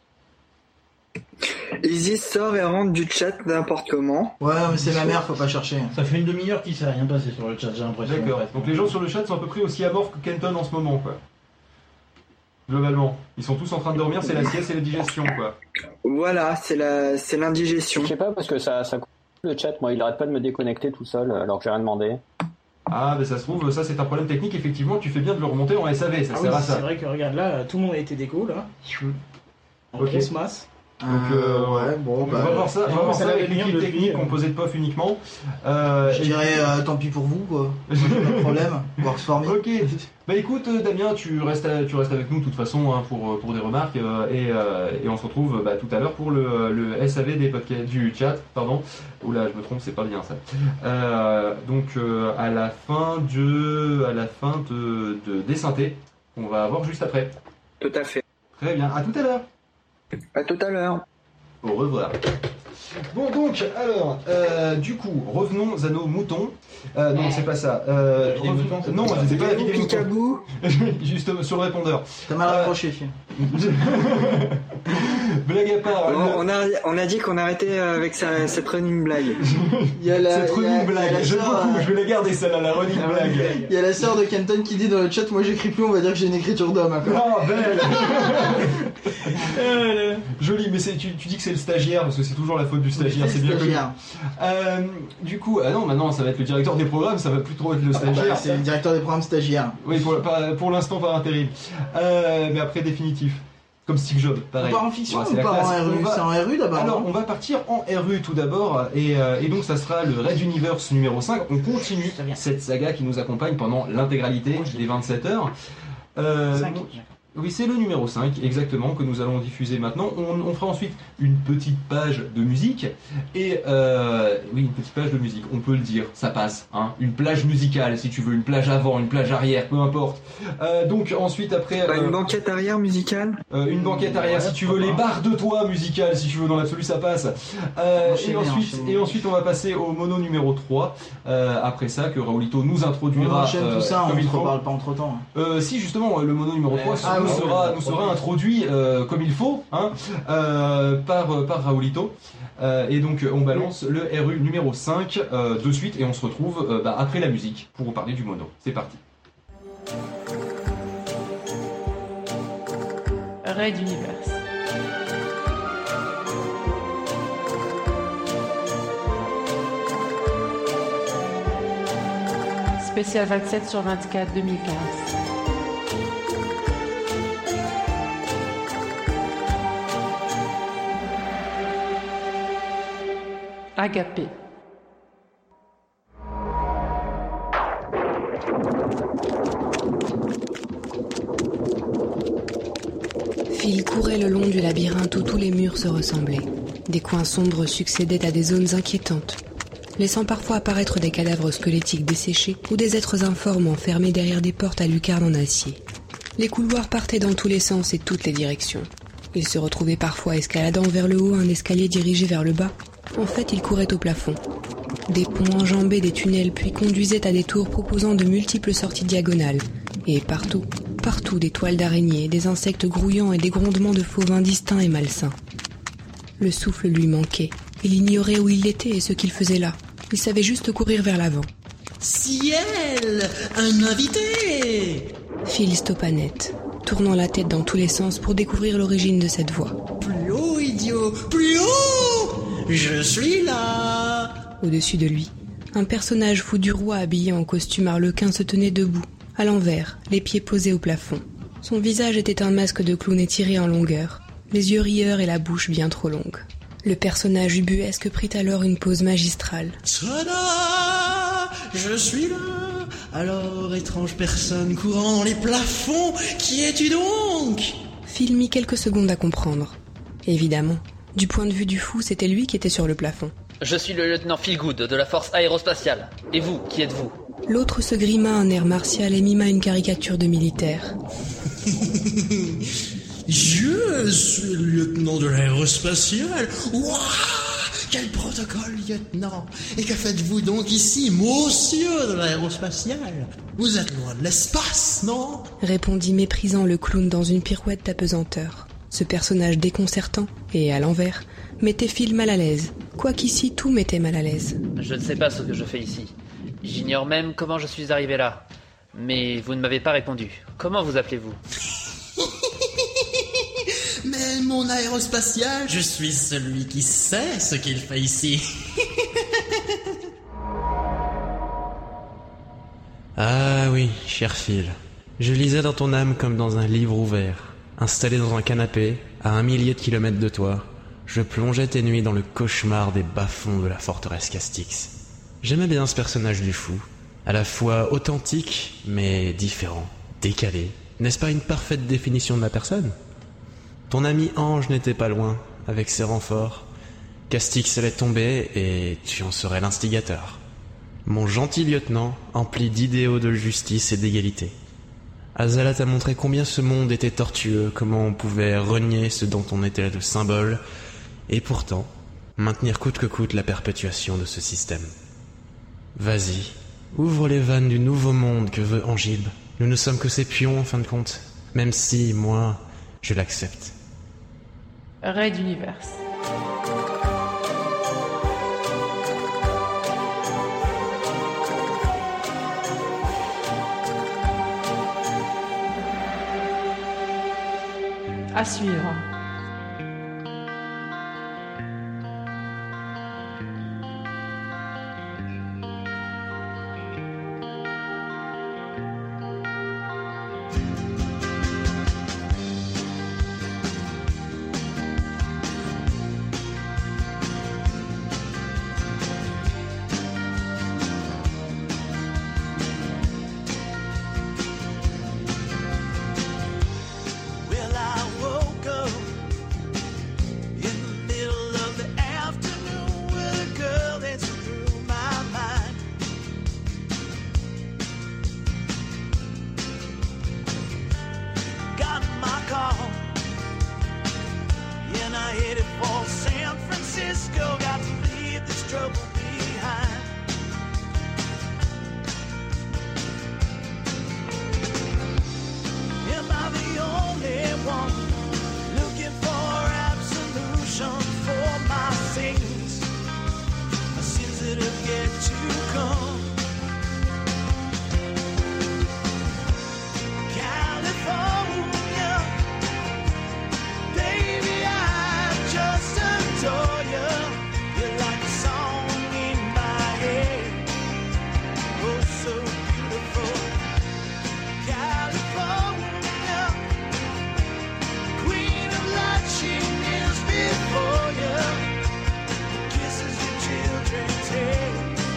Isis sort et rentre du chat n'importe comment. Ouais, mais c'est la merde, faut pas chercher. Ça fait une demi-heure qu'il s'est rien passé sur le chat, j'ai l'impression. D'accord. presque. Donc les gens sur le chat sont à peu près aussi amorphes que Kenton en ce moment, quoi. Globalement. Ils sont tous en train de dormir, c'est la sieste et la digestion, quoi. Voilà, c'est la, c'est l'indigestion. Je sais pas parce que ça, ça coupe le chat. Moi, il arrête pas de me déconnecter tout seul alors que j'ai rien demandé. Ah, mais ça se trouve, ça c'est un problème technique, effectivement, tu fais bien de le remonter en S A V, ça Ah oui, sert à c'est ça. vrai que regarde là, tout le monde a été déco là. En Ok. Christmas. Donc, euh, ouais, bon, on bah, va voir ça, on va ouais, voir ça ça va avec venir l'équipe depuis, technique euh. composée de P O F uniquement. Euh, je et- dirais euh, tant pis pour vous quoi. Pas de problème. Works for me. Ok. Bah écoute, euh, Damien, tu restes, à- tu restes avec nous de toute façon hein, pour, pour des remarques euh, et, euh, et on se retrouve bah, tout à l'heure pour le, le S A V des podcasts du chat. Pardon. Oula, je me trompe, c'est pas bien ça. Euh, donc euh, à la fin de, à la fin de, de des synthés, on va voir juste après. Tout à fait. Très bien. À tout à l'heure. À tout à l'heure. Au revoir. Bon donc, alors, euh, du coup, revenons à nos moutons. Euh, non, c'est pas ça. Euh, La vie des revenons- moutons, c'est non, pas ça. c'est pas la vie des moutons. Picaboo. Juste sur le répondeur. T'as mal Euh, raccroché, Phil. Blague à part. On, le- on a, on a dit qu'on arrêtait avec sa- cette running blague. Il y a la, Cette il y a- running il y a blague, la j'aime sœur, beaucoup, euh, je vais la garder celle-là, la running blague. Il y a la sœur de Kenton qui dit dans le chat, moi j'écris plus, on va dire que j'ai une écriture d'homme. hein, quoi. Oh, belle. Joli, mais c'est- tu, tu dis que c'est le stagiaire, parce que c'est toujours la faute du stagiaire, c'est bien connu. Stagiaire. Euh, du coup, ah non, maintenant ça va être le directeur des programmes, ça va plus trop être le Bah, stagiaire. c'est le directeur des programmes stagiaire. Oui, pour, pas- pour l'instant par intérim. Euh, mais après définitif. Comme Steve Jobs, pareil. On part en fiction Ouais, ou c'est la pas en classe. R U? On va- C'est en R U d'abord. Alors, non on va partir en R U tout d'abord, et, euh, et donc ça sera le Red Universe numéro cinq. On continue cette saga qui nous accompagne pendant l'intégralité des vingt-sept heures. Euh, Cinq. donc, Oui, c'est le numéro cinq, exactement, que nous allons diffuser maintenant. On, on fera ensuite une petite page de musique. Et, euh, oui, une petite page de musique, on peut le dire, ça passe. Hein. Une plage musicale, si tu veux, une plage avant, une plage arrière, peu importe. Euh, donc, ensuite, après... Bah, euh, une banquette arrière musicale euh, Une banquette arrière, ouais, si tu veux, les barres de toit musicales, si tu veux, dans l'absolu, ça passe. Euh, et, ensuite, et ensuite, on va passer au mono numéro trois. Euh, après ça, que Raoulito nous introduira. On enchaîne euh, tout ça, on comme ne il se faut. reparle pas entre temps. Euh, si, justement, le mono numéro trois Ah, nous, ouais, sera, ouais, nous sera introduit euh, comme il faut hein, euh, par, par Raoulito. Euh, et donc, on balance le R U numéro cinq euh, de suite et on se retrouve euh, bah, après la musique pour vous parler du mono. C'est parti. Raid Universe. Spécial vingt-sept sur vingt-quatre deux mille quinze. Agapé. Phil courait le long du labyrinthe où tous les murs se ressemblaient. Des coins sombres succédaient à des zones inquiétantes, laissant parfois apparaître des cadavres squelettiques desséchés ou des êtres informes enfermés derrière des portes à lucarnes en acier. Les couloirs partaient dans tous les sens et toutes les directions. Il se retrouvait parfois escaladant vers le haut un escalier dirigé vers le bas. En fait, il courait au plafond. Des ponts enjambaient des tunnels puis conduisaient à des tours proposant de multiples sorties diagonales. Et partout, partout des toiles d'araignées, des insectes grouillants et des grondements de fauves indistincts et malsains. Le souffle lui manquait. Il ignorait où il était et ce qu'il faisait là. Il savait juste courir vers l'avant. Ciel, un invité! Phil stoppa net, tournant la tête dans tous les sens pour découvrir l'origine de cette voix. Plus haut, idiot! Plus haut! Je suis là! Au-dessus de lui, un personnage fou du roi habillé en costume arlequin se tenait debout, à l'envers, les pieds posés au plafond. Son visage était un masque de clown étiré en longueur, les yeux rieurs et la bouche bien trop longue. Le personnage ubuesque prit alors une pose magistrale. Tada! Je suis là! Alors, étrange personne courant dans les plafonds, qui es-tu donc? Phil mit quelques secondes à comprendre. Évidemment, du point de vue du fou, c'était lui qui était sur le plafond. Je suis le lieutenant Feelgood de la force aérospatiale. Et vous, qui êtes-vous? L'autre se grima un air martial et mima une caricature de militaire. Je suis le lieutenant de l'aérospatiale. Waouh! Quel protocole, lieutenant! Et que faites-vous donc ici, monsieur de l'aérospatiale? Vous êtes loin de l'espace, non? Répondit méprisant le clown dans une pirouette d'apesanteur. Ce personnage déconcertant, et à l'envers, mettait Phil mal à l'aise. Quoiqu'ici, tout mettait mal à l'aise. Je ne sais pas ce que je fais ici. J'ignore même comment je suis arrivé là. Mais vous ne m'avez pas répondu. Comment vous appelez-vous? Mais mon aérospatial, je suis celui qui sait ce qu'il fait ici. Ah oui, cher Phil. Je lisais dans ton âme comme dans un livre ouvert. Installé dans un canapé, à un millier de kilomètres de toi, je plongeais tes nuits dans le cauchemar des bas-fonds de la forteresse Castix. J'aimais bien ce personnage du fou, à la fois authentique, mais différent, décalé. N'est-ce pas une parfaite définition de ma personne? Ton ami Ange n'était pas loin, avec ses renforts. Castix allait tomber, et tu en serais l'instigateur. Mon gentil lieutenant, empli d'idéaux de justice et d'égalité. Azala t'a montré combien ce monde était tortueux, comment on pouvait renier ce dont on était le symbole, et pourtant, maintenir coûte que coûte la perpétuation de ce système. Vas-y, ouvre les vannes du nouveau monde que veut Angibe. Nous ne sommes que ses pions en fin de compte, même si, moi, je l'accepte. Raid Universe. À suivre. trouble behind. Am I the only one looking for absolution for my sins? My sins that have yet to come. California, baby, I just adore you. You're like a song in my head, oh so beautiful. California, queen of light, she kneels before you, kisses your children's head.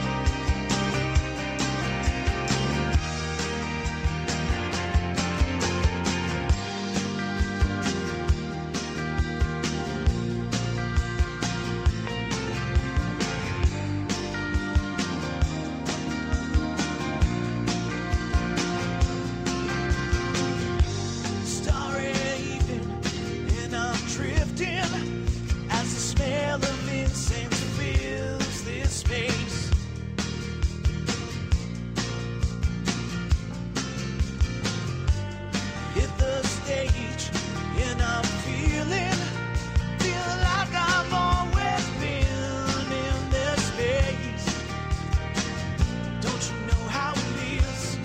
Starry evening, and I'm drifting as the smell of incense fills this space. Hit the stage, and I'm feeling, feeling like I've always been in this space. Don't you know how it is?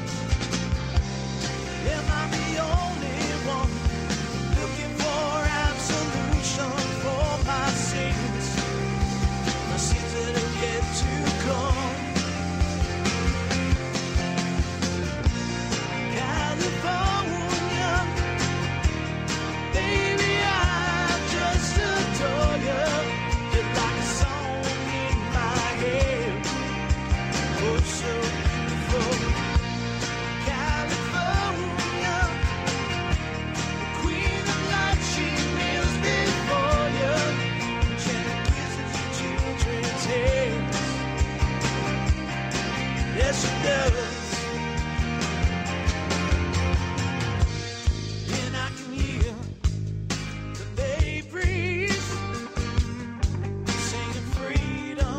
Am I the only one looking for absolution for my sins? My sins that have yet to come. California, baby, I just adore you. You're like a song in my head, oh so beautiful. California, queen of light, she kneels before you, gentle kisses your children's heads. Yes, she does. And I can hear the bay breeze singing freedom,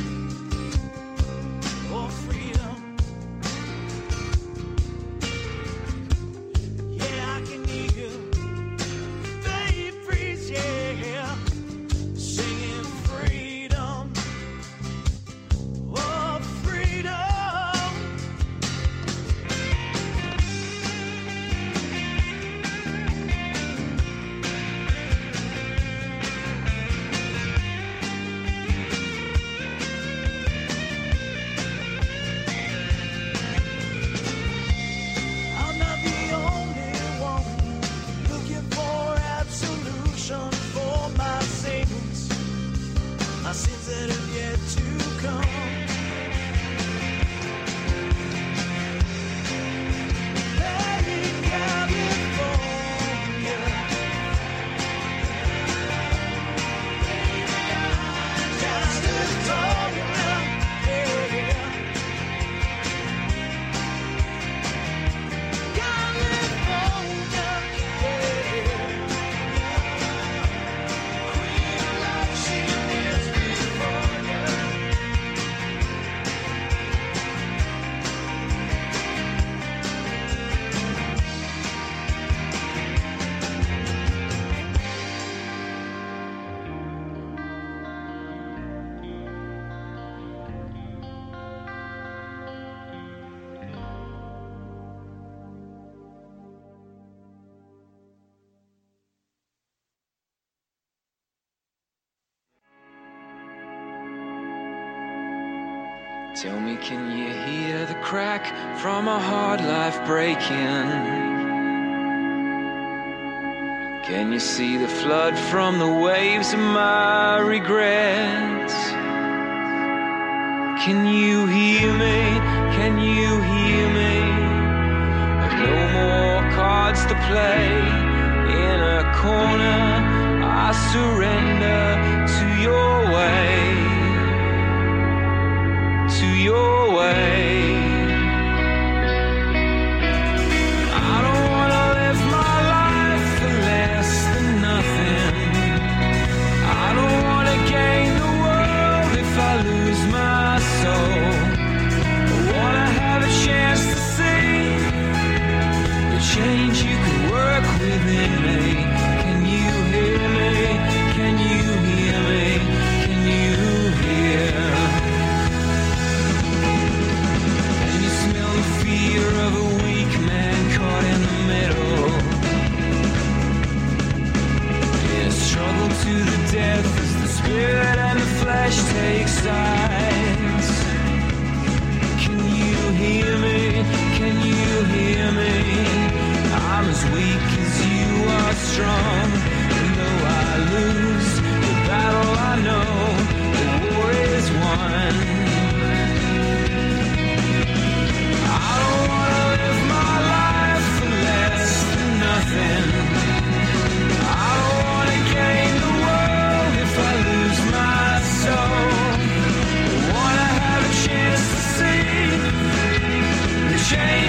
oh freedom. Yeah, I can hear the breeze, yeah, singing freedom, oh freedom. I'm not the only one looking for absolution for my sins, my sins that have yet to come. Hey, California, just adore you, yeah. California, yeah. Queen of light, she kneels before you. Tell me, can you hear the crack from a hard life breaking? Can you see the flood from the waves of my regrets? Can you hear me? Can you hear me? I've no more cards to play. In a corner, I surrender to your way. To your way. I don't wanna live my life for less than nothing. I don't wanna gain the world if I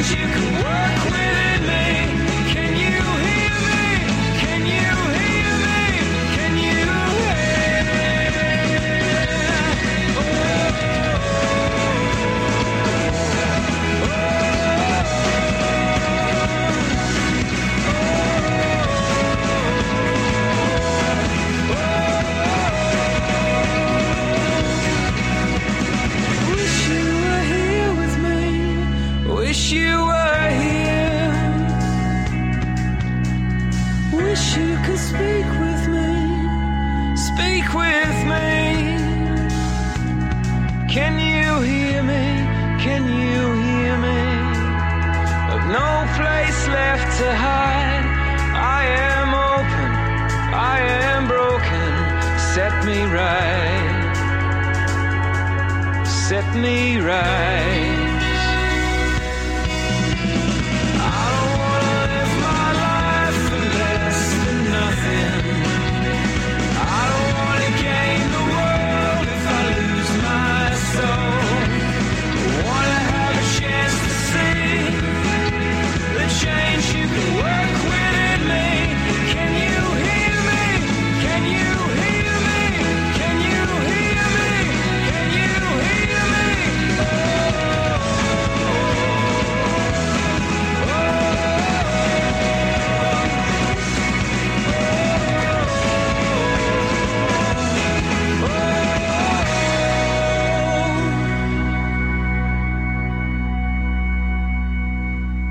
wish you could walk with me. Can you hear me? Can you hear me? Can you Wish you were here with me. Wish you were here. Wish you could speak with me. Speak with me. Can you hear me? Can you hear me? I've no place left to hide. I am open. I am broken. Set me right. Set me right.